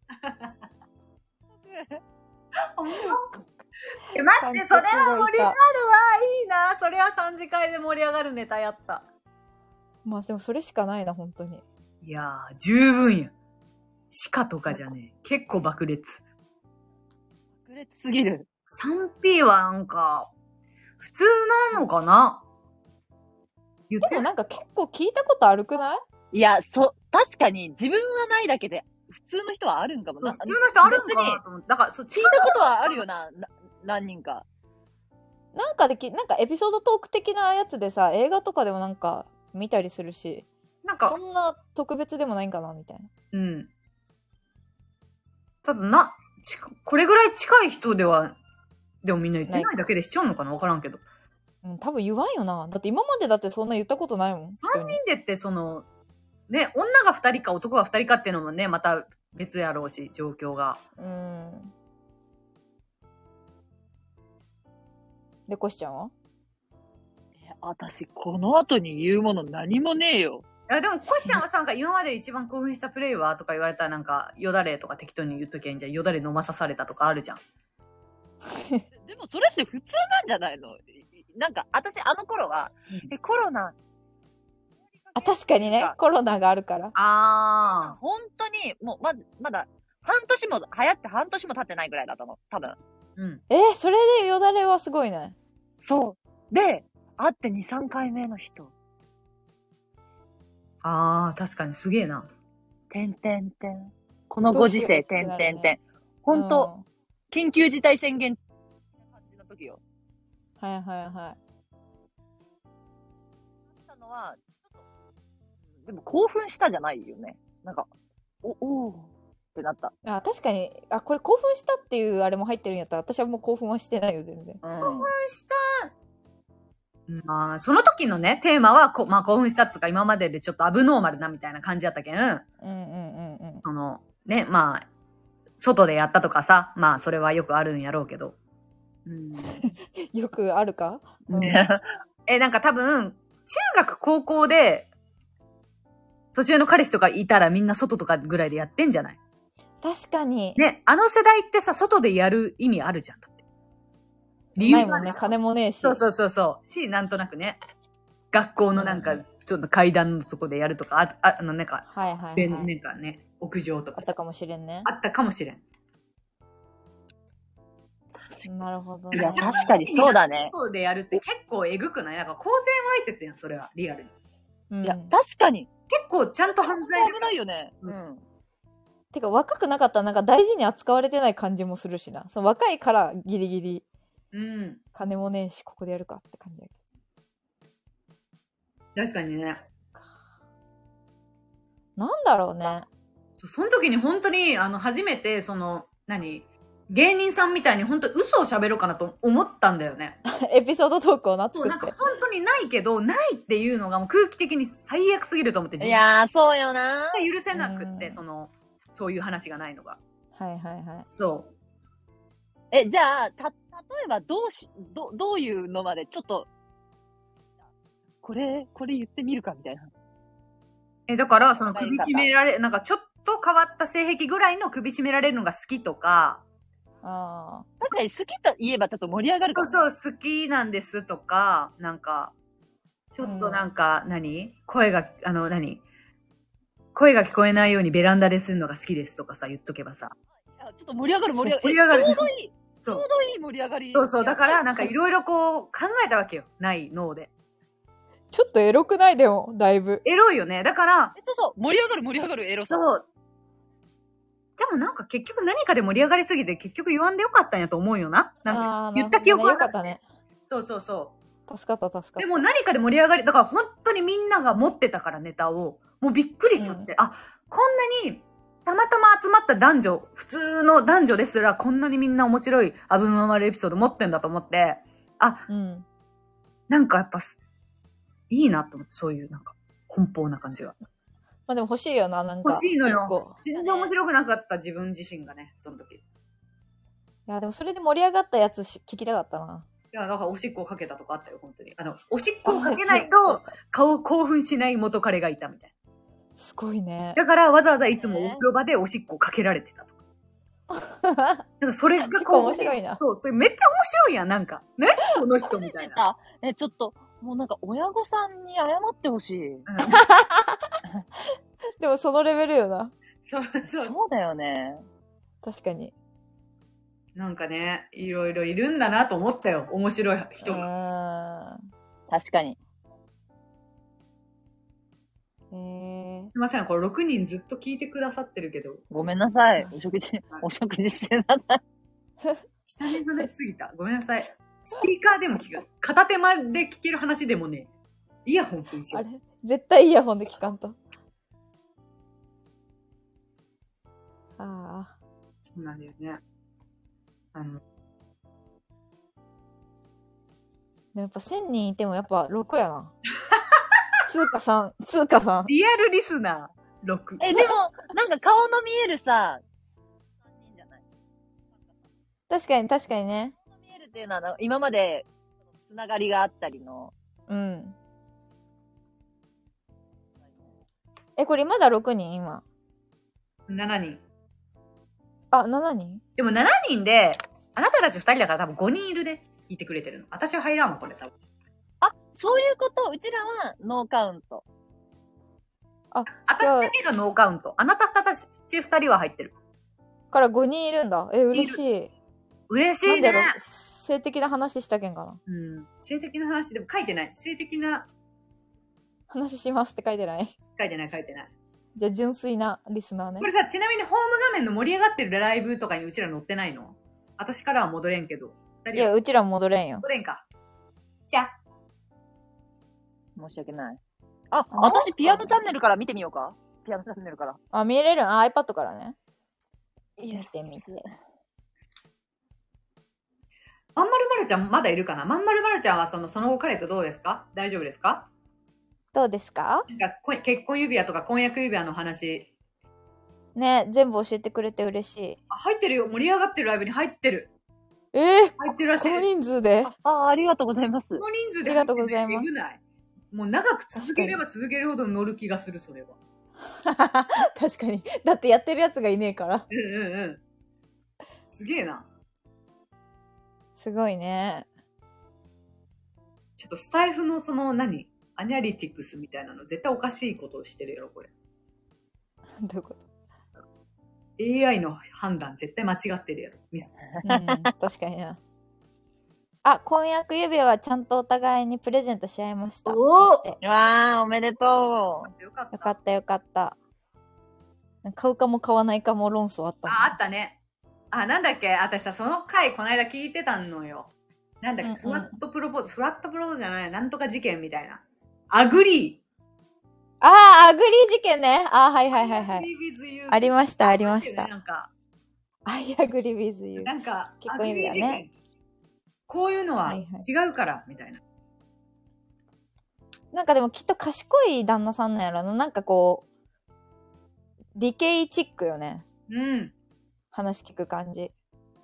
S1: え、待って、それは盛り上がるわ。いいな。それはさん次会で盛り上がるネタやった。
S2: まあでもそれしかないな、本当に。
S1: いやー、十分や。鹿とかじゃねえ。結構爆裂。
S5: 爆裂すぎる。
S1: スリーピー はなんか、普通なのかな？
S2: でもなんか結構聞いたことあるくない？
S5: いや、そ、確かに自分はないだけで、普通の人はあるんかもな。
S1: 普通の人あるんかなと思って。だから、そう、
S5: 聞いたことはあるよな、な何人か。
S2: なんかでき、なんかエピソードトーク的なやつでさ、映画とかでもなんか見たりするし、
S1: なんか、
S2: そんな特別でもないんかな、みたいな。
S1: うん。ただな、ちこれぐらい近い人では、でもみんな言ってないだけでしちゃうのかな？わからんけど。
S2: うん、多分言わんよな。だって今までだってそんな言ったことないもん。
S1: さんにんでってその、ね、女がふたりか男がふたりかっていうのもね、また別やろうし、状況が。
S2: うん。で、コシちゃんは？
S5: え、私、この後に言うもの何もねえよ。
S1: いや、でも、コシちゃんはさ、なんか今まで一番興奮したプレイはとか言われたらなんか、よだれとか適当に言っときゃいいんじゃん。よだれ飲まさされたとかあるじゃん。
S5: でもそれって普通なんじゃないの？なんか、私あの頃は、うん、え、コロナ。
S2: あ、確かにね、コロナがあるから。
S1: ああ。
S5: 本当に、もう、ま、まだ、半年も、流行って半年も経ってないぐらいだと思う。多分。
S1: うん。
S2: えー、それでよだれはすごいね。
S5: そう。で、会ってに、さんかいめの人。
S1: ああ、確かにすげえな。
S5: てんてんてん。このご時世、てんてんてん。ほんと、うん、緊急事態宣言感じの時よ。
S2: はいはいはい。
S5: たのは、ちょっと、でも興奮したじゃないよね。なんか、お、おーってなった。
S2: あ、確かに、あ、これ興奮したっていうあれも入ってるんやったら、私はもう興奮はしてないよ、全然。
S1: うん、興奮した。まあ、その時のね、テーマは、こまあ、興奮したっつうか、今まででちょっとアブノーマルなみたいな感じだったけん。うん
S2: うんうんうん。
S1: その、ね、まあ、外でやったとかさ、まあ、それはよくあるんやろうけど。
S2: うん、よくあるか、
S1: うん、え、なんか多分、中学、高校で、年上の彼氏とかいたらみんな外とかぐらいでやってんじゃない？
S2: 確かに。
S1: ね、あの世代ってさ、外でやる意味あるじゃん。だって。
S2: 理由ないもんね、金もねえし。
S1: そうそうそうそう。し、なんとなくね、学校のなんか、ちょっと階段のとこでやるとか、あ、ああの、なんか、
S2: はいはい、はい。
S1: なんかね、屋上とか。
S2: あったかもしれんね。
S1: あったかもしれん。
S2: なるほどね。
S5: いや、確かにそうだね。
S1: 外でやるって結構えぐくない？なんか公然わいせつやん、それは、リアルに。
S2: うん、
S5: いや、確かに。
S1: 結構ちゃんと犯罪
S5: 危ないよね。うん。
S2: てか、若くなかったらなんか大事に扱われてない感じもするしな。その若いからギリギリ。
S1: うん。
S2: 金もねえし、ここでやるかって感じだけ
S1: ど。確かにね。
S2: なんだろうね。
S1: そ, その時に本当に、あの、初めて、その、何芸人さんみたいに本当嘘を喋ろうかなと思ったんだよね。
S2: エピソードトークをな、作って。
S1: なんか本当にないけど、ないっていうのがもう空気的に最悪すぎると思って。
S5: いやー、そうよな
S1: ー。許せなくって、その、そういう話がないのが。
S2: はいはいはい。
S1: そう。
S5: え、じゃあ、た、例えばどうし、ど、どういうのまでちょっと、これ、これ言ってみるかみたいな。
S1: え、だから、その首絞められ、なんかちょっと変わった性癖ぐらいの首絞められるのが好きとか、
S5: ああ。確かに好きと言えばちょっと盛り上がるかも、ね。
S1: そうそう、好きなんですとか、なんか、ちょっとなんか、うん、何声が、あの、何声が聞こえないようにベランダでするのが好きですとかさ、言っとけばさ。
S5: いやちょっと盛り上がる盛り上がる。
S1: 盛り上がる。
S5: ちょうどいい。ち
S1: ょ
S5: うどいい盛り上がり。
S1: そうそう、だからなんかいろいろこう考えたわけよ。ない脳で。
S2: ちょっとエロくないでも、だいぶ。
S1: エロいよね。だから。
S5: えそうそう、盛り上がる盛り上がるエロさ。
S1: そう。でもなんか結局何かで盛り上がりすぎて結局言わんでよかったんやと思うよな。なんか言った記憶はなくて、ね。そうそうそう。
S2: 助かった助かった。
S1: でも何かで盛り上がり、だから本当にみんなが持ってたからネタを、もうびっくりしちゃって、うん、あ、こんなにたまたま集まった男女、普通の男女ですらこんなにみんな面白いアブノーマルエピソード持ってんだと思って、 あ、
S2: うん。
S1: なんかやっぱ、いいなと思って、そういうなんか、奔放な感じが。
S2: まあでも欲しいよな、なんか。
S1: 欲しいのよ。全然面白くなかった、自分自身がね、その時。い
S2: や、でもそれで盛り上がったやつ聞きたかったな。
S1: いや、だからおしっこをかけたとかあったよ、本当に。あの、おしっこをかけないと、顔興奮しない元彼がいたみたいな。
S2: すごいね。
S1: だからわざわざいつもお風呂場でおしっこをかけられてたとか。なんかそれが
S2: 結構面白いな。
S1: そう、それめっちゃ面白いやん、なんか。ねその人みたいな。
S5: え、ちょっと、もうなんか親御さんに謝ってほしい。うん、
S2: でもそのレベルよな。
S1: そうそう。
S5: そうだよね。
S2: 確かに。
S1: なんかね、いろいろいるんだなと思ったよ。面白い人が。
S5: 確かに。
S2: えー、
S1: すいません、これろくにんずっと聞いてくださってるけど。
S5: ごめんなさい。お食事、お食事してなかった。
S1: 下に話しすぎた。ごめんなさい。スピーカーでも聞く。片手間で聞ける話でもね、イヤホン推奨。
S2: あれ絶対イヤホンで聞かんと。ああ。
S1: そうなんだよね。あの。
S2: でもやっぱせんにんいてもやっぱろくやな。通貨さん、通貨さん。
S1: リアルリスナーろく。
S5: え、でも、なんか顔の見えるさ、さんにんじゃない？
S2: 確かに確かにね。
S5: 顔の見えるっていうのは、今まで、つながりがあったりの。
S2: うん。え、これまだろくにん今。
S1: しちにん。
S2: あ、しちにん？
S1: でもしちにんで、あなたたちふたりだから多分ごにんいるで聞いてくれてるの。私は入らんわ、これ多分。
S5: あ、そういうこと。うちらはノーカウント。
S1: あ、私だけがノーカウント。あなたたちふたりは入ってる。
S2: からごにんいるんだ。え、嬉しい。
S1: 嬉しいね。
S2: 性的な話したけんかな。
S1: うん。性的な話でも書いてない。性的な
S2: 話しますって書いてない？
S1: 書いてない書いてない。
S2: じゃあ純粋なリスナーね。
S1: これさ、ちなみにホーム画面の盛り上がってるライブとかにうちら載ってないの？私からは戻れんけど。
S2: いや、うちらも戻れんよ。
S1: 戻れんか。じゃ。
S5: 申し訳ない。あ、私ピアノチャンネルから見てみようか。ピアノチャンネルから。
S2: あ、見れるん？あ、iPad からね。
S5: 見てみて。
S1: まんまるまるちゃんまだいるかな？まんまるまるちゃんはその、その後彼とどうですか？大丈夫ですか？
S2: どうですか？
S1: なんか結婚指輪とか婚約指輪の話。
S2: ね、全部教えてくれて嬉しい。
S1: あ、入ってるよ。盛り上がってるライブに入ってる。
S2: えー、
S1: 入ってるらしい。
S2: この人数で
S5: ああ、ありがとうございます。
S1: この人数で
S2: 入ってる。ありがとうございます。
S1: えぐない。もう長く続ければ続けるほど乗る気がする、それは。
S2: 確かに。だってやってるやつがいねえから。
S1: うんうんうん。すげえな。
S2: すごいね。
S1: ちょっとスタイフのその何アニャリティクスみたいなの絶対おかしいことをしてるやろ、これ。
S2: どういうこと？
S1: エーアイ の判断絶対間違ってるやろ。ミス。
S2: うん、確かにな。あ、婚約指輪はちゃんとお互いにプレゼントし合いました。
S1: おお
S5: うわー、おめでと
S1: う。よかった。
S2: よかったよかった。買うかも買わないかも論争あったもん。
S1: あ、あったね。あ、なんだっけ私さ、その回この間聞いてたのよ。なんだっけ、うんうん、フラットプロポーズ、フラットプロポーズじゃない、なんとか事件みたいな。アグリー。
S2: ああ、アグリー事件ね。ああ、はいはいはいはい。ありました、ありました。
S1: なんか、
S2: I agree with you。
S1: なんか、
S2: 結婚指輪ね。
S1: こういうのは違うから、はいはい、みたいな。
S2: なんかでもきっと賢い旦那さんなんやろな。なんかこう、ディケイチックよね。
S1: うん。
S2: 話聞く感じ。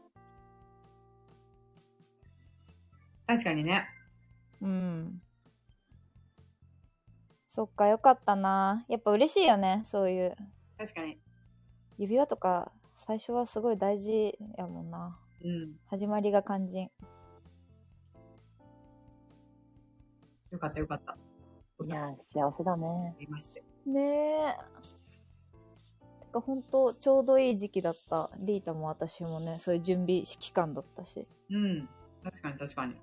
S1: 確かにね。
S2: うん。そっか、よかったな。やっぱ嬉しいよね、そういう。
S1: 確かに。
S2: 指輪とか、最初はすごい大事やもんな。
S1: うん。
S2: 始まりが肝心。
S1: よかったよかった。
S5: いや、幸せだね。
S1: いまして。
S2: ねえ。てか、ほんと、ちょうどいい時期だった。リータも私もね、そういう準備期間だったし。
S1: うん。確かに確かに。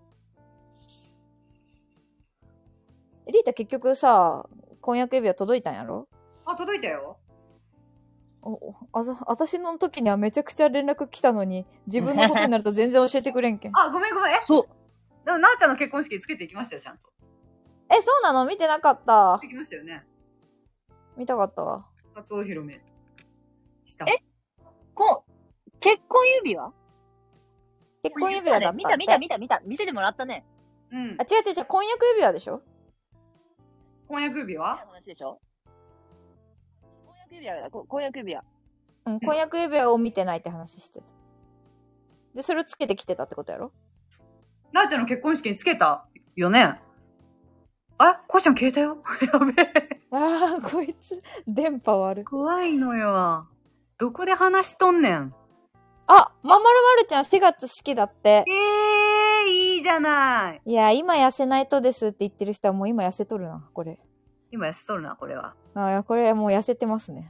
S2: リータ結局さ、婚約指輪届いたんやろ？
S1: あ、届いたよ。
S2: おあざ私の時にはめちゃくちゃ連絡来たのに、自分のことになると全然教えてくれんけん。
S1: あ、ごめんごめん。え、
S5: そう。
S1: でも、なーちゃんの結婚式つけていきましたよ、ちゃんと。
S2: え、そうなの？見てなかった。
S1: できましたよね。
S2: 見たかったわ。
S1: 初お披露目した。
S5: えこ結婚指輪？
S2: 結婚指輪だったって。
S5: 見た見た見た見た。見せてもらったね。
S2: うん。あ、違う違う違う、婚約指輪でしょ？
S1: 婚約指輪？
S5: 話でしょ？婚約指輪だ、婚約指輪。
S2: うん、婚約指輪を見てないって話してた。で、それをつけてきてたってことやろ？
S1: なーちゃんの結婚式につけたよね。あ、こうちゃん消えたよ。やべえ。
S2: ああ、こいつ、電波悪い。
S1: 怖いのよ。どこで話しとんねん。
S2: あ、まんまるまるちゃんしがつ式だって。
S1: ええー、いいじゃない。
S2: いや、今痩せないとですって言ってる人はもう今痩せとるな、これ。
S1: 今痩せとるな、これは。
S2: ああ、これもう痩せてますね。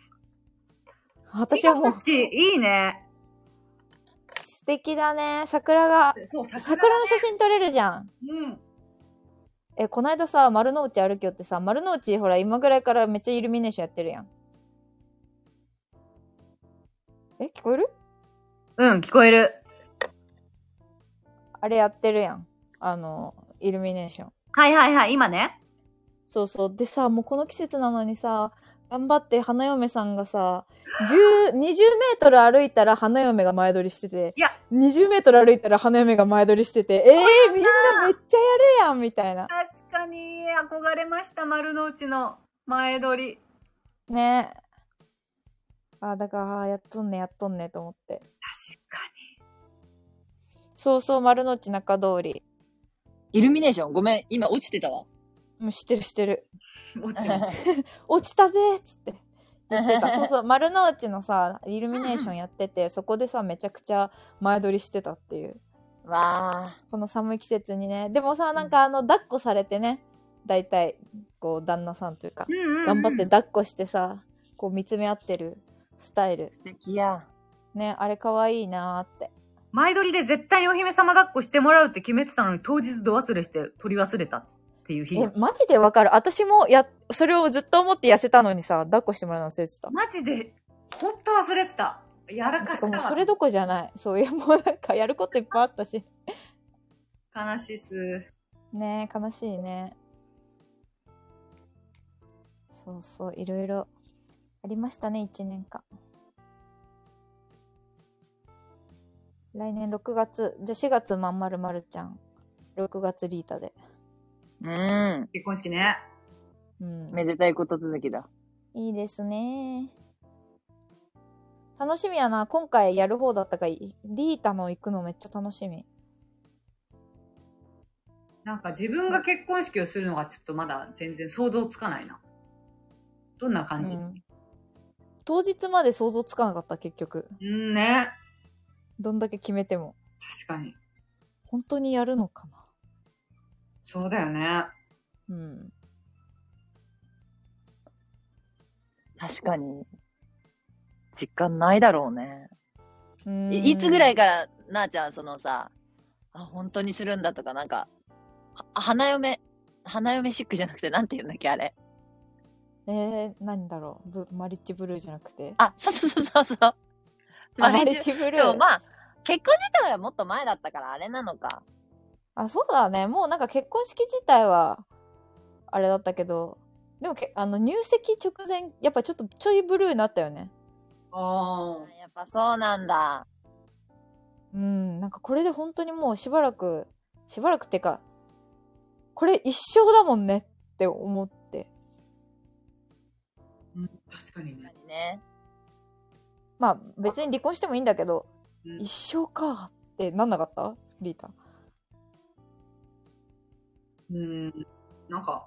S2: 私はもう。
S1: しがつ式、いいね。
S2: 素敵だね。桜が。
S1: そう、桜、ね、
S2: 桜の写真撮れるじゃん。
S1: うん。
S2: え、こないださ、丸の内歩きよってさ、丸の内ほら、今ぐらいからめっちゃイルミネーションやってるやん。え、聞こえる？
S1: うん、聞こえる。
S2: あれやってるやん。あの、イルミネーション。
S1: はいはいはい、今ね。
S2: そうそう。でさ、もうこの季節なのにさ、頑張って花嫁さんがさ、じゅう、にじゅうメートル歩いたら花嫁が前撮りしてて、
S1: いや、
S2: にじゅうメートル歩いたら花嫁が前撮りしてて、えー、みんなめっちゃやるやんみたいな。
S1: 確かに、憧れました、丸の内の前撮り。
S2: ねえ。あ、だから、やっとんね、やっとんねと思って。
S1: 確かに。
S2: そうそう、丸の内中通り。
S5: イルミネーション、ごめん、今落ちてたわ。
S2: もう知ってる知ってる。
S1: 落ちました。
S2: 落ちたぜーっつって。言ってた。そうそう、丸の内のさ、イルミネーションやってて、そこでさ、めちゃくちゃ前撮りしてたっていう。
S5: わー。
S2: この寒い季節にね。でもさ、なんかあの、抱っこされてね、大体、こう、旦那さんというか、
S1: うんうんうん、
S2: 頑張って抱っこしてさ、こう見つめ合ってるスタイル。
S5: 素敵や。
S2: ね、あれ可愛いなーって。
S1: 前撮りで絶対にお姫様抱っこしてもらうって決めてたのに、当日度忘れして撮り忘れたっていう日。
S2: え、マジでわかる。私もや、それをずっと思って痩せたのにさ、抱っこしてもらうの忘れてた。
S1: マジで、ほんと忘れてた。やらかしたわ。
S2: もうそれどこじゃない。そういう、もうなんかやることいっぱいあったし。
S1: 悲しいっす。
S2: ねえ、悲しいね。そうそう、いろいろありましたね、一年間。来年ろくがつ、じゃあしがつまんまるまるちゃん。ろくがつリータで。
S5: うん。
S1: 結婚式ね。
S2: うん。
S5: めでたいこと続きだ。
S2: いいですね。楽しみやな。今回やる方だったから、リータの行くのめっちゃ楽しみ。
S1: なんか自分が結婚式をするのがちょっとまだ全然想像つかないな。どんな感じ、うん、
S2: 当日まで想像つかなかった、結局。
S1: うんね。
S2: どんだけ決めても。
S1: 確かに。
S2: 本当にやるのかな。
S1: そうだよね。
S2: うん。
S5: 確かに。実感ないだろうね。
S2: うーん。
S5: い, いつぐらいから、なあちゃん、そのさ、あ、本当にするんだとか、なんか、花嫁、花嫁シックじゃなくて、なんて言うんだっけ、あれ。
S2: えー、何だろうブ。マリッジブルーじゃなくて。
S5: あ、そうそうそうそう。
S2: マリッジブルー。
S5: でもまあ、結婚自体はもっと前だったからあれなのか。
S2: あ、そうだね。もうなんか結婚式自体は、あれだったけど、でもけあの入籍直前、やっぱちょっとちょいブルーになったよね。
S1: あ
S5: あ。やっぱそうなんだ。
S2: うん、なんかこれで本当にもうしばらく、しばらくってか、これ一生だもんねって思って。
S1: うん、確かにね。
S5: 確かにね。
S2: まあ別に離婚してもいいんだけど、
S1: うん、
S2: 一生かってなんなかったリータ。
S1: うん、なんか、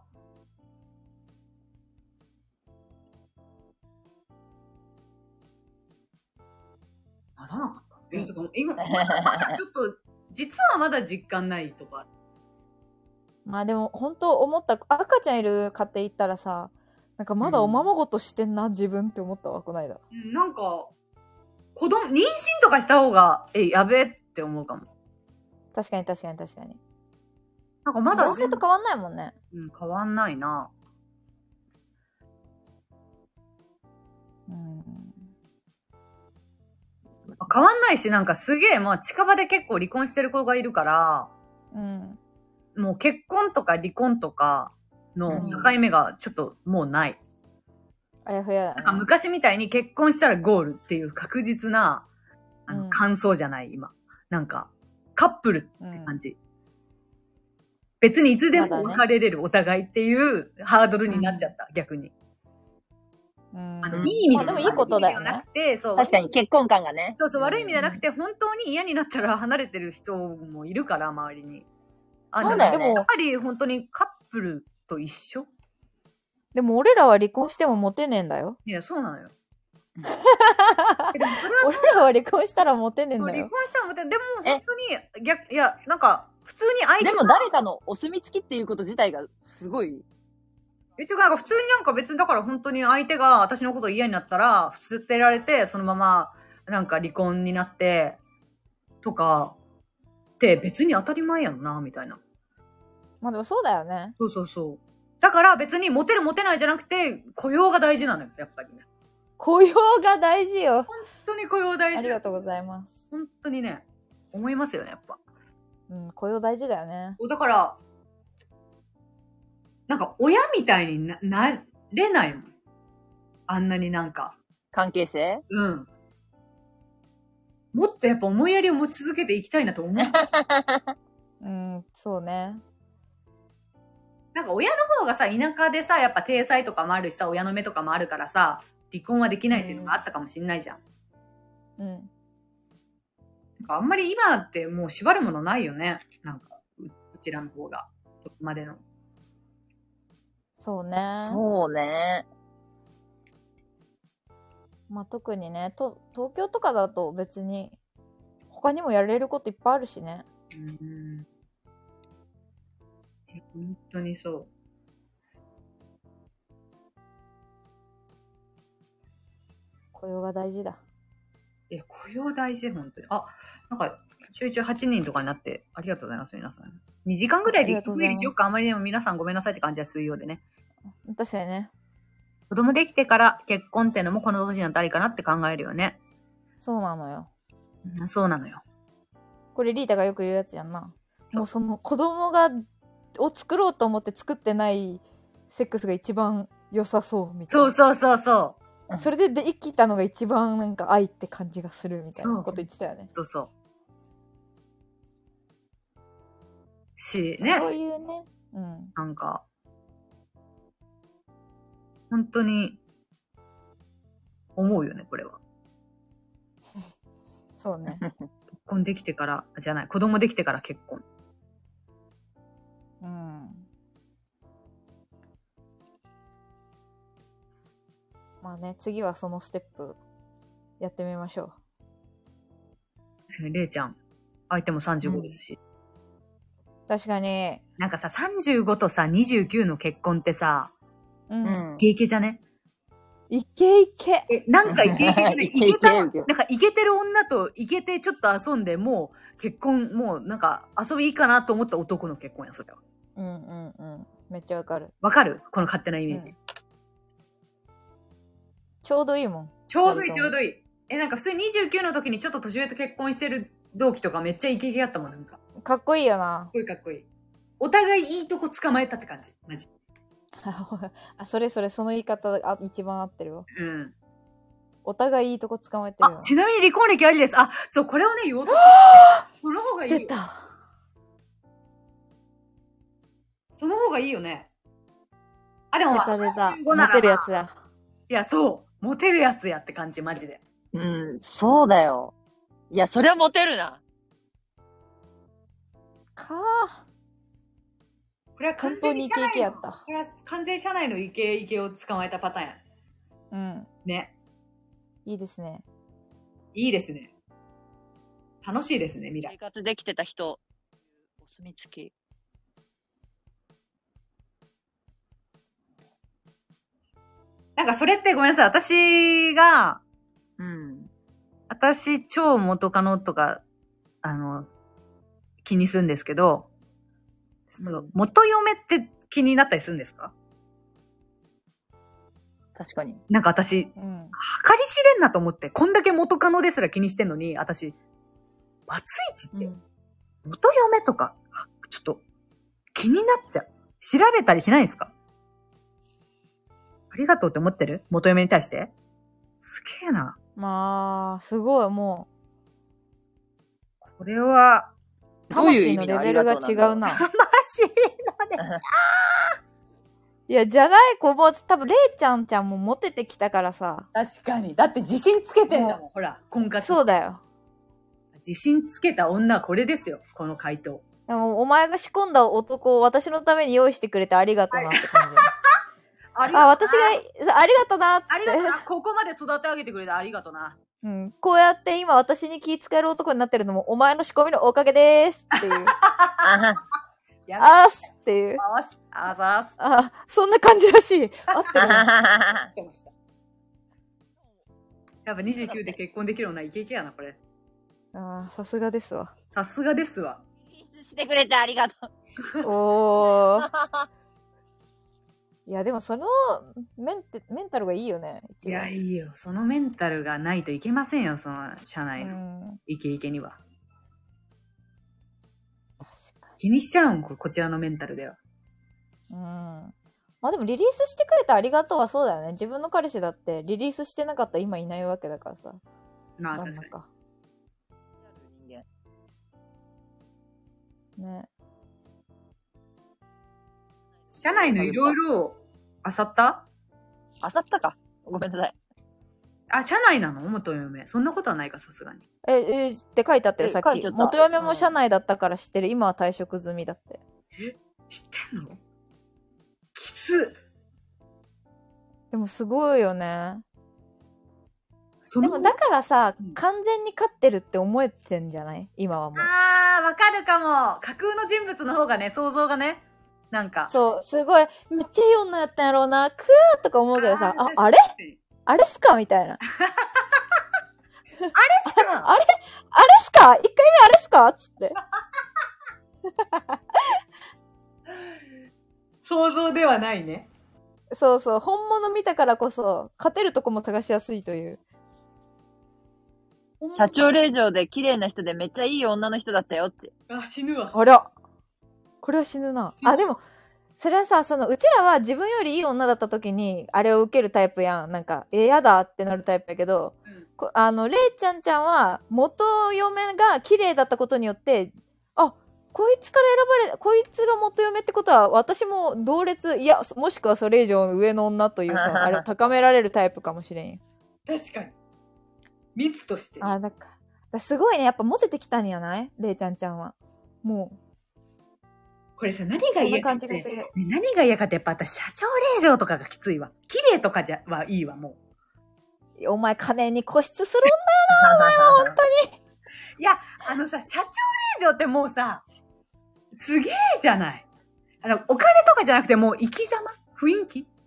S1: ならなかった。え、ちょっと今、まだまだちょっと、実はまだ実感ないとか。
S2: まあでも本当思った、赤ちゃんいる家庭行ったらさ、なんかまだおままごとしてんな、うん、自分って思ったわ、こないだ。
S1: なんか、子供、妊娠とかした方が、え、やべえって思うかも。
S2: 確かに確かに確かに。
S1: なんかまだ。
S2: 女性と変わんないもんね。
S1: うん、変わんないな。
S2: うん。
S1: 変わんないし、なんかすげえ、まあ近場で結構離婚してる子がいるから、
S2: うん。
S1: もう結婚とか離婚とかの境目がちょっともうない。
S2: あやふやだね。
S1: なんか昔みたいに結婚したらゴールっていう確実な、あの、感想じゃない、今。なんか、 カップルって感じ。うん、別にいつでも別れれるお互いっていうハードルになっちゃった、うん、逆に。
S2: うん、
S1: あの、いい意味で、
S2: でもいいことだよね。
S1: なくて、そう。
S5: 確かに結婚感がね。
S1: そうそう、悪い意味じゃなくて、本当に嫌になったら離れてる人もいるから、周りに。
S5: あ、そうだよね。
S1: でも、やっぱり本当にカップルと一緒。
S2: でも俺らは離婚してもモテねえんだよ。
S1: いや、そうなのよ。
S2: でも俺らは離婚したらモテねえんだよ。
S1: 離婚したらモテねえ。でも本当に、逆、いや、なんか、普通に相手が。
S5: でも誰かのお墨付きっていうこと自体がすごい。
S1: え、てか、なんか普通になんか別に、だから本当に相手が私のこと嫌になったら、捨てられて、そのまま、なんか離婚になって、とか、って別に当たり前やんな、みたいな。
S2: まあでもそうだよね。
S1: そうそうそう。だから別にモテるモテないじゃなくて、雇用が大事なのよ、やっぱりね。
S2: 雇用が大事よ。
S1: 本当に雇用大事。
S2: ありがとうございます。
S1: 本当にね、思いますよね、やっぱ。
S2: うん、雇用大事だよね。
S1: だから、なんか親みたいに な, なれないもん。あんなになんか。
S5: 関係性？
S1: うん。もっとやっぱ思いやりを持ち続けていきたいなと思う。
S2: うん、そうね。
S1: なんか親の方がさ、田舎でさ、やっぱ体裁とかもあるしさ、親の目とかもあるからさ、離婚はできないっていうのがあったかもしんないじゃん。
S2: うん。
S1: なんかあんまり今ってもう縛るものないよね。なんか、う, うちらの方が。そこまでの。
S2: そうね。
S5: そうね。
S2: まあ、特にねと、東京とかだと別に、他にもやれることいっぱいあるしね。
S1: うん。本当にそう。
S2: 雇用が大事だ。
S1: いや、雇用大事、本当に。あ、なんか、ちょいちょいはちにんとかになって、ありがとうございます、皆さん。にじかんぐらいで一区切りしよっか。あまりにも皆さんごめんなさいって感じはするようでね。
S2: 確かにね。
S1: 子供できてから結婚ってのもこの年になったらいいかなって考えるよね。
S2: そうなのよ。
S1: うん、そうなのよ。
S2: これリータがよく言うやつやんな。もうその子供が、を作ろうと思って作ってないセックスが一番良さそうみたいな。
S1: そうそうそうそう。
S2: それでで生きたのが一番なんか愛って感じがするみたいなこと言ってたよね。
S1: そうそう。し、ね。
S2: そういうね。うん。
S1: なんか、本当に、思うよね、これは。
S2: そうね。
S1: 結婚できてから、じゃない、子供できてから結婚。
S2: うん。まあね、次はそのステップ、やってみましょ
S1: う。れいちゃん、相手もさんじゅうごですし。
S2: うん、確かに。
S1: なんかさ、さんじゅうごとさ、にじゅうきゅうの結婚ってさ、
S2: うん。
S1: イケイケじゃね？
S2: イケイケ。
S1: え、なんかイケイケじゃない？イケた、なんかイケてる女とイケてちょっと遊んで、もう結婚、もうなんか遊びいいかなと思った男の結婚や、それは。
S2: うんうんうん。めっちゃわかる。
S1: わかる？この勝手なイメージ。うん、
S2: ちょうどいいもん。
S1: ちょうどいい、ちょうどいい。え、なんか普通ににじゅうきゅうの時にちょっと年上と結婚してる同期とかめっちゃイケイケやったもん、なんか。
S2: かっこいいよな。
S1: かっこいいかっこいい。お互いいいとこ捕まえたって感じ。マジ。
S2: あ、それそれ、その言い方あ一番合ってるわ。
S1: うん。
S2: お互いいいとこ捕まえてるよ。
S1: あ、ちなみに離婚歴ありです。あ、そう、これをね、言おうと。その方がいいよ。
S2: 出た。
S1: その方がいいよね。あ、でも、
S2: 出た出た。モテるやつだ。
S1: いや、そう。モテるやつやって感じ、マジで。
S5: うん、そうだよ。いや、そりゃモテるな。
S2: かあ。
S1: これは完全に
S2: イケイケやった。
S1: これは完全社内のイケイケを捕まえたパターンや。
S2: うん。
S1: ね。
S2: いいですね。
S1: いいですね。楽しいですね、未来。
S5: 生活できてた人、お墨付き。
S1: なんかそれってごめんなさい。私が、
S5: うん。
S1: 私超元カノとか、あの、気にするんですけど、その、元嫁って気になったりするんですか？
S5: 確かに。
S1: なんか私、うん、計り知れんなと思って、こんだけ元カノですら気にしてんのに、私、バツイチって、元嫁とか、ちょっと、気になっちゃう。調べたりしないんですか？ありがとうって思ってる？元嫁に対して？すげえな。
S2: まあ、すごい、も
S1: う。これは、
S2: 魂のレベルが違うな。
S1: 魂のね。
S2: いや、じゃない子も、多分、れいちゃんちゃんもモテてきたからさ。
S1: 確かに。だって自信つけてんだもん、ほら、婚活。
S2: そうだよ。
S1: 自信つけた女はこれですよ、この回答。
S2: でも、お前が仕込んだ男を私のために用意してくれてありがとうなって感じ。
S1: ありがとうな。
S2: あ、私が、ありがとうなって。
S1: ありがとうな。ここまで育て上げてくれてありがとうな。
S2: うん。こうやって今私に気遣える男になってるのもお前の仕込みのおかげでーすっていう。あーすっていう。
S1: あーす。あーさーす。
S2: あ、そんな感じらしい。合ってる。合ってました。
S1: やっぱにじゅうきゅうで結婚できる女イケイケやな、これ。
S2: ああ、さすがですわ。
S1: さすがですわ。
S5: してくれてありがと
S2: う。おー。いや、でもそのメンテ、メンタルがいいよね。
S1: いや、いいよ。そのメンタルがないといけませんよ、その社内のイケイケには。確かに。気にしちゃうん、こちらのメンタルでは。
S2: うん。まあでもリリースしてくれてありがとうはそうだよね。自分の彼氏だってリリースしてなかったら今いないわけだからさ。
S1: まあ確かに。か
S2: ね。
S1: 社内のいろいろあさった
S5: あさったか。ごめんなさい。
S1: あ、社内なの元嫁。そんなことはないか、さすがに。
S2: え、え、って書いてあったよ、さっき。元嫁も社内だったから知ってる。今は退職済みだって。
S1: え、知ってんの？きつ。
S2: でもすごいよね。でもだからさ、うん、完全に勝ってるって思えてんじゃない今はもう。
S1: あー、わかるかも。架空の人物の方がね、想像がね、なんか。
S2: そう、すごい、めっちゃいい女やったんやろうな、くーとか思うけどさ、あ、あれあれっすかみたいな。あ
S1: れっすか
S2: あれあれっすか一回目あれっすかつって。
S1: 想像ではないね。
S2: そうそう、本物見たからこそ、勝てるとこも探しやすいという。
S5: 社長令嬢で綺麗な人でめっちゃいい女の人だったよって。
S1: あ、死ぬわ。
S2: あら。これは死ぬな。あ、でも、それはさ、その、うちらは自分よりいい女だった時に、あれを受けるタイプやん。なんか、え、やだってなるタイプやけど、うん、こあの、れいちゃんちゃんは、元嫁が綺麗だったことによって、あ、こいつから選ばれ、こいつが元嫁ってことは、私も同列、いや、もしくはそれ以上上の女というさ、あれを高められるタイプかもしれん。
S1: 確かに。密として。
S2: あ、なんか、だすごいね。やっぱモテてきたんやないれいちゃんちゃんは。もう。
S1: これさ、何が嫌かって、ね、何が嫌かってやっぱ私、社長令嬢とかがきついわ。綺麗とかじゃ、はいいわ、も
S2: う。お前、金に固執するんだよな、お前は、本当に。
S1: いや、あのさ、社長令嬢ってもうさ、すげえじゃない。あの、お金とかじゃなくてもう生き様？雰囲気？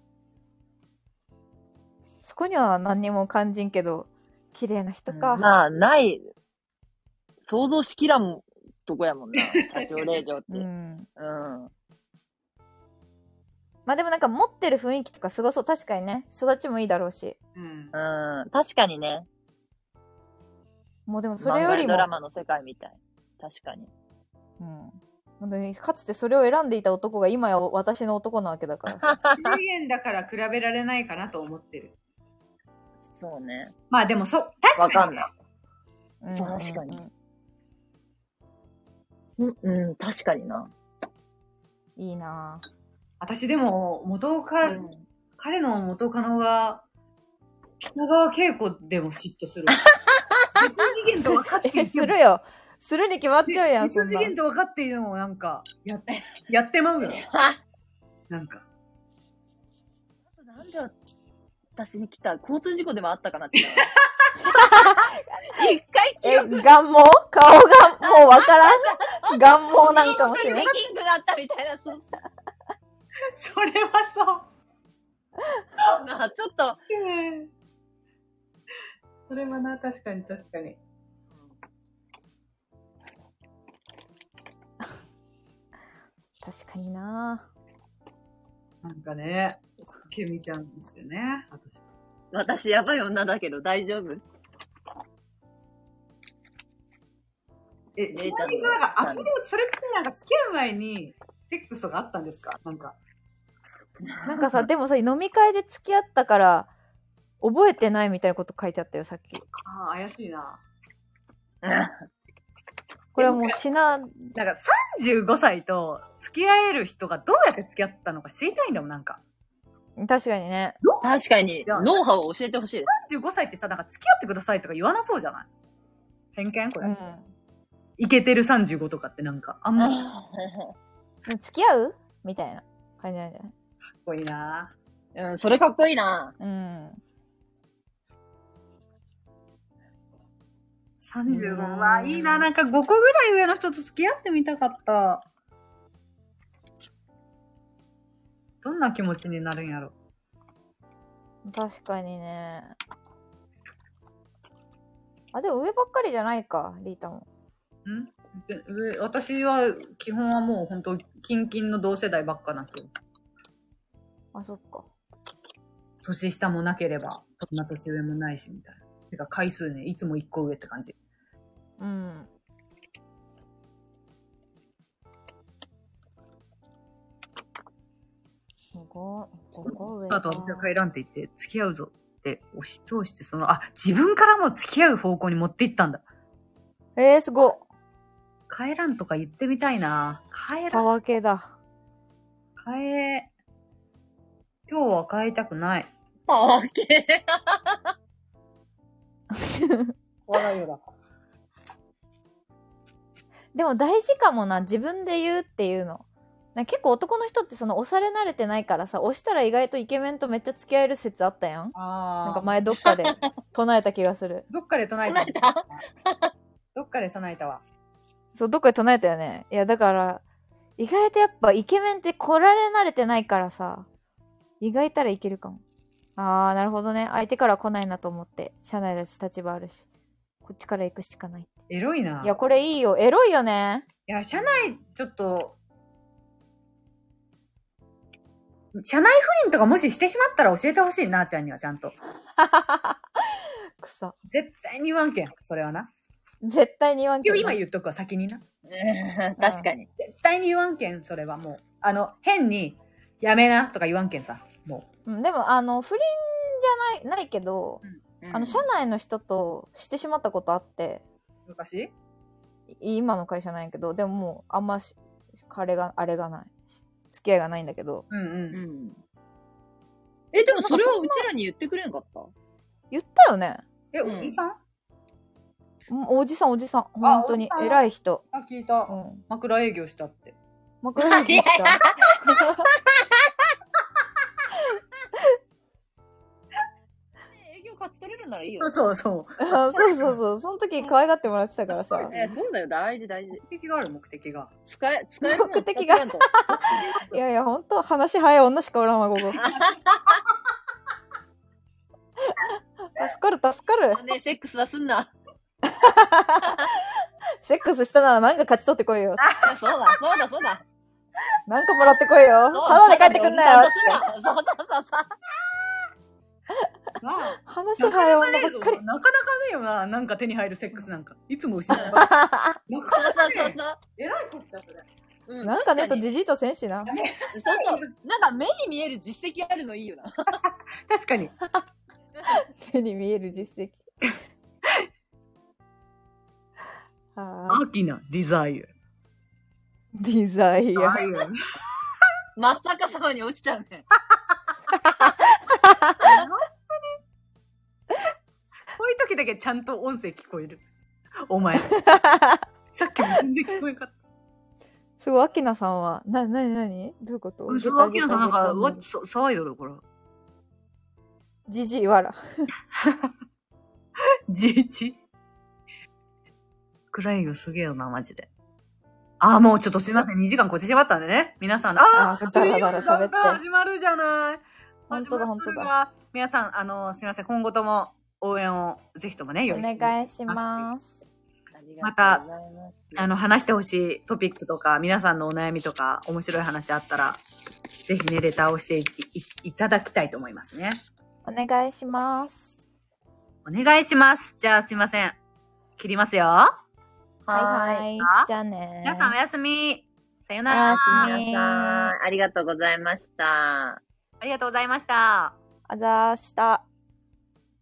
S2: そこには何にも感じんけど、綺麗な人か。
S5: うん、まあ、ない。想像しきらんとこやもんな。社長令嬢って。うん。うん。
S2: まあでもなんか持ってる雰囲気とかすごそう。確かにね。育ちもいいだろうし。
S5: うん。うん。確かにね。
S2: もうでもそれよりも。
S5: ドラマの世界みたい。確かに。
S2: うん。かつてそれを選んでいた男が今や私の男なわけだからさ。
S1: 次元だから比べられないかなと思ってる。
S5: そうね。
S1: まあでもそ、確かに。わ
S5: かんない。そう、確かに。うん、うん、確かにな。
S2: いいなぁ。
S1: 私でも、元カ、うん、彼の元カノが、北川景子でも嫉妬する。別次元と分かっていても。
S2: するよ。するに決まっちゃうやん、
S1: 別次元と分かっているのもなんか、や、やってまうよ。なんか。
S5: なんで私に来た交通事故でもあったかなって。一回
S2: え、願望顔がもうわからん願望なんかもしれない。
S5: できんくなったみたいな。そう
S1: それはそう。
S5: まあ、ちょっと。
S1: それはな、確かに確かに。
S2: 確かにな
S1: ぁ。なんかね、ケミちゃんですよね、私。
S5: 私やばい女だけど大丈夫？
S1: え、ちなみにさ、なんかアプローチ、それってなんか付き合う前にセックスがあったんですか？なんか。
S2: なんかさ、でもさ、飲み会で付き合ったから、覚えてないみたいなこと書いてあったよ、さっき。
S1: ああ、怪しいな。
S2: ここれはもう死な、
S1: なんかさんじゅうごさいと付き合える人がどうやって付き合ったのか知りたいんだもん、なんか。
S2: 確かにね。
S5: 確かに、ノウハウを教えてほしいです。
S1: さんじゅうごさいってさ、なんか付き合ってくださいとか言わなそうじゃない？偏見これ。うん。イケてるさんじゅうごとかってなんか、あんま。
S2: 付き合うみたいな感じなんじゃない？
S1: かっこいいな
S5: うん、それかっこいいな
S2: うん。
S1: さんじゅうごはいいな、なんかごこぐらい上の人と付き合ってみたかった。どんな気持ちになるんやろ。
S2: 確かにね。あ、でも上ばっかりじゃないか、リータも。ん
S1: 上、私は基本はもう本当キンキンの同世代ばっかなってる。
S2: あ、そっか。
S1: 年下もなければ、そんな年上もないし、みたいな。てか回数ね、いつも一個上って感じ。
S2: うん。ごこ、ごこ上か。
S1: あと私は帰らんって言って、付き合うぞって押し通して、その、あ、自分からも付き合う方向に持っていったんだ。
S2: えー、すごっ。
S1: 帰らんとか言ってみたいな。帰らん。
S2: パワー系だ。
S1: 帰、今日は帰りたくない。
S5: パワー系
S1: 笑いよだ。
S2: でも大事かもな、自分で言うっていうの。なんか結構男の人ってその押され慣れてないからさ、押したら意外とイケメンとめっちゃ付き合える説あったやん。
S1: あ
S2: なんか前どっかで唱えた気がする。
S1: どっかで唱えた。
S5: 唱えた
S1: どっかで唱えたわ。
S2: そう、どっかで唱えたよね。いや、だから、意外とやっぱイケメンって来られ慣れてないからさ、意外たらいけるかも。あー、なるほどね。相手から来ないなと思って、社内だし立場あるし、こっちから行くしかない。
S1: エロいな。
S2: いや、これいいよ。エロいよね。
S1: いや、社内、ちょっと、社内不倫とかもししてしまったら教えてほしいな、あーちゃんにはちゃんと。
S2: くそ。
S1: 絶対に言わんけん、それはな。
S2: 絶対に言わんけど。
S1: 今言っとくわ、先にな。
S5: 確かに。
S1: 絶対に言わんけん、それはもう。あの、変に、やめなとか言わんけんさ、も
S2: う。うん、でも、あの、不倫じゃない、ないけど、うん、あの、社内の人としてしまったことあって。
S1: 昔？
S2: 今の会社なんやけど、でももう、あんまし、彼が、あれがない。付き合いがないんだけど。
S1: うんうん。うん、
S5: え、でもそれはうちらに言ってくれんかった？
S2: 言ったよね。
S1: え、おじさん？
S2: おじさん、おじさん。本当に。偉い人。
S1: あ、聞いた。うん、枕営業したって。
S2: 枕営業した
S5: 営業勝ち取れるならいいよ。
S1: そうそう。
S2: そうそうそう。その時可愛がってもらってたからさ。
S5: え、そうだよ。大事大事。
S1: 目的がある、目的が。
S5: 使え、使える
S2: 目的が。いやいや、ほんと、話早い女しかおらんわ、ここ。助かる、助かる。
S5: ねえ、セックスはすんな。
S2: セックスしたならなんか勝ち取ってこいよ。
S5: そうだ、そうだ、そうだ。
S2: なんかもらってこいよ。ただで帰ってくんなよ。
S5: そうそうそうそう。
S2: 話早い女ばっかり。
S1: なかなかねえよな、なんか手に入るセックスなんか。いつも失う。なかなかね
S5: そうそうそう。
S1: えらいこっちゃ、それ。
S2: なんかねとじじいと戦士な。
S5: そうそう。なんか目に見える実績あるのいいよな。
S1: 確かに。
S2: 目に見える実績。
S1: 大きなデザイア。
S2: デザイア。
S5: 真っ逆さまに落ちちゃうね。
S1: こういう時だけちゃんと音声聞こえる。お前。さっきも全然聞こえなかった。
S2: すごい、アキナさんは、な、なになにどういうこと？
S1: そう、アキナさんなんか、わ、騒いどる、これ。
S2: じじいわら。
S1: じじ暗いよ、すげえよな、マジで。ああ、もうちょっとすいません。にじかんこっちしまったんでね。皆さん、ああ、
S2: だらだら喋って。
S1: 始まるじゃない。
S2: 本当だ、本当だ。
S1: 皆さん、あの、すいません。今後とも応援をぜひともね、よ
S2: ろしくお願いします。
S1: また、あの、話してほしいトピックとか、皆さんのお悩みとか、面白い話あったら、ぜひね、レターをして い, い, いただきたいと思いますね。
S2: お願いします。
S1: お願いします。じゃあ、すいません。切りますよ。
S2: はいはい。じゃあね。
S1: 皆さんおやすみ。さよなら。
S2: おやすみ。
S5: ありがとうございました。
S1: ありがとうございました。
S2: あざーした。